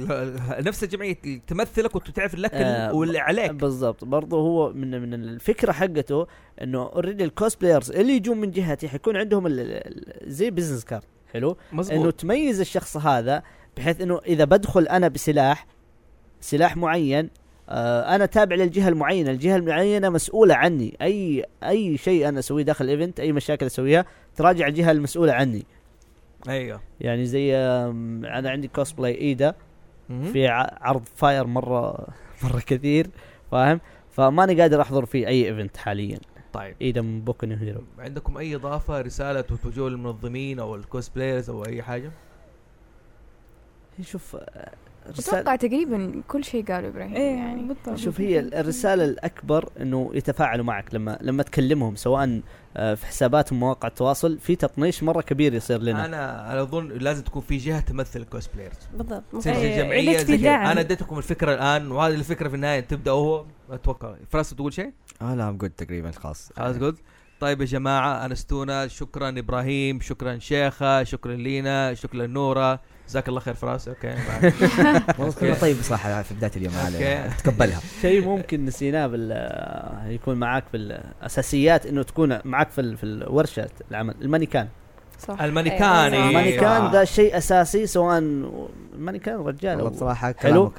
نفس الجمعيه تمثلك وتعرف لك آه واللي عليك. بالضبط. برضه هو من من الفكره حقته انه اوريدي الكوسبلايرز اللي يجون من جهتي حيكون عندهم زي بزنس كارد. حلو. مزبوط. انه تميز الشخص هذا بحيث انه اذا بدخل انا بسلاح سلاح معين آه انا تابع للجهه المعينه، الجهه المعينه مسؤوله عني. اي اي شيء انا اسويه داخل الايفنت، اي مشاكل اسويها تراجع الجهه المسؤوله عني. ايوه يعني زي انا عندي كوسبلاي ايدا في عرض فاير مره مره كثير فاهم، فماني قادر احضر فيه اي ايفنت حاليا. طيب ايدا من بوكو نيو هيرو. عندكم اي اضافه رساله توجهوا للمنظمين او الكوسبلايرز او اي حاجه؟ شوف أتوقع تقريبا كل شيء قالوا إبراهيم. إيه يعني بالضبط. شوف هي الرسالة الأكبر إنه يتفاعلوا معك لما لما تكلمهم سواء في حساباتهم مواقع التواصل، في تطنيش مرة كبير يصير لنا. أنا أنا أظن لازم تكون في جهة تمثل الكوسبلايرز بالضبط. زي جمعية زي أنا اديتكم الفكرة الآن وهذه الفكرة في النهاية تبدأوا. أتوقع فراس تقول شيء؟ آه لا أم قد تقريبا خلاص خلاص قد. طيب يا جماعة أنستونا، شكرا إبراهيم، شكرا شيخة، شكرا لينا، شكرا نورة، جزاك الله خير فراس. اوكي والله طيب صراحه في بدايه اليوم على تقبلها. شيء ممكن نسيناه بال يكون معاك بالاساسيات انه تكون معاك في في الورشه العمل المانيكان. صح. المانيكان أيوة. المانيكان ده شيء اساسي سواء المانيكان رجال والله بصراحه حلو.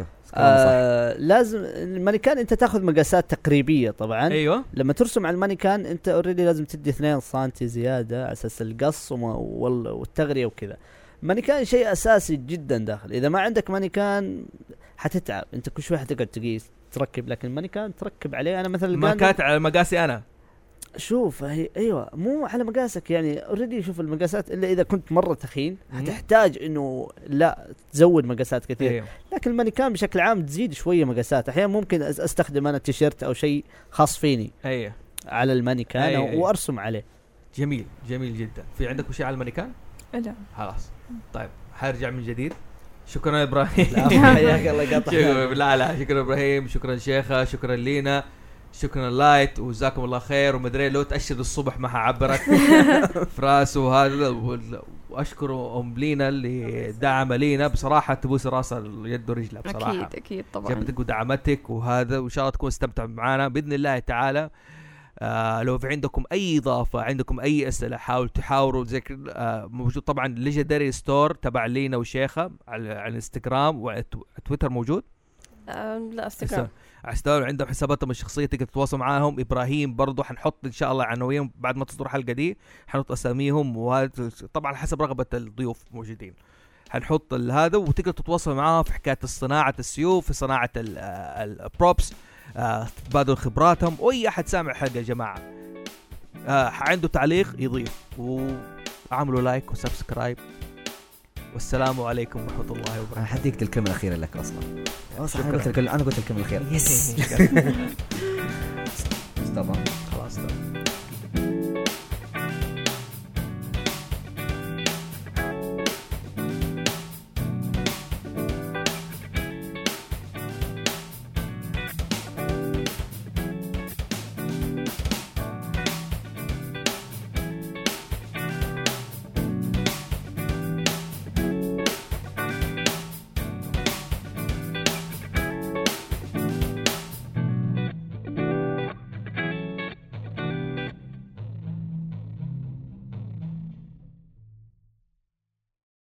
آه لازم المانيكان انت تاخذ مقاسات تقريبيه طبعا. ايوه لما ترسم على المانيكان انت اوريدي لازم تدي اثنين سنتي زياده على اساس القص والتغريه وكذا. مانيكان شيء اساسي جدا داخل. اذا ما عندك مانيكان حتتعب، انت كل شوي حتقعد تقيس تركب، لكن المانيكان تركب عليه. انا مثلا ما كانت على مقاسي انا. شوف هي ايوه مو على مقاسك يعني اوريدي. شوف المقاسات الا اذا كنت مره تخين هتحتاج انه لا تزود مقاسات كثير. أيوه. لكن المانيكان بشكل عام تزيد شويه مقاسات. احيانا ممكن استخدم انا تيشيرت او شيء خاص فيني ايوه على المانيكان أيوه. أيوه. وارسم عليه. جميل جميل جدا. في عندكم شيء على المانيكان؟ لا خلاص طيب حرجع من جديد. شكرا ابراهيم. حياك الله قطع. لا لا شكرا ابراهيم، شكرا شيخه، شكرا لينا، شكرا لايت، وجزاكم الله خير. ومدري لو تأشر الصبح ما حعبرك فراس وهذا. واشكر ام لينا اللي دعم لينا بصراحه، تبوس راسها اليد ورجلها بصراحه. اكيد اكيد طبعا جابتك ودعمتك وهذا، وان شاء الله تكون استمتعوا معنا باذن الله تعالى. آه لو في عندكم اي اضافه، عندكم اي اسئله، حاولوا تحاوروا ذكر. آه موجود طبعا ليجندري ستور تبع لينا وشيخه على على الانستغرام وتويتر موجود. آه لا انستغرام عستار عندهم حساباتهم الشخصيه تقدر تتواصل معاهم. ابراهيم برضو حنحط ان شاء الله عناوينهم بعد ما تصدر الحلقه دي، حنحط اساميهم وهذا طبعا حسب رغبه الضيوف موجودين. حنحط هذا وتقدر تتواصل معاه في حكايه صناعه السيوف، في صناعه البروبس، تبادل خبراتهم. واي احد سامع حلقه يا جماعه آه عنده تعليق يضيف، وعملوا لايك وسبسكرايب. والسلام عليكم ورحمه الله وبركاته. حديك الكلمه الاخيره لك اصلا. انا قلت الكلمه انا قلت الكلمه الاخيره. يس. طبعا